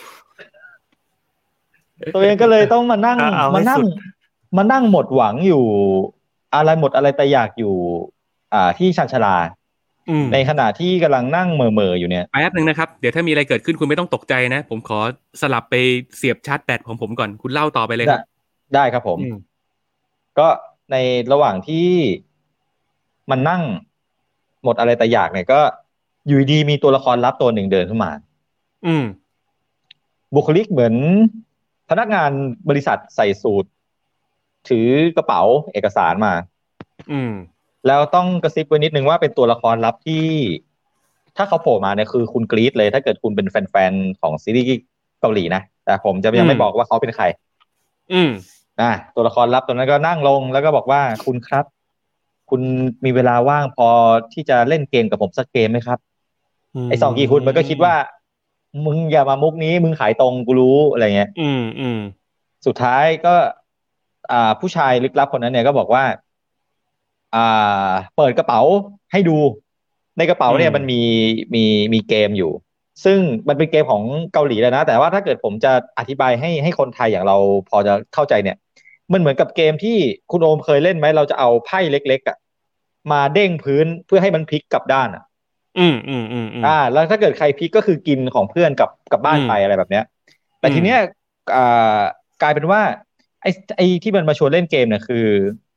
Speaker 4: ตัวเองก็เลยต้องมานั่งมานั่งมานั่งหมดหวังอยู่อะไรหมดอะไรแต่อยากอยู่อ่าที่ชานชาลาในขณะที่กำลังนั่งเม่อๆอยู่เนี่ย
Speaker 1: แป๊บนึงนะครับเดี๋ยวถ้ามีอะไรเกิดขึ้นคุณไม่ต้องตกใจนะผมขอสลับไปเสียบชาร์จแบตของผมก่อนคุณเล่าต่อไปเลยครับ
Speaker 4: ได้ครับผมก็ในระหว่างที่มันนั่งหมดอะไรแต่อยากเนี่ยก็อยู่ดีมีตัวละครลับตัวหนึ่งเดินเข้ามาอืมบุคลิกเหมือนพนักงานบริษัทใส่สูทถือกระเป๋าเอกสารมาอืมแล้วต้องกระซิบไว้นิดนึงว่าเป็นตัวละครลับที่ถ้าเขาโผล่มาเนี่ยคือคุณกรี๊ดเลยถ้าเกิดคุณเป็นแฟนๆของซีรีส์เกาหลีนะแต่ผมจะยังไม่บอกว่าเขาเป็นใครอืมอ่าตัวละครลับตัวนั้นก็นั่งลงแล้วก็บอกว่าคุณครับคุณมีเวลาว่างพอที่จะเล่นเกมกับผมสักเกมไหมครับไอ้ซองกีฮุนมันก็คิดว่ามึงอย่ามามุกนี้มึงขายตรงกูรู้อะไรเงี้ยอืมอืมสุดท้ายก็อ่าผู้ชายลึกลับคนนั้นเนี่ยก็บอกว่าอ่าเปิดกระเป๋าให้ดูในกระเป๋าเนี่ยมันมีมีมีเกมอยู่ซึ่งมันเป็นเกมของเกาหลีแล้วนะแต่ว่าถ้าเกิดผมจะอธิบายให้ให้คนไทยอย่างเราพอจะเข้าใจเนี่ยมันเหมือนกับเกมที่คุณโอมเคยเล่นไหมเราจะเอาไพ่เล็กๆอ่ะมาเด้งพื้นเพื่อให้มันพลิกกลับด้านอ่ะอืมอืมอืมอ่าแล้วถ้าเกิดใครพลิกก็คือกินของเพื่อนกับกับบ้านไปอะไรแบบเนี้ยแต่ทีเนี้ยอ่ากลายเป็นว่าไอ้ไอ้ที่มันมาชวนเล่นเกมเนี่ยคือ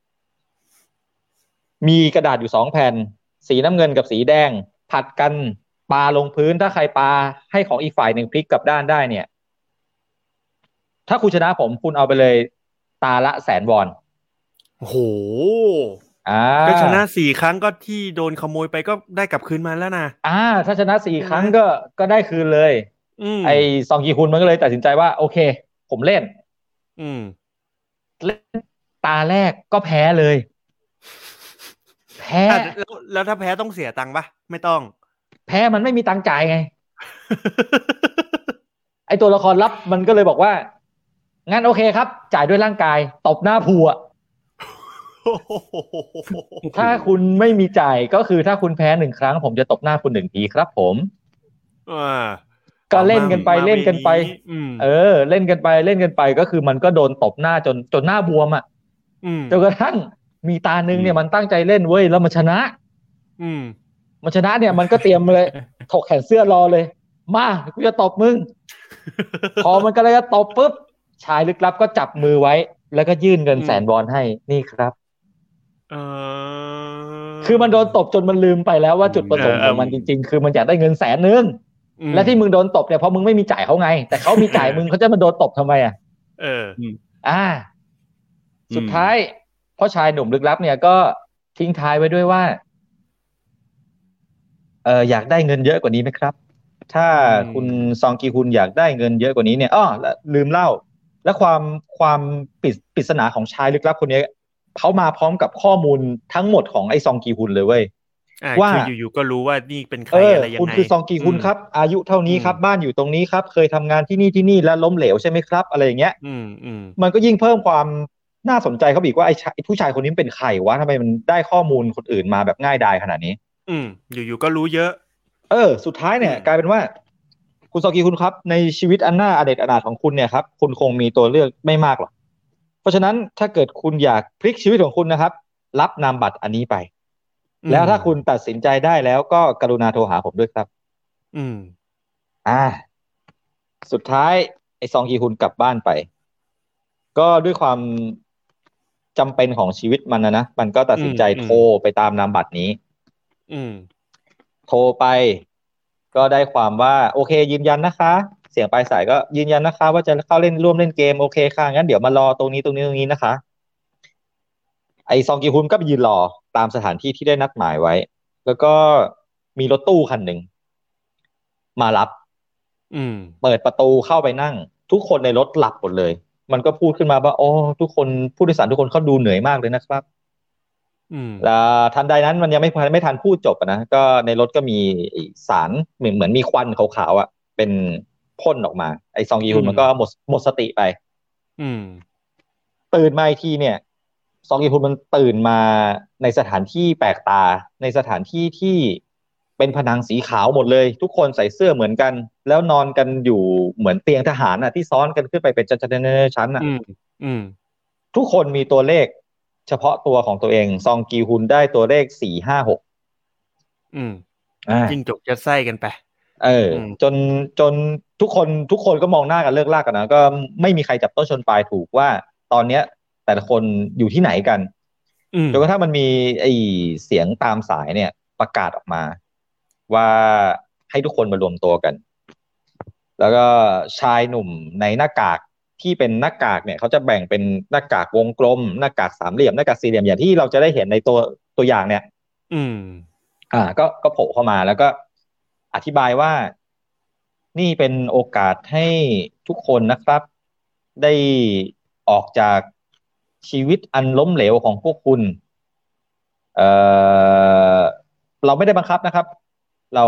Speaker 4: มีกระดาษอยู่สองแผ่นสีน้ำเงินกับสีแดงผัดกันปาลงพื้นถ้าใครปาให้ของอีกฝ่ายหนึ่งพลิกกลับด้านได้เนี่ยถ้าคุณชนะผมคุณเอาไปเลยตาละแสนวอน
Speaker 3: โอ้โหอ่าก็ชนะสี่ครั้งก็ที่โดนขโมยไปก็ได้กลับคืนมาแล้วนะ
Speaker 4: อ่าถ้าชนะสี่ครั้งก็ก็ได้คืนเลยไอ้ซองกีฮุนมันก็เลยตัดสินใจว่าโอเคผมเล่นอืมเล่นตาแรกก็แพ้เลยแพ้
Speaker 3: แล้วแล้วถ้าแพ้ต้องเสียตังค์ปะไม่ต้อง
Speaker 4: แพ้มันไม่มีตังค์จ่ายไง ไอตัวละครลับมันก็เลยบอกว่างั้นโอเคครับจ่ายด้วยร่างกายตบหน้าผัวถ้าคุณไม่มีจ่ายก็คือถ้าคุณแพ้หนึ่งครั้งผมจะตบหน้าคุณหนึ่งทีครับผมก็เล่นกันไปเล่นกันไปเออเล่นกันไปเล่นกันไปก็คือมันก็โดนตบหน้าจนจนหน้าบวมอ่ะจนกระทั่งมีตาหนึ่งเนี่ยมันตั้งใจเล่นเว้ยแล้วมันชนะมันชนะเนี่ยมันก็เตรียมเลยถกแขนเสื้อรอเลยมากูจะตบมึงพอมันก็เลยจะตบปุ๊บชายลึกลับก็จับมือไว้แล้วก็ยื่นเงินแสนวอนให้นี่ครับเออคือมันโดนตบจนมันลืมไปแล้วว่าจุดประสงค์ของมันจริงๆคือมันอยากได้เงินแสนนึงและที่มึงโดนตบเนี่ยเพราะมึงไม่มีจ่ายเขาไงแต่เขามีจ่ายมึงเขาจะมาโดนตบทำไมอ่ะเอออ่าสุดท้ายพ่อชายหนุ่มลึกลับเนี่ยก็ทิ้งท้ายไว้ด้วยว่าเอออยากได้เงินเยอะกว่านี้ไหมครับถ้าคุณซองกีฮุนอยากได้เงินเยอะกว่านี้เนี่ยอ้อลืมเล่าและความความปริศนาของชายลึกลับคนนี้เขามาพร้อมกับข้อมูลทั้งหมดของไอ้ซองกีฮุนเลยเว้ยว่า
Speaker 3: อยู่ๆก็รู้ว่านี่เป็นใครอะไรยังไง
Speaker 4: คุณคือซองกีฮุนครับอายุเท่านี้ครับบ้านอยู่ตรงนี้ครับเคยทำงานที่นี่ที่นี่แล้วล้มเหลวใช่ไหมครับอะไรอย่างเงี้ยมันก็ยิ่งเพิ่มความน่าสนใจเขาอีกว่าไอ้ผู้ชายคนนี้เป็นใครวะทำไมมันได้ข้อมูลคนอื่นมาแบบง่ายดายขนาดนี้
Speaker 3: อืมอยู่ๆก็รู้เยอะ
Speaker 4: เออสุดท้ายเนี่ยกลายเป็นว่าคุณซอกีคุณครับในชีวิตอันน่าอเด็ดอนาถของคุณเนี่ยครับคุณคงมีตัวเลือกไม่มากหรอกเพราะฉะนั้นถ้าเกิดคุณอยากพลิกชีวิตของคุณนะครับรับนามบัตรอันนี้ไปแล้วถ้าคุณตัดสินใจได้แล้วก็กรุณาโทรหาผมด้วยครับอืมอ่าสุดท้ายไอ้ซองกีฮุนกลับบ้านไปก็ด้วยความจำเป็นของชีวิตมันนะนะมันก็ตัดสินใจโทรไปตามนามบัตรนี้อืมโทรไปก็ได้ความว่าโอเคยืนยันนะคะเสียงปลายสายก็ยืนยันนะคะว่าจะเข้าเล่นร่วมเล่นเกมโอเคค่ะงั้นเดี๋ยวมารอตรงนี้ตรงนี้ตรงนี้นะคะไอซองกีฮุนก็ไปยืนรอตามสถานที่ที่ได้นัดหมายไว้แล้วก็มีรถตู้คันหนึ่งมารับอืมเปิดประตูเข้าไปนั่งทุกคนในรถหลับหมดเลยมันก็พูดขึ้นมาว่าโอ้ทุกคนผู้โดยสารทุกคนเขาดูเหนื่อยมากเลยนะครับแล้วทันใดนั้นมันยังไม่ไม่ทันพูดจบนะก็ในรถก็มีสารเหมือนเหมือนมีควันขาวๆอ่ะเป็นพ่นออกมาไอ้ซองยีฮุนมันก็หมดหมดสติไปตื่นมาอีกทีเนี่ยซองยีฮุนมันตื่นมาในสถานที่แปลกตาในสถานที่ที่เป็นผนังสีขาวหมดเลยทุกคนใส่เสื้อเหมือนกันแล้วนอนกันอยู่เหมือนเตียงทหารอ่ะที่ซ้อนกันขึ้นไปเป็นชั้นๆอ่ะทุกคนมีตัวเลขเฉพาะตัวของตัวเองซองกีฮุนได้ตัวเลขสี่ห้าหก
Speaker 3: อืมอ่าจิ้งจกจะไส้กันไป
Speaker 4: เออจนจนทุกคนทุกคนก็มองหน้ากันเลิกลากกันนะก็ไม่มีใครจับต้นชนปลายถูกว่าตอนเนี้ยแต่ละคนอยู่ที่ไหนกันจนกระทั่งมันมีไอเสียงตามสายเนี่ยประกาศออกมาว่าให้ทุกคนมารวมตัวกันแล้วก็ชายหนุ่มในหน้ากากที่เป็นหน้ากากเนี่ยเขาจะแบ่งเป็นหน้ากากวงกลมหน้ากากสามเหลี่ยมหน้ากากสี่เหลี่ยมอย่างที่เราจะได้เห็นในตัวตัวอย่างเนี่ยอืมอ่าก็ก็โผล่เข้ามาแล้วก็อธิบายว่านี่เป็นโอกาสให้ทุกคนนะครับได้ออกจากชีวิตอันล้มเหลวของพวกคุณเอ่อเราไม่ได้บังคับนะครับเรา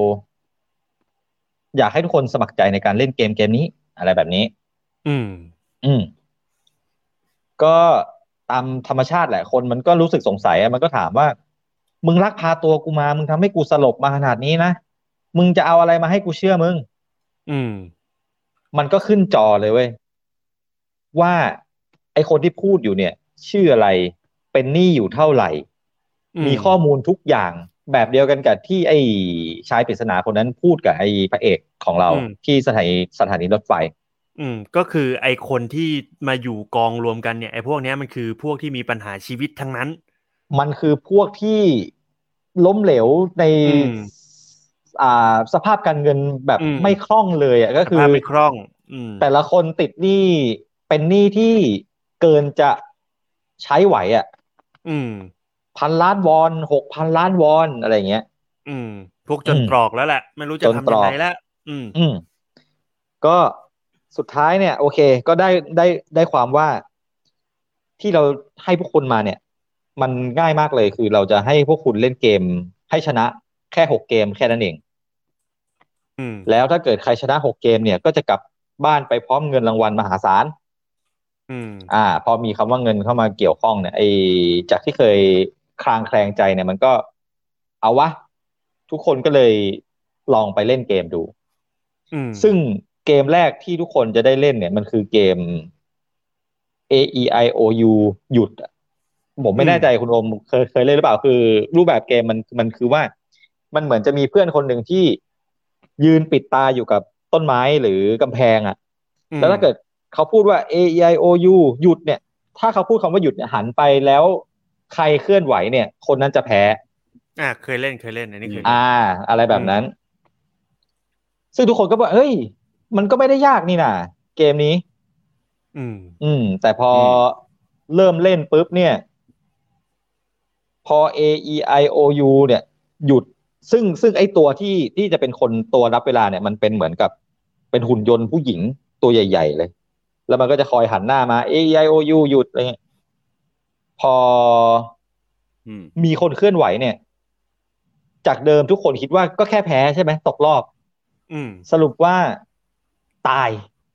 Speaker 4: อยากให้ทุกคนสมัครใจในการเล่นเกมเกมนี้อะไรแบบนี้อืมอืมก็ตามธรรมชาติแหละคนมันก็รู้สึกสงสัยมันก็ถามว่ามึงลักพาตัวกูมามึงทำให้กูสลบมาขนาดนี้นะมึงจะเอาอะไรมาให้กูเชื่อมึงอืมมันก็ขึ้นจอเลยเว้ยว่าไอคนที่พูดอยู่เนี่ยชื่ออะไรเป็นหนี้อยู่เท่าไหร่มีข้อมูลทุกอย่างแบบเดียวกันกับที่ไอ้ชายปริศนาคนนั้นพูดกับไอ้พระเอกของเราที่สถานีสถานีรถไฟ
Speaker 3: อืมก็คือไอ้คนที่มาอยู่กองรวมกันเนี่ยไอ้พวกนี้มันคือพวกที่มีปัญหาชีวิตทั้งนั้น
Speaker 4: มันคือพวกที่ล้มเหลวในอ่าสภาพการเงินแบบไม่คล่องเลยอ่ะก็คือ
Speaker 3: ไม่คล่อง
Speaker 4: แต่ละคนติดหนี้เป็นหนี้ที่เกินจะใช้ไหวอ่ะอืมพันล้านวอนหกพันล้านวอนอะไรเงี้ย
Speaker 3: อืมพวกจนตรอกแล้วแหละไม่รู้จะทำยังไงแล้วอืม
Speaker 4: อืมก็สุดท้ายเนี่ยโอเคก็ได้ได้ได้ความว่าที่เราให้พวกคุณมาเนี่ยมันง่ายมากเลยคือเราจะให้พวกคุณเล่นเกมให้ชนะแค่หกเกมแค่นั้นเองอืมแล้วถ้าเกิดใครชนะหกเกมเนี่ยก็จะกลับบ้านไปพร้อมเงินรางวัลมหาศาล
Speaker 3: อืม
Speaker 4: อ่าพอมีคำว่าเงินเข้ามาเกี่ยวข้องเนี่ยไอ้จากที่เคยคลางแคลงใจเนี่ยมันก็เอาวะทุกคนก็เลยลองไปเล่นเกมดู
Speaker 3: อืม
Speaker 4: ซึ่งเกมแรกที่ทุกคนจะได้เล่นเนี่ยมันคือเกม A E I O U หยุดอะผมไม่แน่ใจคุณโอมเคยเคยเล่นหรือเปล่าคือรูปแบบเกมมันมันคือว่ามันเหมือนจะมีเพื่อนคนหนึ่งที่ยืนปิดตาอยู่กับต้นไม้หรือกำแพงอ่ะแล้วถ้าเกิดเขาพูดว่า A E I O U หยุดเนี่ยถ้าเขาพูดคำว่าหยุดเนี่ยหันไปแล้วใครเคลื่อนไหวเนี่ยคนนั้นจะแพ้
Speaker 3: อ่าเคยเล่นเคยเล่นอันนี้เคยเล่น
Speaker 4: อ่าอะไรแบบนั้นซึ่งทุกคนก็บอกเฮ้ยมันก็ไม่ได้ยากนี่นะเกมนี้
Speaker 3: อืม
Speaker 4: อืมแต่พอเริ่มเล่นปุ๊บเนี่ยพอ A E I O U เนี่ยหยุดซึ่งซึ่งไอ้ตัวที่ที่จะเป็นคนตัวรับเวลาเนี่ยมันเป็นเหมือนกับเป็นหุ่นยนต์ผู้หญิงตัวใหญ่ๆเลยแล้วมันก็จะคอยหันหน้ามา A E I O U หยุดอะไรเงี้ยพอมีคนเคลื่อนไหวเนี่ยจากเดิมทุกคนคิดว่าก็แค่แพ้ใช่ไหมตกรอบ
Speaker 3: อืม
Speaker 4: สรุปว่าตาย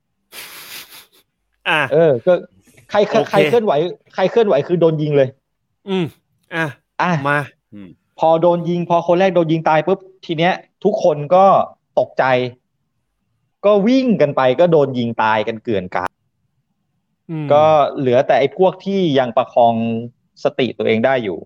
Speaker 3: อ่า
Speaker 4: เออก็ใครใครเคลื่อนไหวใครเคลื่อนไหวคือโดนยิงเลย
Speaker 3: อืมอ่ะ
Speaker 4: อ่ะ
Speaker 3: มา
Speaker 4: พอโดนยิงพอคนแรกโดนยิงตายปุ๊บทีเนี้ยทุกคนก็ตกใจก็วิ่งกันไปก็โดนยิงตายกันเกลื่อนกลาดก็เหลือแต่ไอ้พวกที่ยังประคองสติตัวเองได้อยู่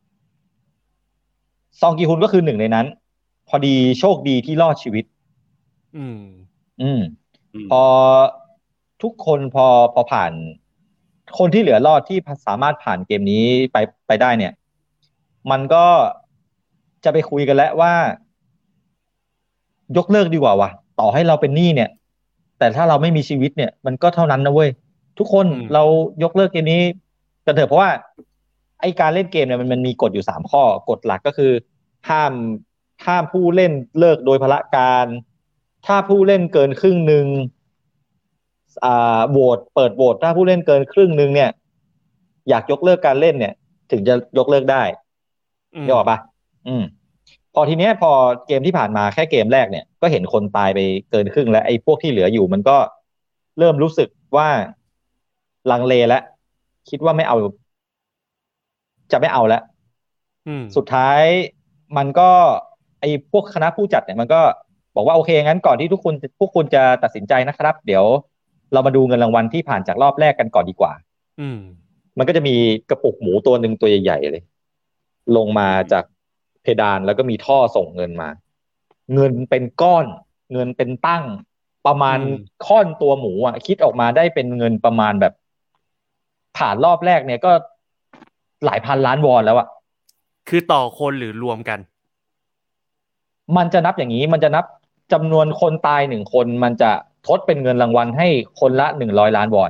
Speaker 4: ซองกีฮุนก็คือหนึ่งในนั้นพอดีโชคดีที่รอดชีวิต
Speaker 3: อืม
Speaker 4: อืมพอทุกคนพอพอผ่านคนที่เหลือรอดที่สามารถผ่านเกมนี้ไปไปได้เนี่ยมันก็จะไปคุยกันแล้วว่ายกเลิกดีกว่าวะต่อให้เราเป็นหนี้เนี่ยแต่ถ้าเราไม่มีชีวิตเนี่ยมันก็เท่านั้นนะเว้ยทุกคนเรายกเลิกเกมนี้กันเถอะเพราะว่าไอการเล่นเกมเนี่ยมันมันมีกฎอยู่สามข้อกฎหลักก็คือห้ามห้ามผู้เล่นเลิกโดยพละการถ้าผู้เล่นเกินครึ่งหนึ่งอ่าโหวตเปิดโหวตถ้าผู้เล่นเกินครึ่งหนึ่งเนี่ยอยากยกเลิกการเล่นเนี่ยถึงจะยกเลิกได้เดี๋ยวออกปะอืมพอทีเนี้ยพอเกมที่ผ่านมาแค่เกมแรกเนี่ยก็เห็นคนตายไปเกินครึ่งแล้วไอ้พวกที่เหลืออยู่มันก็เริ่มรู้สึกว่าลังเลแล้วคิดว่าไม่เอาจะไม่เอาแล้วสุดท้ายมันก็ไอ้พวกคณะผู้จัดเนี่ยมันก็บอกว่าโอเคงั้นก่อนที่ทุกคนพวกคุณจะตัดสินใจนะครับเดี๋ยวเรามาดูเงินรางวัลที่ผ่านจากรอบแรกกันก่อนดีกว่า
Speaker 3: อืม
Speaker 4: มันก็จะมีกระปุกหมูตัวหนึ่งตัวใหญ่ๆเลยลงมาจากเพดานแล้วก็มีท่อส่งเงินมาเงินเป็นก้อนเงินเป็นตั้งประมาณค่อนตัวหมูอ่ะคิดออกมาได้เป็นเงินประมาณแบบผ่านรอบแรกเนี่ยก็หลายพันล้านวอนแล้วอ่ะ
Speaker 3: คือต่อคนหรือรวมกัน
Speaker 4: มันจะนับอย่างนี้มันจะนับจำนวนคนตายหนึ่งคนมันจะทดเป็นเงินรางวัลให้คนละหนึ่งร้อยล้านวอน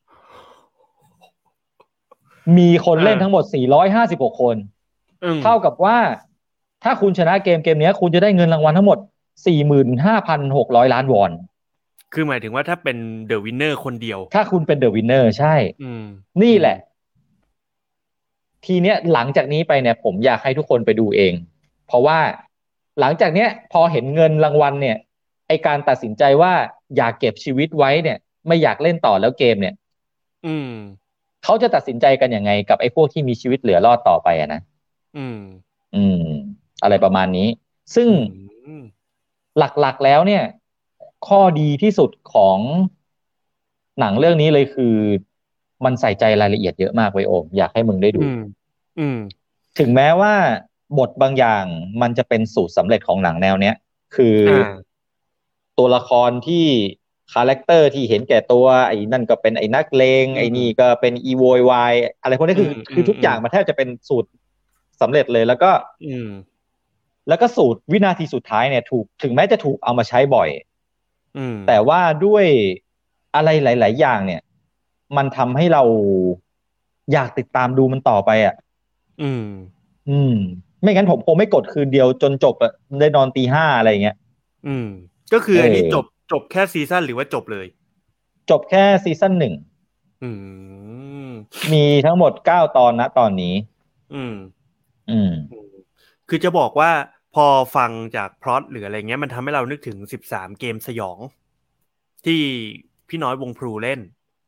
Speaker 4: มีคนเล่นทั้งหมดสี่ร้อยห้าสิบหกคนเท่ากับว่าถ้าคุณชนะเกมเกมนี้คุณจะได้เงินรางวัลทั้งหมด สี่หมื่นห้าพันหกร้อย ล้านวอน
Speaker 3: คือหมายถึงว่าถ้าเป็นเดอะวินเนอร์คนเดียว
Speaker 4: ถ้าคุณเป็นเดอะวินเนอร์ใช่นี่แหละทีเนี้ยหลังจากนี้ไปเนี่ยผมอยากให้ทุกคนไปดูเองเพราะว่าหลังจากเนี้ยพอเห็นเงินรางวัลเนี่ยไอการตัดสินใจว่าอยากเก็บชีวิตไว้เนี่ยไม่อยากเล่นต่อแล้วเกมเนี่ย
Speaker 3: อืม
Speaker 4: เขาจะตัดสินใจกันยังไงกับไอ้พวกที่มีชีวิตเหลือรอดต่อไปอะนะ
Speaker 3: อืม
Speaker 4: อืมอะไรประมาณนี้ซึ่งหลักๆแล้วเนี่ยข้อดีที่สุดของหนังเรื่องนี้เลยคือมันใส่ใจรายละเอียดเยอะมากไว้โอมอยากให้มึงได้ดู
Speaker 3: อืมอืม
Speaker 4: ถึงแม้ว่าบทบางอย่างมันจะเป็นสูตรสำเร็จของหนังแนวเนี้ยคือตัวละครที่คาแรคเตอร์ที่เห็นแก่ตัวไอ้นั่นก็เป็นไอ้นักเลงไอ้นี่ก็เป็นอีโวยวายอะไรพวกนี้คือคือทุกอย่างมันแทบจะเป็นสูตรสำเร็จเลยแล้วก็แล้วก็สูตรวินาทีสุดท้ายเนี่ยถูกถึงแม้จะถูกเอามาใช้บ่อยแต่ว่าด้วยอะไรหลายๆอย่างเนี่ยมันทำให้เราอยากติดตามดูมันต่อไปอ่ะ
Speaker 3: อืม
Speaker 4: อืมไม่งั้นผมคงไม่กดคืนเดียวจนจบอะได้นอนตีห้าอะไรเงี้ย
Speaker 3: อืมก็คืออันนี้จบจบแค่ซีซั่นหรือว่าจบเลย
Speaker 4: จบแค่ซีซั่นหนึ่ง
Speaker 3: อืม
Speaker 4: มีทั้งหมดเก้าตอนนะตอนนี้
Speaker 3: อืม
Speaker 4: อืม
Speaker 3: คือจะบอกว่าพอฟังจากพล็อตหรืออะไรเงี้ยมันทำให้เรานึกถึงสิบสามเกมสยองที่พี่น้อยวงพลูเล่น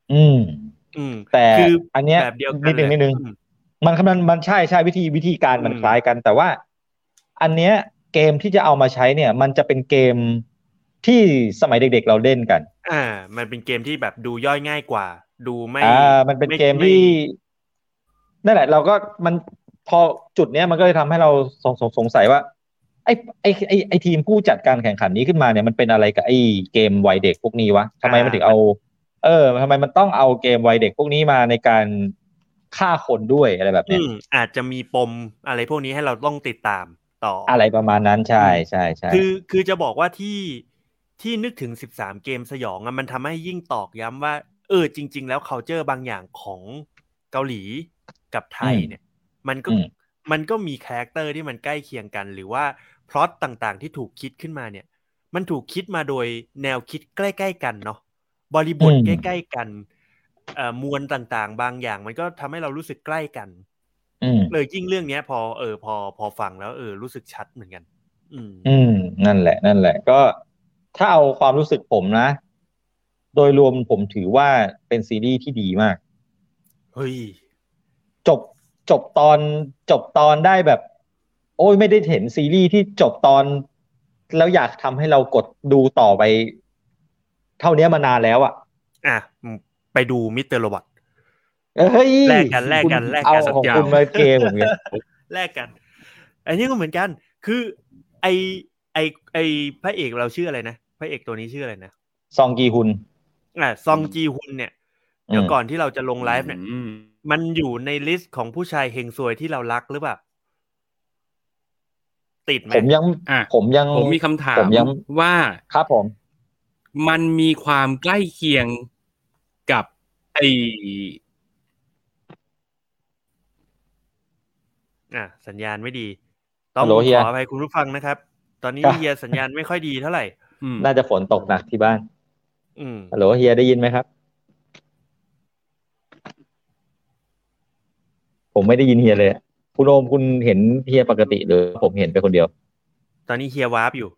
Speaker 4: อืม
Speaker 3: อืม
Speaker 4: แต่
Speaker 3: คือ
Speaker 4: อันเนี้ย
Speaker 3: แบบเดียวกั
Speaker 4: นิ
Speaker 3: น
Speaker 4: ดนึง
Speaker 3: เลย
Speaker 4: นิดนึง
Speaker 3: อืม
Speaker 4: มันมันมันใช่ใช่วิธีวิธีการมัน
Speaker 3: อืม
Speaker 4: คล้ายกัน แต่ว่าอันเนี้ยเกมที่จะเอามาใช้เนี่ย มันจะเป็นเกมที่สมัยเด็กๆเราเล่นกัน
Speaker 3: อ่า มันเป็นเกมที่แบบดูย่อยง่ายกว่า ดูไม่
Speaker 4: อ่ามันเป็น
Speaker 3: ไม่
Speaker 4: เกม
Speaker 3: ไม่
Speaker 4: ที่นั่นแหละ เราก็มันพอจุดเนี้ยมันก็เลยทำให้เราสงสงสงสัยว่าไอ้ไอ้ไอ้ไอ้ทีมผู้จัดการแข่งขันนี้ขึ้นมาเนี่ยมันเป็นอะไรกับไอ้เกมวัยเด็กพวกนี้วะทำไมมันถึง
Speaker 3: อ่า
Speaker 4: เอา เออทำไมมันต้องเอาเกมวัยเด็กพวกนี้มาในการฆ่าคนด้วยอะไรแบบ
Speaker 3: อื
Speaker 4: เนี้ย
Speaker 3: มอาจจะมีปมอะไรพวกนี้ให้เราต้องติดตามต่ออ
Speaker 4: อะไรประมาณนั้นใช่ใช่ใช่
Speaker 3: คือคือจะบอกว่าที่ที่นึกถึงสิบสามเกมสยองอะมันทำให้ยิ่งตอกย้ำว่าเออจริง ๆ แล้ว culture บางอย่างของเกาหลีกับไทยเนี่ย มันก็
Speaker 4: อืม
Speaker 3: มันก็มีคาแรคเตอร์ที่มันใกล้เคียงกัน หรือว่าพล็อตต่างๆที่ถูกคิดขึ้นมาเนี่ย มันถูกคิดมาโดยแนวคิดใกล้ๆกันเนาะบริบท
Speaker 4: อืม
Speaker 3: ใกล้ๆกันเอ่อมวลต่างๆ บางอย่างมันก็ทำให้เรารู้สึกใกล้กัน
Speaker 4: อืม
Speaker 3: เลยยิ่งเรื่องเนี้ย พอเออพอพอฟังแล้วเออรู้สึกชัดเหมือนกัน อืม
Speaker 4: อืมนั่นแหละนั่นแหละก็ถ้าเอาความรู้สึกผมนะ โดยรวมผมถือว่าเป็นซีรีส์ที่ดีมาก
Speaker 3: เฮ้ย
Speaker 4: จบจบตอนจบตอนได้แบบ โอ้ยไม่ได้เห็นซีรีส์ที่จบตอน แล้วอยากทำให้เรากดดูต่อไป เท่านี้มานานแล้วอ่ะ
Speaker 3: อ่ะอืมไปดูมิสเตอร์โรบอท
Speaker 4: เอ้ย
Speaker 3: แลกกันแลกกัน
Speaker 4: คุณ
Speaker 3: แลก
Speaker 4: เอา
Speaker 3: กัน
Speaker 4: ของคุณมาเกมผมเนี่ย
Speaker 3: แลกกัน อันนี้ก็เหมือนกัน คือไอไอไอพระเอกเราชื่ออะไรนะพระเอกตัวนี้ชื่ออะไรนะ
Speaker 4: ซองกีฮุน
Speaker 3: อ่ะซองจีฮุนเนี่ย เดี๋ยวก่อนที่เราจะลงไลฟ์เนี่ย
Speaker 1: อืม
Speaker 3: มันอยู่ในลิสต์ของผู้ชายเฮงซวยที่เรารักหรือเปล่า ติดไหม
Speaker 4: ผมยัง
Speaker 1: อ่ะ
Speaker 4: ผมยัง
Speaker 1: ผมมีคำถา
Speaker 4: ผม มยัง
Speaker 1: ว่า
Speaker 4: ครับผม
Speaker 1: มันมีความใกล้เคียงกับไอ
Speaker 3: อ่ะสัญญาณไม่ดี ต้อง
Speaker 4: ฮัลโหลเฮี
Speaker 3: ข
Speaker 4: ย
Speaker 3: ออภัยคุณผู้ฟังนะครับ ตอนนี้
Speaker 4: ครับ
Speaker 3: เฮียสัญญาณไม่ค่อยดีเท่าไหร่
Speaker 1: อืม
Speaker 4: น่าจะฝนตกหนักที่บ้าน
Speaker 3: อืม
Speaker 4: ฮัลโหลเฮียได้ยินไหมครับ ผมไม่ได้ยินเฮียเลยคุณโอมคุณเห็นเฮียปกติหรือผมเห็นไปคนเดียว
Speaker 3: ตอนนี้เฮียวาร์ปอยู่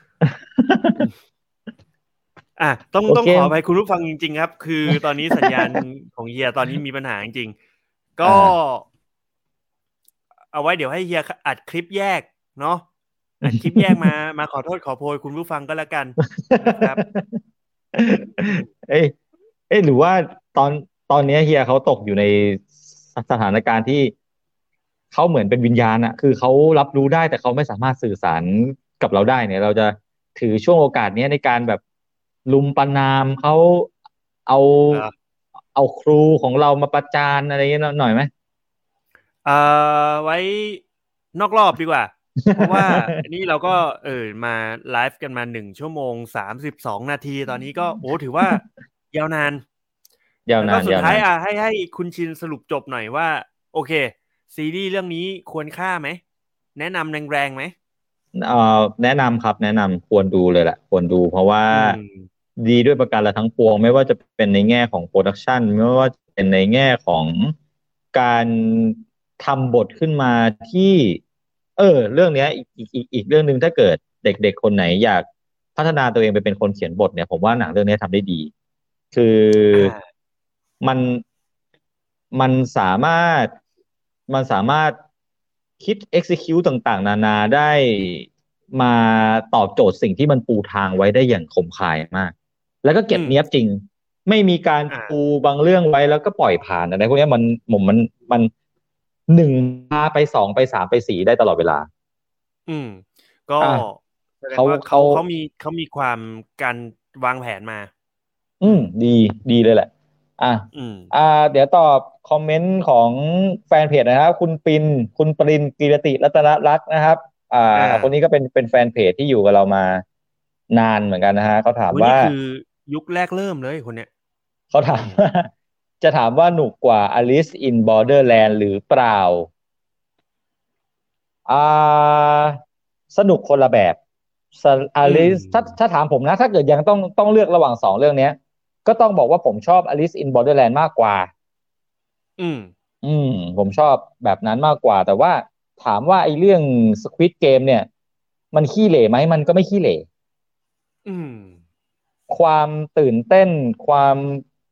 Speaker 3: อ่ะต้อง
Speaker 4: โอเค
Speaker 3: ต้องขออภัยคุณผู้ฟังจริงๆครับ คือตอนนี้สัญญาณ ของเฮียตอนนี้มีปัญหาจริงๆก็
Speaker 4: อ่า
Speaker 3: เอาไว้เดี๋ยวให้เฮียอัดคลิปแยกเนาะอัดคลิปแยกมา มาขอโทษขอโพยคุณผู้ฟังก็แล้วกันนะครับ
Speaker 4: เอ้ยเอ้ยหรือว่าตอนตอนเนี้ยเฮียเขาตกอยู่ในสถานการณ์ที่เขาเหมือนเป็นวิญญาณอะคือเขารับรู้ได้แต่เขาไม่สามารถสื่อสารกับเราได้เนี่ย เราจะถือช่วงโอกาสเนี้ยในการแบบลุมประณามเขาเอา
Speaker 3: ครับ
Speaker 4: เอาครูของเรามาประจานอะไรเงี้ยหน่อยไหม
Speaker 3: เอ่อไว้นอกรอบดีกว่า เพราะว่านี่เราก็เออมาไลฟ์กันมาหนึ่งชั่วโมงสามสิบสองนาทีตอนนี้ก็โอ้ถือว่ายาวนาน
Speaker 4: ยาว
Speaker 3: แล้ว
Speaker 4: นา
Speaker 3: ก็
Speaker 4: น
Speaker 3: สุด
Speaker 4: ยาว
Speaker 3: ท้าย
Speaker 4: นาน
Speaker 3: อ่ะให้ให้คุณชินสรุปจบหน่อยว่า โอเค ซีรีส์เรื่องนี้ควรค่าไหม แนะนำแรงๆไหม
Speaker 4: เอ่อแนะนำครับแนะนำควรดูเลยแหละควรดูเพราะว่า
Speaker 3: อืม
Speaker 4: ดีด้วยประการละทั้งปวงไม่ว่าจะเป็นในแง่ของโปรดักชันไม่ว่าจะเป็นในแง่ของการทำบทขึ้นมาที่ เออ เรื่องเนี้ยอีกอีกอีกอีกเรื่องหนึ่งถ้าเกิดเด็กๆคนไหนอยากพัฒนาตัวเองไปเป็นคนเขียนบทเนี่ย ผมว่าหนังเรื่องนี้ทำได้ดี คืออา มันมันสามารถมันสามารถคิด execute ต่างๆ นานาได้มาตอบโจทย์สิ่งที่มันปูทางไว้ได้อย่างคมคายมาก แล้วก็เก็บ
Speaker 3: อืม
Speaker 4: เนียบจริง ไม่มีการ
Speaker 3: อ่า
Speaker 4: ปูบางเรื่องไว้แล้วก็ปล่อยผ่านอะไรพวกเนี้ยมันผมมันมันหนึ่งพาไปสองไปสามไปสี่ได้ตลอดเวลา
Speaker 3: อืม ก็
Speaker 4: อ่ะ
Speaker 3: แสดง
Speaker 4: เขา
Speaker 3: ว่าเขา
Speaker 4: เขา
Speaker 3: เขามีเขามีความการวางแผนมา
Speaker 4: อืมดีดีเลยแหละ อ่ะ
Speaker 3: อืม
Speaker 4: อ่า เดี๋ยวตอบคอมเมนต์ของแฟนเพจนะครับ คุณปินคุณปรินกีรติรัตนรักษ์นะครับ อ่า
Speaker 3: อ่า
Speaker 4: คนนี้ก็เป็นเป็นแฟนเพจที่อยู่กับเรามานานเหมือนกันนะฮะเขาถาม
Speaker 3: โอ้ย
Speaker 4: ว่า
Speaker 3: นี่คือยุคแรกเริ่มเลยคนเนี้ย
Speaker 4: เขาถามว่า จะถามว่าหนุกกว่า Alice in Borderland หรือเปล่า อ่า สนุกคนละแบบอ
Speaker 3: อืม
Speaker 4: ลิสถ้าถ้าถามผมนะ ถ้าเกิดยังต้องต้องเลือกระหว่างสองเรื่องเนี้ย ก็ต้องบอกว่าผมชอบ Alice in Borderland มากกว่า
Speaker 3: อืม
Speaker 4: อืม ผมชอบแบบนั้นมากกว่า แต่ว่าถามว่าไอ้เรื่อง Squid Game เนี่ย มันขี้เหร่ไหมมันก็ไม่ขี้เหร่
Speaker 3: อืม
Speaker 4: ความตื่นเต้น ความ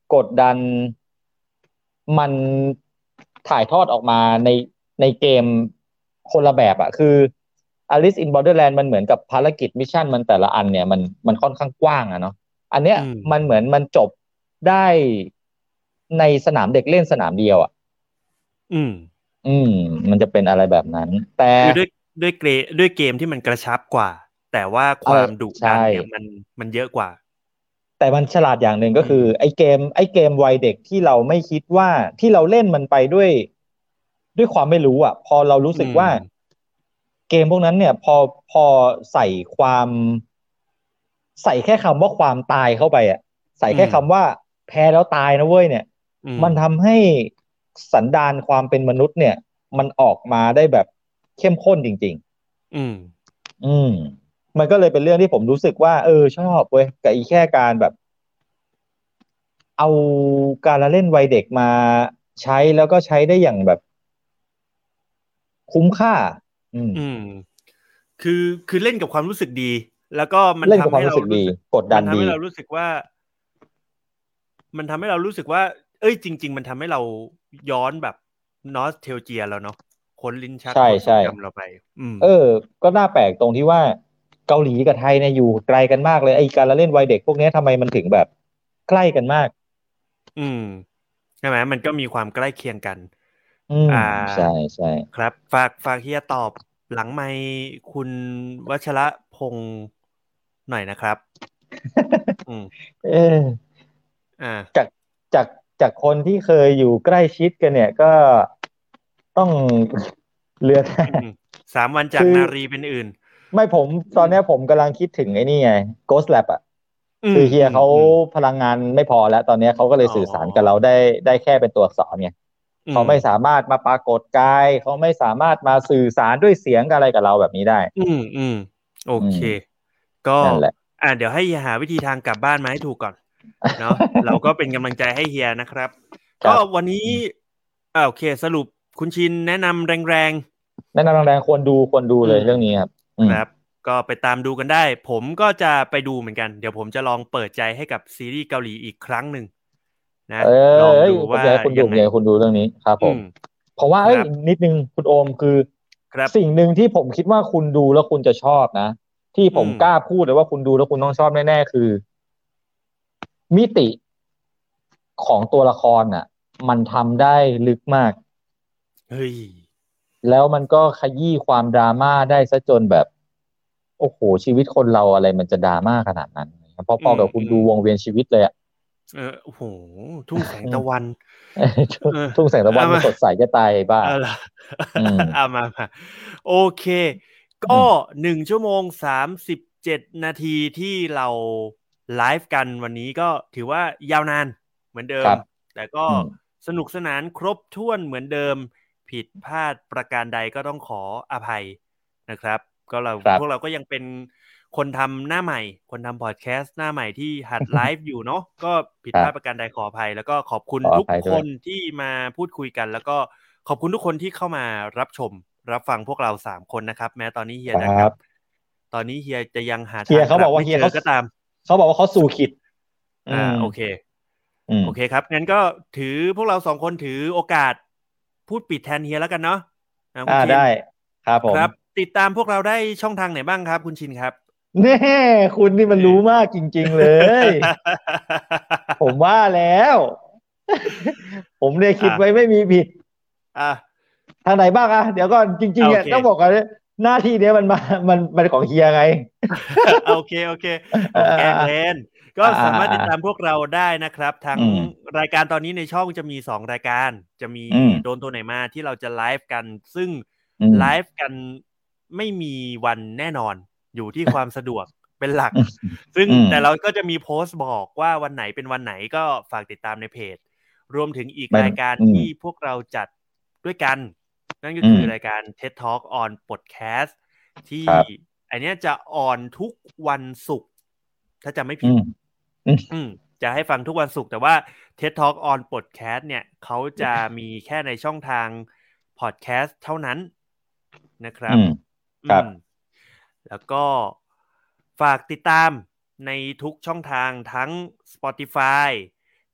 Speaker 4: กดดันมันถ่ายทอดออกมาในในเกมคนละแบบอะคือ Alice in Borderland มันเหมือนกับภารกิจมิชชั่นมันแต่ละอันเนี่ยมันมันค่อนข้างกว้างอะเนาะอันเนี้ยมันเหมือนมันจบได้ในสนามเด็กเล่นสนามเดียวอ่ะ
Speaker 3: อืม
Speaker 4: อืมมันจะเป็นอะไรแบบนั้นแต่
Speaker 3: คือด้วยด้วยเกมด้วยเกมที่มันกระชับกว่าแต่ว่าความดุดันเนี่ยมันมันเยอะกว่า
Speaker 4: แต่มันฉลาดอย่างหนึ่งก็คือไอ้เกมไอ้เกมวัยเด็กที่เราไม่คิดว่าที่เราเล่นมันไปด้วยด้วยความไม่รู้อ่ะพอเรารู้สึกว่าเกมพวกนั้นเนี่ยพอพอใส่ความใส่แค่คำว่าความตายเข้าไปอ่ะใส่แค่คำว่าแพ้แล้วตายนะเว้ยเนี่ยมันทำให้สันดานความเป็นมนุษย์เนี่ยมันออกมาได้แบบเข้มข้นจริงๆอืมอืมมันก็เลยเป็นเรื่องที่ผมรู้สึกว่าเออชอบเว้ยกับอีแค่การแบบเอาการละเล่นวัยเด็กมาใช้แล้วก็ใช้ได้อย่างแบบคุ้มค่าอืม
Speaker 3: อืมคือคือเล่นกับความรู้สึกดีแล้วก็มันทำให้เรารู้สึก
Speaker 4: กดดันดี
Speaker 3: มันทำให้เรารู้สึกว่ามันทำให้เรารู้สึกว่าเอ้ยจริงๆมันทำให้เราย้อนแบบนอสเทลเจียแล้วเนาะคนลิ้นชักคนทรงจำเราไป
Speaker 4: เออก็น่าแปลกตรงที่ว่าเกาหลีกับไทยเนี่ยอยู่ไกลกันมากเลยไอ้การละเล่นวัยเด็กพวกนี้ทำไมมันถึงแบบใกล้กันมาก
Speaker 3: อืมใช่ไหมมันก็มีความใกล้เคียงกัน
Speaker 4: อืมใช่ใช่
Speaker 3: ครับฝากฝากเฮียตอบหลังไมค์คุณวัชระพงษ์หน่อยนะครับอืม
Speaker 4: เออ
Speaker 3: อ่า
Speaker 4: จากจากจากคนที่เคยอยู่ใกล้ชิดกันเนี่ยก็ต้องเลือแต่
Speaker 3: สามวันจากนารีเป็นอื่น
Speaker 4: ไม่ผมตอนนี้ผมกำลังคิดถึงไอ้นี่ไง Ghost Lab อ่ะคือเฮียเขาพลังงานไม่พอแล้วตอนนี้เขาก็เลยสื่อสารกับเราได้ได้แค่เป็นตัวอักษรไงเขาไม่สามารถมาปรากฏกายเขาไม่สามารถมาสื่อสารด้วยเสียงอะไรกับเราแบบนี้ได้
Speaker 3: อืมอืมโอเคก็อ่าเดี๋ยวให้เฮียหาวิธีทางกลับบ้านมาให้ถูกก่อนเนาะเราก็เป็นกำลังใจให้เฮียนะครับก็วันนี้อ่าโอเคสรุปคุณชินแนะนำแรง
Speaker 4: ๆแนะนำแรงๆควรดูควรดูเลยเรื่องนี้ครับ
Speaker 3: ครับก็ไปตามดูกันได้ผมก็จะไปดูเหมือนกันเดี๋ยวผมจะลองเปิดใจให้กับซีรีส์เกาหลีอีกครั้งหนึ่งนะลองดูว่า
Speaker 4: คุณดูไงคุณดูเรื่องนี้ครับผมเพราะว่าเอ้ยนิดนึงคุณโอมคือสิ่งหนึ่งที่ผมคิดว่าคุณดูแล้วคุณจะชอบนะที่ผมกล้าพูดเลยว่าคุณดูแล้วคุณต้องชอบแน่ๆคือมิติของตัวละครน่ะมันทำได้ลึกมาก
Speaker 3: เฮ้ย
Speaker 4: แล้วมันก็ขยี้ความดราม่าได้ซะจนแบบโอ้โหชีวิตคนเราอะไรมันจะดราม่าขนาดนั้นพอๆกับคุณดูวงเวียนชีวิตเลยอ่ะ
Speaker 3: เออโอ้โหทุ่งแสงตะวัน
Speaker 4: ทุ่งแสงตะวันมันสดใสจะตายบ้า
Speaker 3: เอามามาโอเคก็หนึ่งชั่วโมงสามสิบเจ็ดนาทีที่เราไลฟ์กันวันนี้ก็ถือว่ายาวนานเหมือนเดิมแต่ก็สนุกสนานครบถ้วนเหมือนเดิมผิดพลาดประการใดก็ต้องขออภัยนะครับก็เราพวกเราก็ยังเป็นคนทำหน้าใหม่คนทำพอดแคสต์หน้าใหม่ที่หัดไลฟ์อยู่เนาะก็ผิดพลาดประการใดขออภัยแล้วก็ขอบคุณทุกคนที่มาพูดคุยกันแล้วก็ขอบคุณทุกคนที่เข้ามารับชมรับฟังพวกเราสามคนนะครับแม้ตอนนี้เฮียจะกลับตอนนี้เฮียจะยังหาทางกลับไม่เจอก็ตาม
Speaker 4: เขาบอกว่าเขาสู่ขิด
Speaker 3: อ่าโอเคโอเคครับงั้นก็ถือพวกเราสองคนถือโอกาสพูดปิดแทนเฮียแล้วกันเนาะ
Speaker 4: อ่าได้ครับผม
Speaker 3: ครับติดตามพวกเราได้ช่องทางไหนบ้างครับคุณชินครับ
Speaker 4: แน่คุณนี่มันรู้มากจริงๆเลยผมว่าแล้วผมเนี่ยคิดไว้ไม่มีผิด
Speaker 3: อ่ะ
Speaker 4: ทางไหนบ้างอ่ะเดี๋ยวก่อนจริงๆเนี่ยต้องบอกกันหน้าที่เนี้ยมันมามันมันของเฮียไง
Speaker 3: โอเคโอเคผมแกล้งเล่นก็สามารถติดตามพวกเราได้นะครับทั้งรายการตอนนี้ในช่องจะมีสองรายการจะมีโดนตัวไหนมาที่เราจะไลฟ์กันซึ่งไลฟ์กันไม่มีวันแน่นอนอยู่ที่ความสะดวกเป็นหลักซึ่งแต่เราก็จะมีโพสต์บอกว่าวันไหนเป็นวันไหนก็ฝากติดตามในเพจรวมถึงอีกรายการที่พวกเราจัดด้วยกันนั่นก็คือรายการ ที อี ดี Talk on Podcast ที่อันนี้จะออนทุกวันศุกร์ถ้าจำไม่ผิดอืมจะให้ฟังทุกวันศุกร์แต่ว่า ที อี ดี Talk on Podcast เนี่ยเขาจะมีแค่ในช่องทาง Podcast เท่านั้นนะครับ
Speaker 4: ครับ
Speaker 3: แล้วก็ฝากติดตามในทุกช่องทางทั้ง Spotify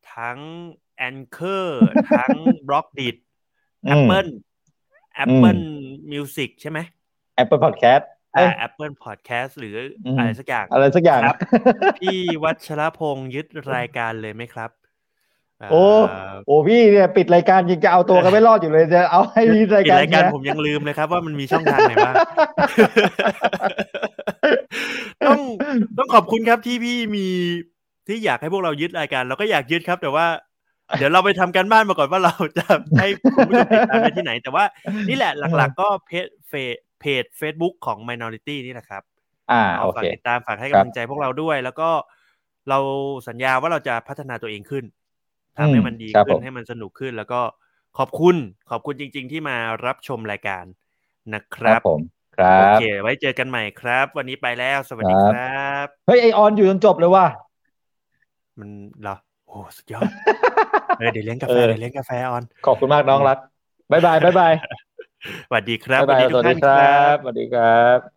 Speaker 3: ทั้ง Anchor ทั้ง Blockdit Apple Apple Music ใช่ไหม
Speaker 4: Apple Podcast
Speaker 3: อ่า Apple Podcast หรืออะไรสักอย่าง
Speaker 4: อะไรสักอย่าง
Speaker 3: ครับพี่วัชรพงษ์ยึดรายการเลยไหมครับ
Speaker 4: โอ้โอ้พี่เนี่ยปิดรายการยังจะเอาตัวกันไม่รอดอยู่เลยจะเอาให้มีรายการ
Speaker 3: ปิดรายการผมยังลืมเลยครับว่ามันมีช่องทางไหนบ้างต้องต้องขอบคุณครับที่พี่มีที่อยากให้พวกเรายึดรายการเราก็อยากยึดครับแต่ว่าเดี๋ยวเราไปทำการบ้านมาก่อนว่าเราจะให้คุณผู้ชมติดตามได้ที่ไหนแต่ว่านี่แหละหลักๆก็เพจเพจ Facebook ของ Minority นี่แหละครับ
Speaker 4: อ่าโอเค
Speaker 3: ฝากติดตามฝากให้กำลังใจพวกเราด้วยแล้วก็เราสัญญาว่าเราจะพัฒนาตัวเองขึ้นทำให้มันดีขึ้นให้มันสนุกขึ้นแล้วก็ขอบคุณขอบคุณจริงๆที่มารับชมรายการนะครับ
Speaker 4: ผมครับ
Speaker 3: โอเคไว้เจอกันใหม่ครับวันนี้ไปแล้วสวัสดีครับ
Speaker 4: เฮ้ยไอออนอยู่จนจบเลยว่ะ
Speaker 3: มันเหรอโอ้สุดยอดเออเดี๋ยวเลี้ยงกาแฟเดี๋ยวเลี้ยงกาแฟออน
Speaker 4: ขอบคุณมากน้องรักบ๊ายบายบ๊ายบาย
Speaker 3: สวัสดีครับ
Speaker 4: สวัสดีครับสวัสดีครับ